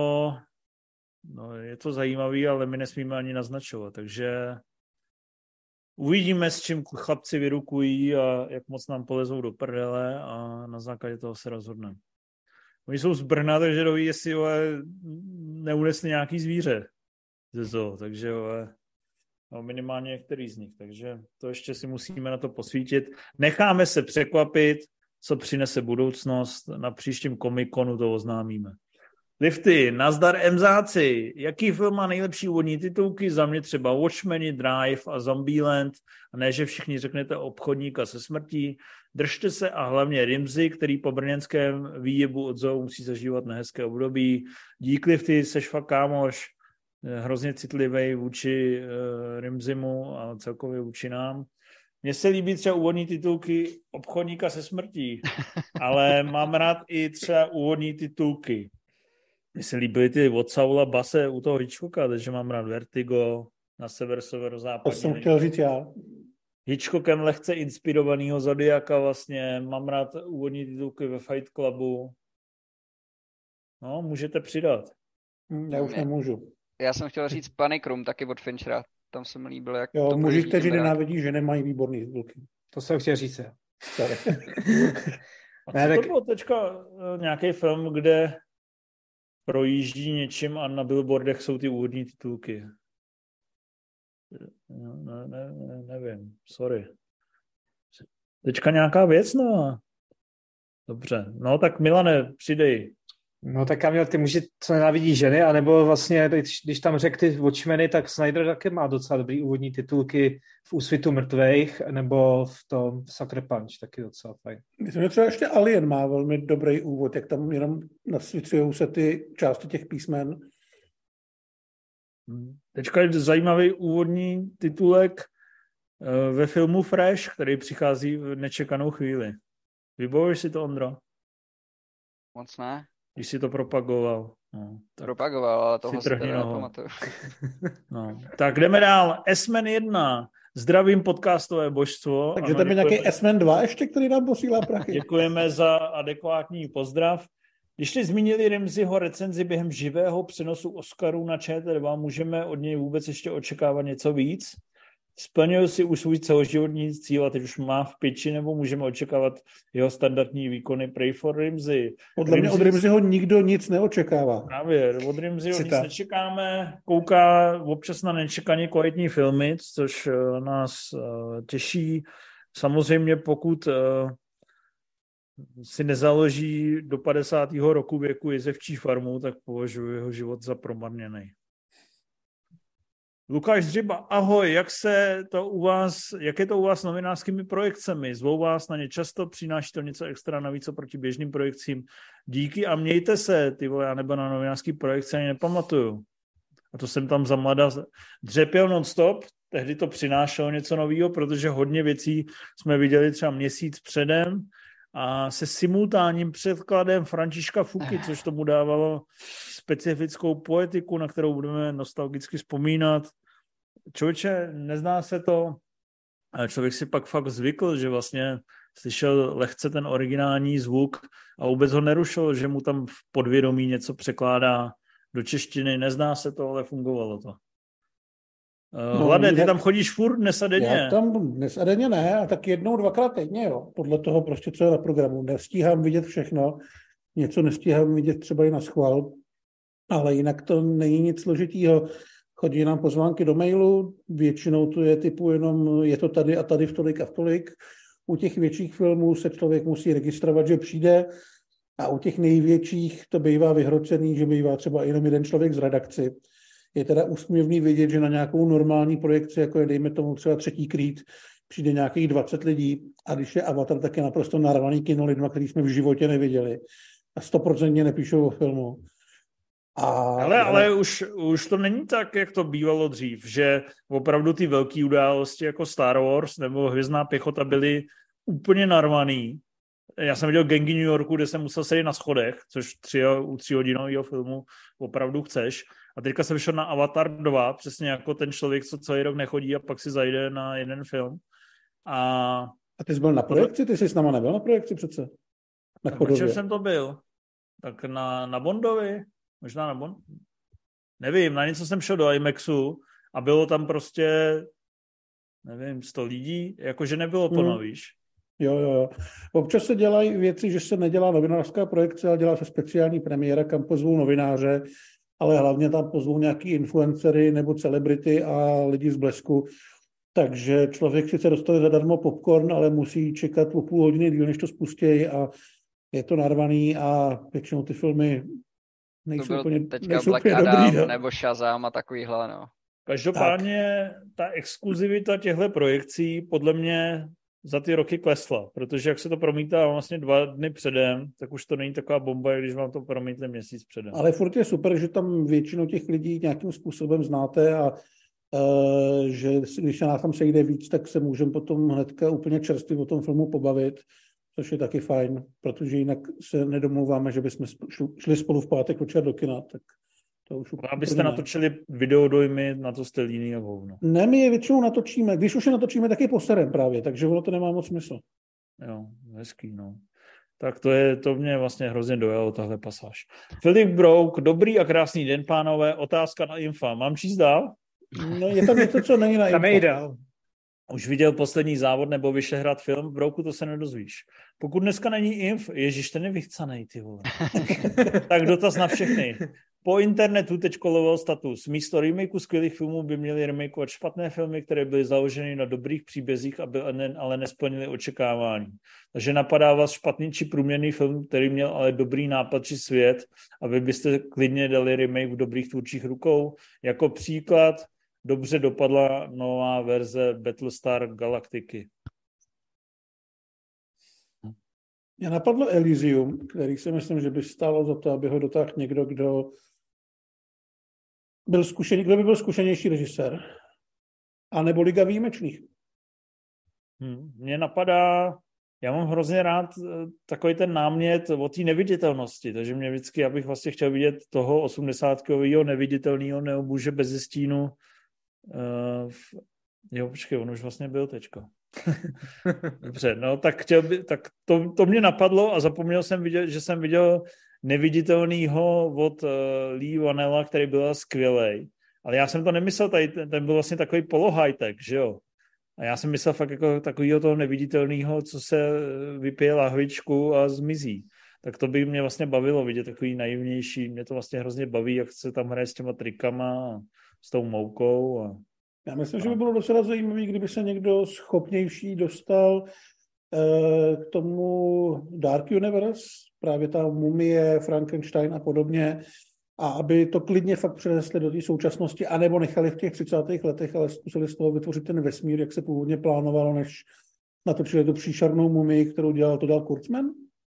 to zajímavý, ale my nesmíme ani naznačovat, takže uvidíme, s čím chlapci vyrukují a jak moc nám polezou do prdele a na základě toho se rozhodneme. Oni jsou z Brna, takže doví, jestli neunesli nějaký zvíře ze zoo, takže minimálně některý z nich, takže to ještě si musíme na to posvítit. Necháme se překvapit, co přinese budoucnost, na příštím Comic-Conu to oznámíme. Lifty, nazdar MZáci, jaký film má nejlepší úvodní titulky? Za mě třeba Watchmeni, Drive a Zombieland, a ne, že všichni řeknete Obchodníka se smrtí. Držte se a hlavně Rimzy, který po brněnském výjebu od zoo musí zažívat nehezké období. Dík Lifty, seš fakt kámoš, hrozně citlivý vůči Rimzimu a celkově vůči nám. Mně se líbí třeba úvodní titulky Obchodníka se smrtí, ale mám rád i třeba úvodní titulky. Mně se líbily ty od Saula Base u toho Hitchcocka, takže mám rád Vertigo, Na severozápadě. To jsem chtěl říct já. Hitchcockem lehce inspirovanýho Zodiaka vlastně. Mám rád úvodní titulky ve Fight Clubu. No, můžete přidat. Já už nemůžu. Já jsem chtěl říct Panic Room, taky od Finchera. Tam se mi líbilo, jak jo, muži, kteří nenávidí, že nemají výborný titulky. To jsem chtěl říct. A co to bylo teďka nějaký film, kde projíždí něčím a na billboardech jsou ty úvodní titulky? Nevím, sorry. Teďka nějaká věc, no. Dobře, no tak Milane, přidej. No tak Kamil, ty muži, co nenávidí ženy, anebo vlastně, když tam řekl ty Watchmeny, tak Snyder taky má docela dobrý úvodní titulky v Úsvitu mrtvejch, nebo v tom Sucker Punch, taky docela fajn. Myslím, že třeba ještě Alien má velmi dobrý úvod, jak tam jenom nasvěcují se ty části těch písmen. Teďka je zajímavý úvodní titulek ve filmu Fresh, který přichází v nečekanou chvíli. Vybavuješ si to, Ondro? Moc ne. Když jsi to propagoval. No, propagoval, ale toho si teda nepamatuju. No. Tak jdeme dál. S-Man 1. Zdravím podcastové božstvo. Takže tam je nějaký S-Man 2 ještě, který nám posílá prachy. Děkujeme za adekvátní pozdrav. Když jste zmínili Rimziho recenzi během živého přenosu Oscarů na ČT2, můžeme od něj vůbec ještě očekávat něco víc? splnil si už svůj celoživotní cíl a teď už má v piči, nebo můžeme očekávat jeho standardní výkony Pray for Rimsey? Podle mě od Rimseyho nikdo nic neočekává. Právě, od Rimseyho nic nečekáme, kouká občas na nečekaně kvalitní filmy, což nás těší. Samozřejmě pokud si nezaloží do 50. roku věku jezevčí farmu, tak považuji jeho život za promarněný. Lukáš Dřiba, ahoj, jak je to u vás s novinářskými projekcemi? Zvou vás na ně často, přináší to něco extra navíc oproti běžným projekcím? Díky a mějte se, ty vole, já nebo na novinářský projekce ani nepamatuju. A to jsem tam za mladá dřepěl non-stop, tehdy to přinášelo něco nového, protože hodně věcí jsme viděli třeba měsíc předem a se simultánním překladem Františka Fuky, což tomu dávalo specifickou poetiku, na kterou budeme nostalgicky vzpomínat. Člověče, nezná se to, ale člověk si pak fakt zvykl, že vlastně slyšel lehce ten originální zvuk a vůbec ho nerušil, že mu tam v podvědomí něco překládá do češtiny. Nezná se to, ale fungovalo to. Hlade, ty tam chodíš furt dnes a denně? Já tam dnes a denně ne, a tak jednou, dvakrát týdně, jo. Podle toho prostě, co je na programu. Nestíhám vidět všechno, něco nestíhám vidět třeba i na schvál, ale jinak to není nic složitýho. Chodí nám pozvánky do mailu, většinou to je typu jenom je to tady a tady v tolik a v tolik. U těch větších filmů se člověk musí registrovat, že přijde, a u těch největších to bývá vyhrocený, že bývá třeba jenom jeden člověk z redakci. Je teda úsměvný vidět, že na nějakou normální projekci, jako je dejme tomu třeba Třetí Creed, přijde nějakých 20 lidí a když je Avatar, tak je naprosto narvaný kino lidma, který jsme v životě neviděli. A 100% nepíšou o filmu. Ale už to není tak, jak to bývalo dřív, že opravdu ty velké události jako Star Wars nebo Hvězdná pěchota byly úplně narvaný. Já jsem viděl Gangy New Yorku, kde jsem musel sedět na schodech, což u 3hodinového filmu opravdu chceš. A teďka jsem vyšel na Avatar 2, přesně jako ten člověk, co celý rok nechodí a pak si zajde na jeden film. A ty jsi byl na projekci? Ty jsi s náma nebyl na projekci přece? Na Chodově. Jsem to byl? Tak na Bondovi? Možná na Bond? Nevím, na něco jsem šel do IMAXu a bylo tam prostě, nevím, 100 lidí, jakože nebylo plno, víš. Jo. Občas se dělají věci, že se nedělá novinářská projekce, ale dělá se speciální premiéra, kam pozvou novináře, ale hlavně tam pozvou nějaký influencery nebo celebrity a lidi z Blesku. Takže člověk sice dostane zadarmo popcorn, ale musí čekat o půl hodiny díl, než to spustějí a je to narvaný a většinou ty filmy nejsou úplně dobrý. Nebo Shazam a takovýhle, no. Každopádně ta exkluzivita těchto projekcí podle mě za ty roky klesla, protože jak se to promítá vlastně 2 dny předem, tak už to není taková bomba, jak když vám to promítne měsíc předem. Ale furt je super, že tam většinu těch lidí nějakým způsobem znáte a že když se nás tam sejde víc, tak se můžeme potom hnedka úplně čerstvě o tom filmu pobavit, což je taky fajn, protože jinak se nedomlouváme, že bychom šli spolu v pátek večer do kina, tak to už úplně. Abyste natočili videodojmy, na to jste líný a hovno. Ne, my je většinou natočíme. Když už je natočíme, tak je poserem právě, takže ono to nemá moc smysl. Jo, hezký, no. Tak to mě vlastně hrozně dojalo, tahle pasáž. Filip Brouk, dobrý a krásný den, pánové. Otázka na Infa. Mám číst dál? No, je tam něco, co není na Infa. Tam je dál. Už viděl poslední závod nebo Vyšehrad film? V Brouku to se nedozvíš. Pokud dneska není Inf, ježiš, ten je vychcanej, ty vole. Tak dotaz na všechny. Po internetu teď koloval status. Místo remakeu skvělých filmů by měli remakeovat špatné filmy, které byly založeny na dobrých příbězích, ale nesplnily očekávání. Takže napadá vás špatný či průměrný film, který měl ale dobrý nápad či svět, a vy byste klidně dali remake v dobrých tvůrčích rukou. Jako příklad dobře dopadla nová verze Battlestar Galactiky. Mě napadlo Elysium, který si myslím, že by stálo za to, aby ho dotáhl někdo, kdo by byl zkušenější režisér. A nebo Liga výjimečných. Mně napadá, já mám hrozně rád takový ten námět o té neviditelnosti, takže mě vždycky, abych vlastně chtěl vidět toho 80kového neviditelného neobuže bez stínu. Jo, počkej, on už vlastně byl teďko. Dobře, no tak to mě napadlo a zapomněl jsem vidět, že jsem viděl Neviditelnýho od Lee Vanella, který byl skvělej. Ale já jsem to nemyslel, ten byl vlastně takový polo high-tech, že jo? A já jsem myslel fakt jako takového toho neviditelného, co se vypije lahvičku a zmizí. Tak to by mě vlastně bavilo vidět takový naivnější. Mě to vlastně hrozně baví, jak se tam hraje s těma trikama a s tou moukou. Já myslím, že by bylo docela zajímavé, kdyby se někdo schopnější dostal k tomu Dark Universe, právě ta mumie, Frankenstein a podobně, a aby to klidně fakt přenesli do té současnosti, anebo nechali v těch 30. letech, ale zkusili z toho vytvořit ten vesmír, jak se původně plánovalo, než natočili tu příšernou mumii, kterou to dělal Kurtzman.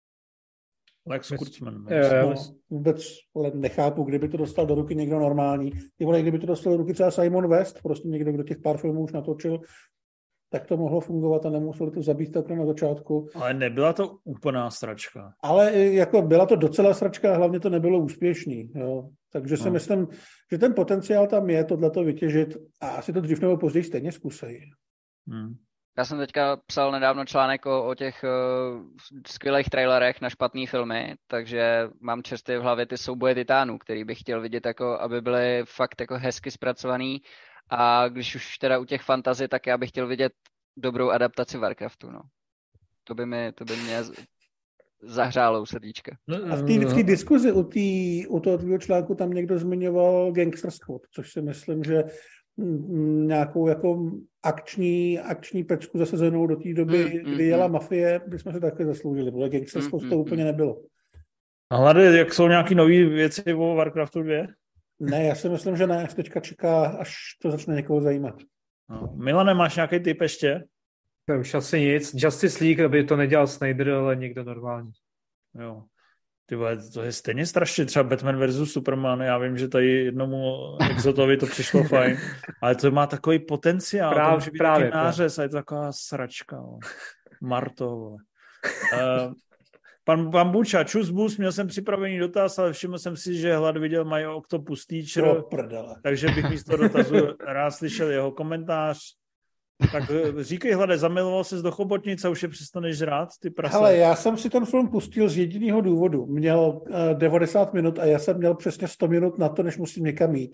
Lex Kurtzman. No, vůbec ale nechápu, kdyby to dostal do ruky někdo normální. Kdyby to dostal do ruky třeba Simon West, prostě někdo, kdo těch pár filmů už natočil, tak to mohlo fungovat a nemuseli to zabít takhle na začátku. Ale nebyla to úplná sračka. Ale jako byla to docela sračka a hlavně to nebylo úspěšný. Jo. Takže si myslím, že ten potenciál tam je tohleto vytěžit a asi to dřív nebo později stejně zkusejí. Já jsem teďka psal nedávno článek o těch skvělých trailerech na špatný filmy, takže mám čerstvě v hlavě ty souboje titánů, který bych chtěl vidět, jako, aby byly fakt jako hezky zpracovaný. A když už teda u těch fantasy, tak já bych chtěl vidět dobrou adaptaci Warcraftu. No. To by mě zahřálo u srdíčka. A v té diskuzi u toho tvýho článku tam někdo zmiňoval Gangster Squad, což si myslím, že nějakou jako akční pecku zasazenou do té doby, kdy jela mafie, bychom se taky zasloužili, protože Gangster Squad to úplně nebylo. A Hlady, jak jsou nějaký nové věci o Warcraftu 2? Ne, já si myslím, že ne, až teďka čeká, až to začne někoho zajímat. No. Milane, máš nějaký tip ještě? To už asi nic. Justice League, aby to nedělal Snyder, ale někdo normální. Jo. Ty vole, to je stejně strašně, třeba Batman versus Superman, já vím, že tady jednomu exotovi to přišlo fajn, ale to má takový potenciál, to může být taky nářez a je to taková sračka. Marto. Pan Buča, čus bus, měl jsem připravený dotaz, ale všiml jsem si, že Hlad viděl My Octopus Teacher, takže bych místo dotazu rád slyšel jeho komentář. Tak říkej, Hlade, zamiloval ses do chobotnic a už je přestaneš žrát, ty prase. Hele, já jsem si ten film pustil z jediného důvodu. Měl 90 minut a já jsem měl přesně 100 minut na to, než musím někam jít.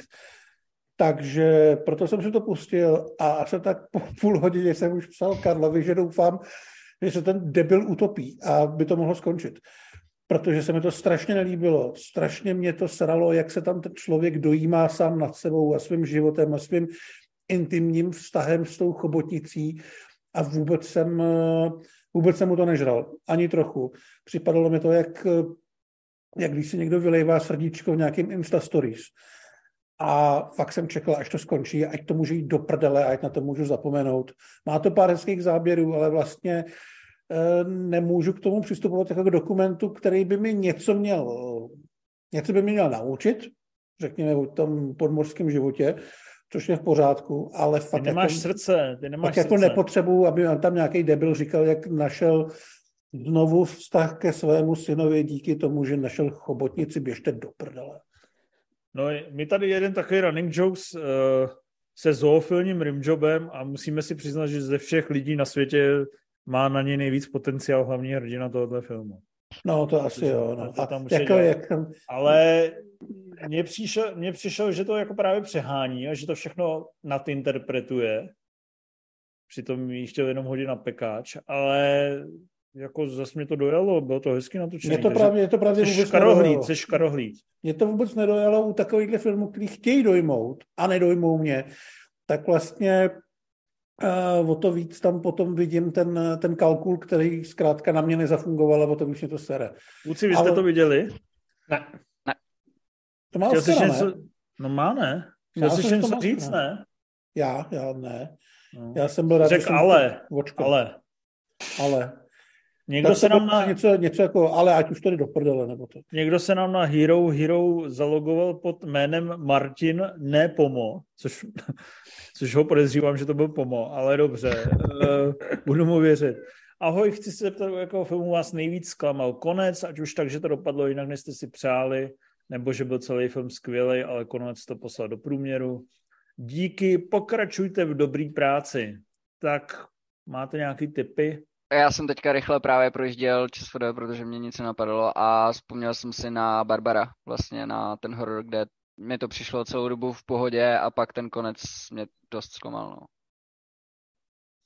Takže proto jsem si to pustil a asi tak po půl hodině jsem už psal Karlovi, že doufám, že se ten debil utopí a by to mohlo skončit. Protože se mi to strašně nelíbilo. Strašně mě to sralo, jak se tam ten člověk dojímá sám nad sebou a svým životem a svým intimním vztahem s tou chobotnicí a vůbec jsem mu to nežral. Ani trochu. Připadalo mi to, jak když si někdo vylejvá srdíčko v nějakým Insta Stories. A fakt jsem čekal, až to skončí, ať to může jít do prdele, ať na to můžu zapomenout. Má to pár hezkých záběrů, ale vlastně nemůžu k tomu přistupovat jako k dokumentu, který by mi něco by měl naučit, řekněme o tom podmořském životě, což je v pořádku, ale fakt ty nemáš jako, srdce, ty nemáš fakt srdce. Jako nepotřebuju, aby tam nějaký debil říkal, jak našel znovu vztah ke svému synovi díky tomu, že našel chobotnici, běžte do prdele. No, my tady jeden takový running jokes se zoofilním rimjobem a musíme si přiznat, že ze všech lidí na světě má na něj nejvíc potenciál hlavní hrdina tohoto filmu. No, to asi jo. No. To tam ale mně přišel, že to jako právě přehání a že to všechno nadinterpretuje. Přitom jí chtěl jenom hodit na pekáč, ale jako zase mě to dojalo, bylo to hezky natočené. Mě to právě vůbec Jsi škarohlíd. Mě to vůbec nedojalo u takovýchhle filmů, který chtějí dojmout a nedojmou mě. Tak vlastně o to víc tam potom vidím ten kalkul, který zkrátka na mě nezafungoval a o to víc mě to sere. Kluci, vy jste to viděli? Ne. To má Oscara, ne? No má, ne? Chtěl jsi něco říct, ne? Já ne. No. Já jsem byl rád, že jsem ale. Někdo se nám něco jako, ale ať už to jde do prdele, nebo to. Někdo se nám na Hero zalogoval pod jménem Martin, ne Pomo, což ho podezřívám, že to byl Pomo, ale dobře, budu mu věřit. Ahoj, chci se zeptat, jakého filmu vás nejvíc zklamal konec, ať už tak, že to dopadlo jinak, než jste si přáli, nebo že byl celý film skvělý, ale konec to poslal do průměru. Díky, pokračujte v dobrý práci. Tak máte nějaký tipy? Já jsem teďka rychle právě projížděl ČSFD, protože mě nic nenapadlo a vzpomněl jsem si na Barbara, vlastně na ten horor, kde mi to přišlo celou dobu v pohodě a pak ten konec mě dost zklamal. No.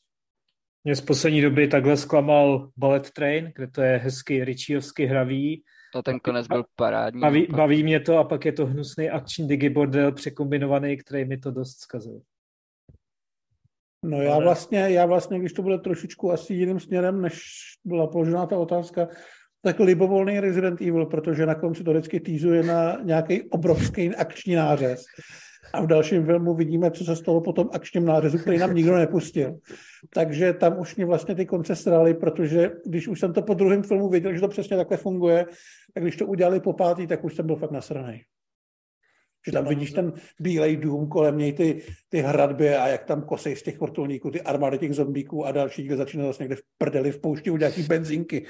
Mě z poslední doby takhle zklamal Bullet Train, kde to je hezky Ritchievsky hravý. To ten konec byl parádní. Baví mě to a pak je to hnusný akční digibordel překombinovaný, který mi to dost zkazil. No já vlastně, když to bude trošičku asi jiným směrem, než byla položená ta otázka, tak libovolný Resident Evil, protože na konci to vždycky týzuje na nějaký obrovský akční nářez. A v dalším filmu vidíme, co se stalo po tom akčním nářezu, který nám nikdo nepustil. Takže tam už mě vlastně ty konce srály, protože když už jsem to po druhém filmu věděl, že to přesně takhle funguje, tak když to udělali po pátý, tak už jsem byl fakt nasranej. Že tam vidíš ten bílej dům, kolem něj ty hradby a jak tam kosej z těch vrtulníků, ty armády těch zombíků a další, kde začíná zase někde v prdeli v poušti u nějaký benzínky.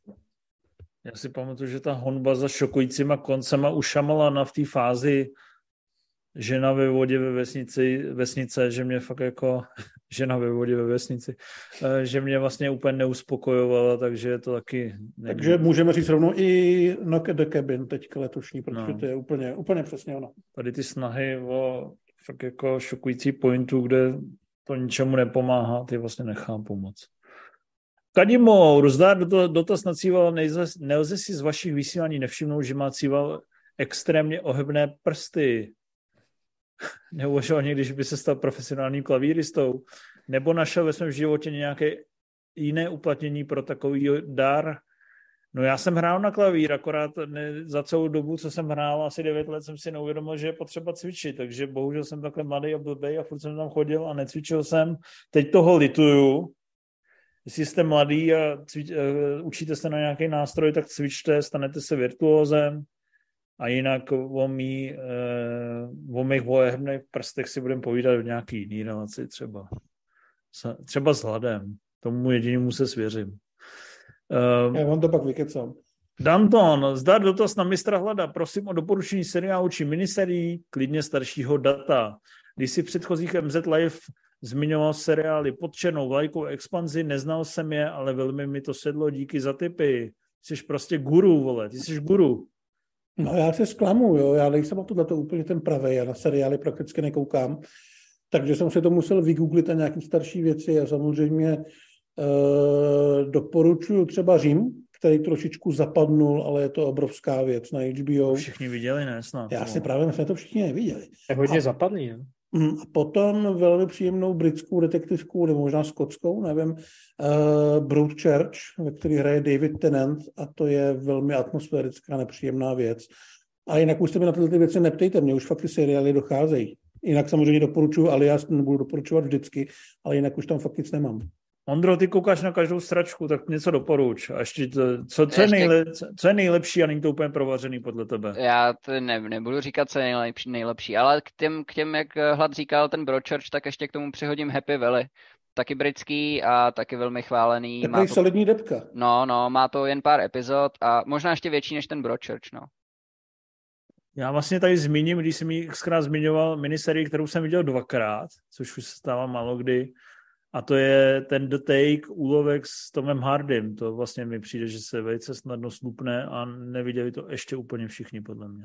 Já si pamatuju, že ta honba za šokujícíma koncema u Šamalana v té fázi žena ve vodě ve vesnice, že mě fakt jako žena ve vodě ve vesnici, že mě vlastně úplně neuspokojovala, takže je to taky... Takže můžeme říct rovnou i Knock at the Cabin teďka letošní, protože to je úplně přesně ono. Tady ty snahy o fakt jako šokující pointu, kde to ničemu nepomáhá, ty vlastně nechápu moc. Kadimour, zdá dotaz na Cíval, nelze si z vašich vysílání nevšimnout, že má Cíval extrémně ohebné prsty. Neuvažoval někdy, že by se stal profesionálním klavíristou, nebo našel ve svém životě nějaké jiné uplatnění pro takový dar. No já jsem hrál na klavír, akorát za celou dobu, co jsem hrál, asi 9 let, jsem si neuvědomil, že je potřeba cvičit, takže bohužel jsem takhle mladý a blbej a furt jsem tam chodil a necvičil jsem. Teď toho lituju. Jestli jste mladý a učíte se na nějaký nástroj, tak cvičte, stanete se virtuózem. A jinak o mých ohebných prstech si budeme povídat v nějaký jiný relaci třeba. Třeba s Hladem. Tomu jedinému se svěřím. Já vám to pak vykecám. Danton, zdá dotaz na mistra Hlada. Prosím o doporučení seriálu či miniserií, klidně staršího data. Když si v předchozích MZ Live zmiňoval seriály Pod černou vlajkou Expanzi, neznal jsem je, ale velmi mi to sedlo, díky za tipy. Jsi prostě guru, vole, ty jsi guru. No já se zklamu, jo, já nejsem o tohleto úplně ten pravej, já na seriály prakticky nekoukám, takže jsem si to musel vygooglit a nějaký starší věci a samozřejmě doporučuju třeba Řím, který trošičku zapadnul, ale je to obrovská věc na HBO. Všichni viděli, ne? Snad. Já si právě myslím, že to všichni neviděli. Je hodně zapadlý, jo. A potom velmi příjemnou britskou detektivskou, nebo možná skotskou, nevím, Broadchurch, ve který hraje David Tennant a to je velmi atmosférická, nepříjemná věc. A jinak už se mi na tyhle věci neptejte, mě už fakt ty seriály docházejí. Jinak samozřejmě doporučuji Alias, nebudu doporučovat vždycky, ale jinak už tam fakt nic nemám. Ondro, ty koukáš na každou sračku, tak něco doporuč. A ještě co je nejlepší a není to úplně provařený podle tebe? Já to nebudu říkat, co je nejlepší, ale k těm, jak Hlad říkal, ten Broadchurch, tak ještě k tomu přihodím Happy Valley. Taky britský a taky velmi chválený. Takový solidní debka. No, má to jen pár epizod a možná ještě větší než ten Broadchurch, no. Já vlastně tady zmíním, když jsem ji xkrát zmiňoval miniserii, kterou jsem viděl 2krát, což už se stává málo kdy, a to je ten The Take, úlovek s Tomem Hardym. To vlastně mi přijde, že se velice snadno slupne a neviděli to ještě úplně všichni, podle mě.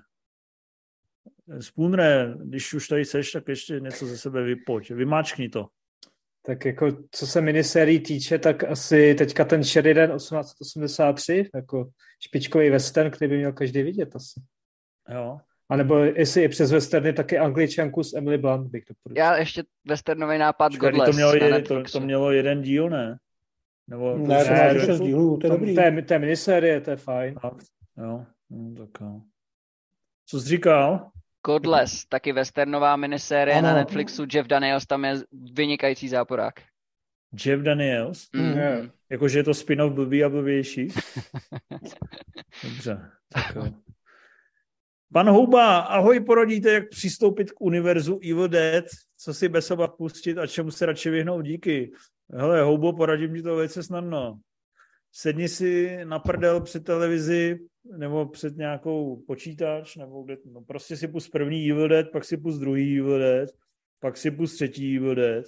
Spoonre, když už tady seš, tak ještě něco ze sebe vypoď. Vymáčkni to. Tak jako, co se minisérií týče, tak asi teďka ten Sheridan 1883, jako špičkový western, který by měl každý vidět asi. Jo. A nebo jestli i přes westerny, taky Angličanku s Emily Blunt bych doporučil. Já ještě westernový nápad Godless. To mělo jeden díl, ne? Nebo ne, to má 6 dílů, to je dobrý. To je minisérie, to je fajn. Jo, tak jo. Co jsi říkal? Godless, taky westernová minisérie na Netflixu. Jeff Daniels tam je vynikající záporák. Jeff Daniels? Jakože je to spin-off blbý a blbější? Dobře, tak jo. Pan Houba, ahoj, poradíte, jak přistoupit k univerzu Evil Dead, co si bez obav pustit a čemu se radši vyhnout, díky. Hele, Houbo, poradím ti to velice snadno. Sedni si na prdel před televizi nebo před nějakou počítač, nebo kde, no prostě si pust první Evil Dead, pak si pust druhý Evil Dead, pak si pust třetí Evil Dead.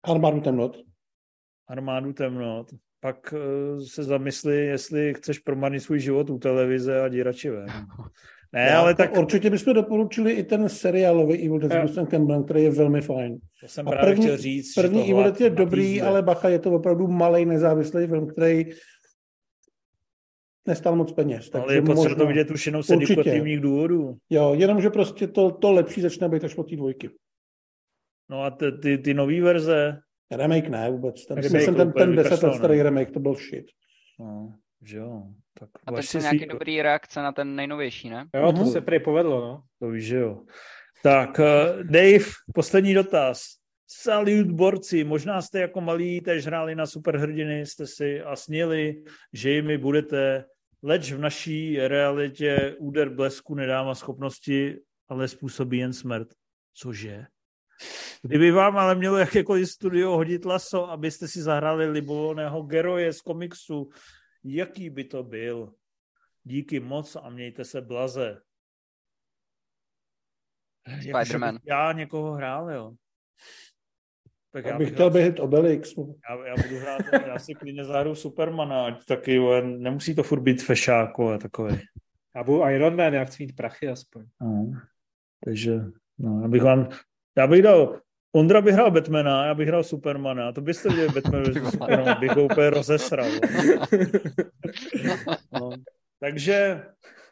Armádu temnot. Pak se zamysli, jestli chceš promarnit svůj život u televize a jdi radši ven. Ne, ale tak... Určitě bychom doporučili i ten seriálový Evil Dead s Brucem Campbellem, který je velmi fajn. To jsem právě chtěl říct. První Evil Dead je dobrý, ale bacha, je to opravdu malej nezávislý film, který nestál moc peněz. Ale je potřeba to vidět už jenom z edukativních důvodů. Jo, jenomže prostě to lepší začne být až od té 2. No a ty nový verze? Remake ne vůbec. Ten 10 let starý remake, to byl shit. No, že jo. Tak a teď jsou nějaký dobrý reakce na ten nejnovější, ne? Jo, to se prý povedlo, no. To víš, že jo. Tak, Dave, poslední dotaz. Salut, borci, možná jste jako malí též hráli na superhrdiny, jste si a snili, že jimi budete, leč v naší realitě úder blesku nedává schopnosti, ale způsobí jen smrt. Cože? Kdyby vám ale mělo jakékoliv studio hodit laso, abyste si zahráli libovolného geroje z komiksu, jaký by to byl? Díky moc a mějte se blaze. Spider-Man. Já někoho hrál, jo. Tak já bych chtěl být Obelix. Já budu hrát, já si klidně zahraju Supermana, ať taky, nemusí to furt být fešáko a takový. Já budu Iron Man, já chci mít prachy aspoň. No, takže, no, já bych dal, Ondra by hrál Batmana, já bych hrál Supermana, to byste viděli Batman vs. Superman, bych ho úplně rozesral. No, takže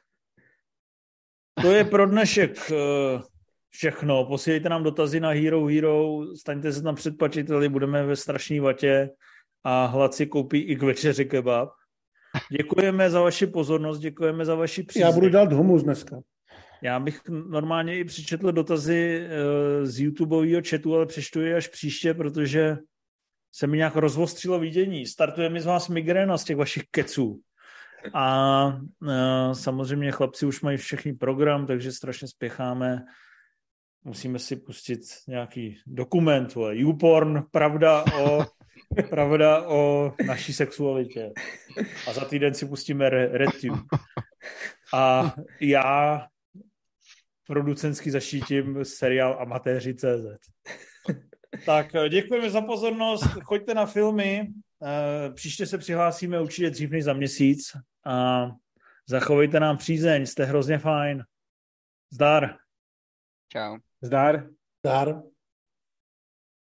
to je pro dnešek všechno. Posílejte nám dotazy na Hero, staňte se tam předplatiteli, budeme ve strašný vatě a Hlad si koupí i k večeři kebab. Děkujeme za vaši pozornost, děkujeme za vaši přízeň. Já budu dát humus dneska. Já bych normálně i přečetl dotazy z YouTubeového chatu, ale přečtu je až příště, protože se mi nějak rozvostřilo vidění. Startuje mi z vás migréna z těch vašich keců. A samozřejmě chlapci už mají všechny program, takže strašně spěcháme. Musíme si pustit nějaký dokument, YouPorn, pravda o naší sexualitě. A za týden si pustíme RedTube. A já producentsky zaštítím seriál Amatéři.cz. Tak děkujeme za pozornost, choďte na filmy, příště se přihlásíme určitě dřív než za měsíc a zachovejte nám přízeň, jste hrozně fajn. Zdar. Čau. Zdar. Zdar.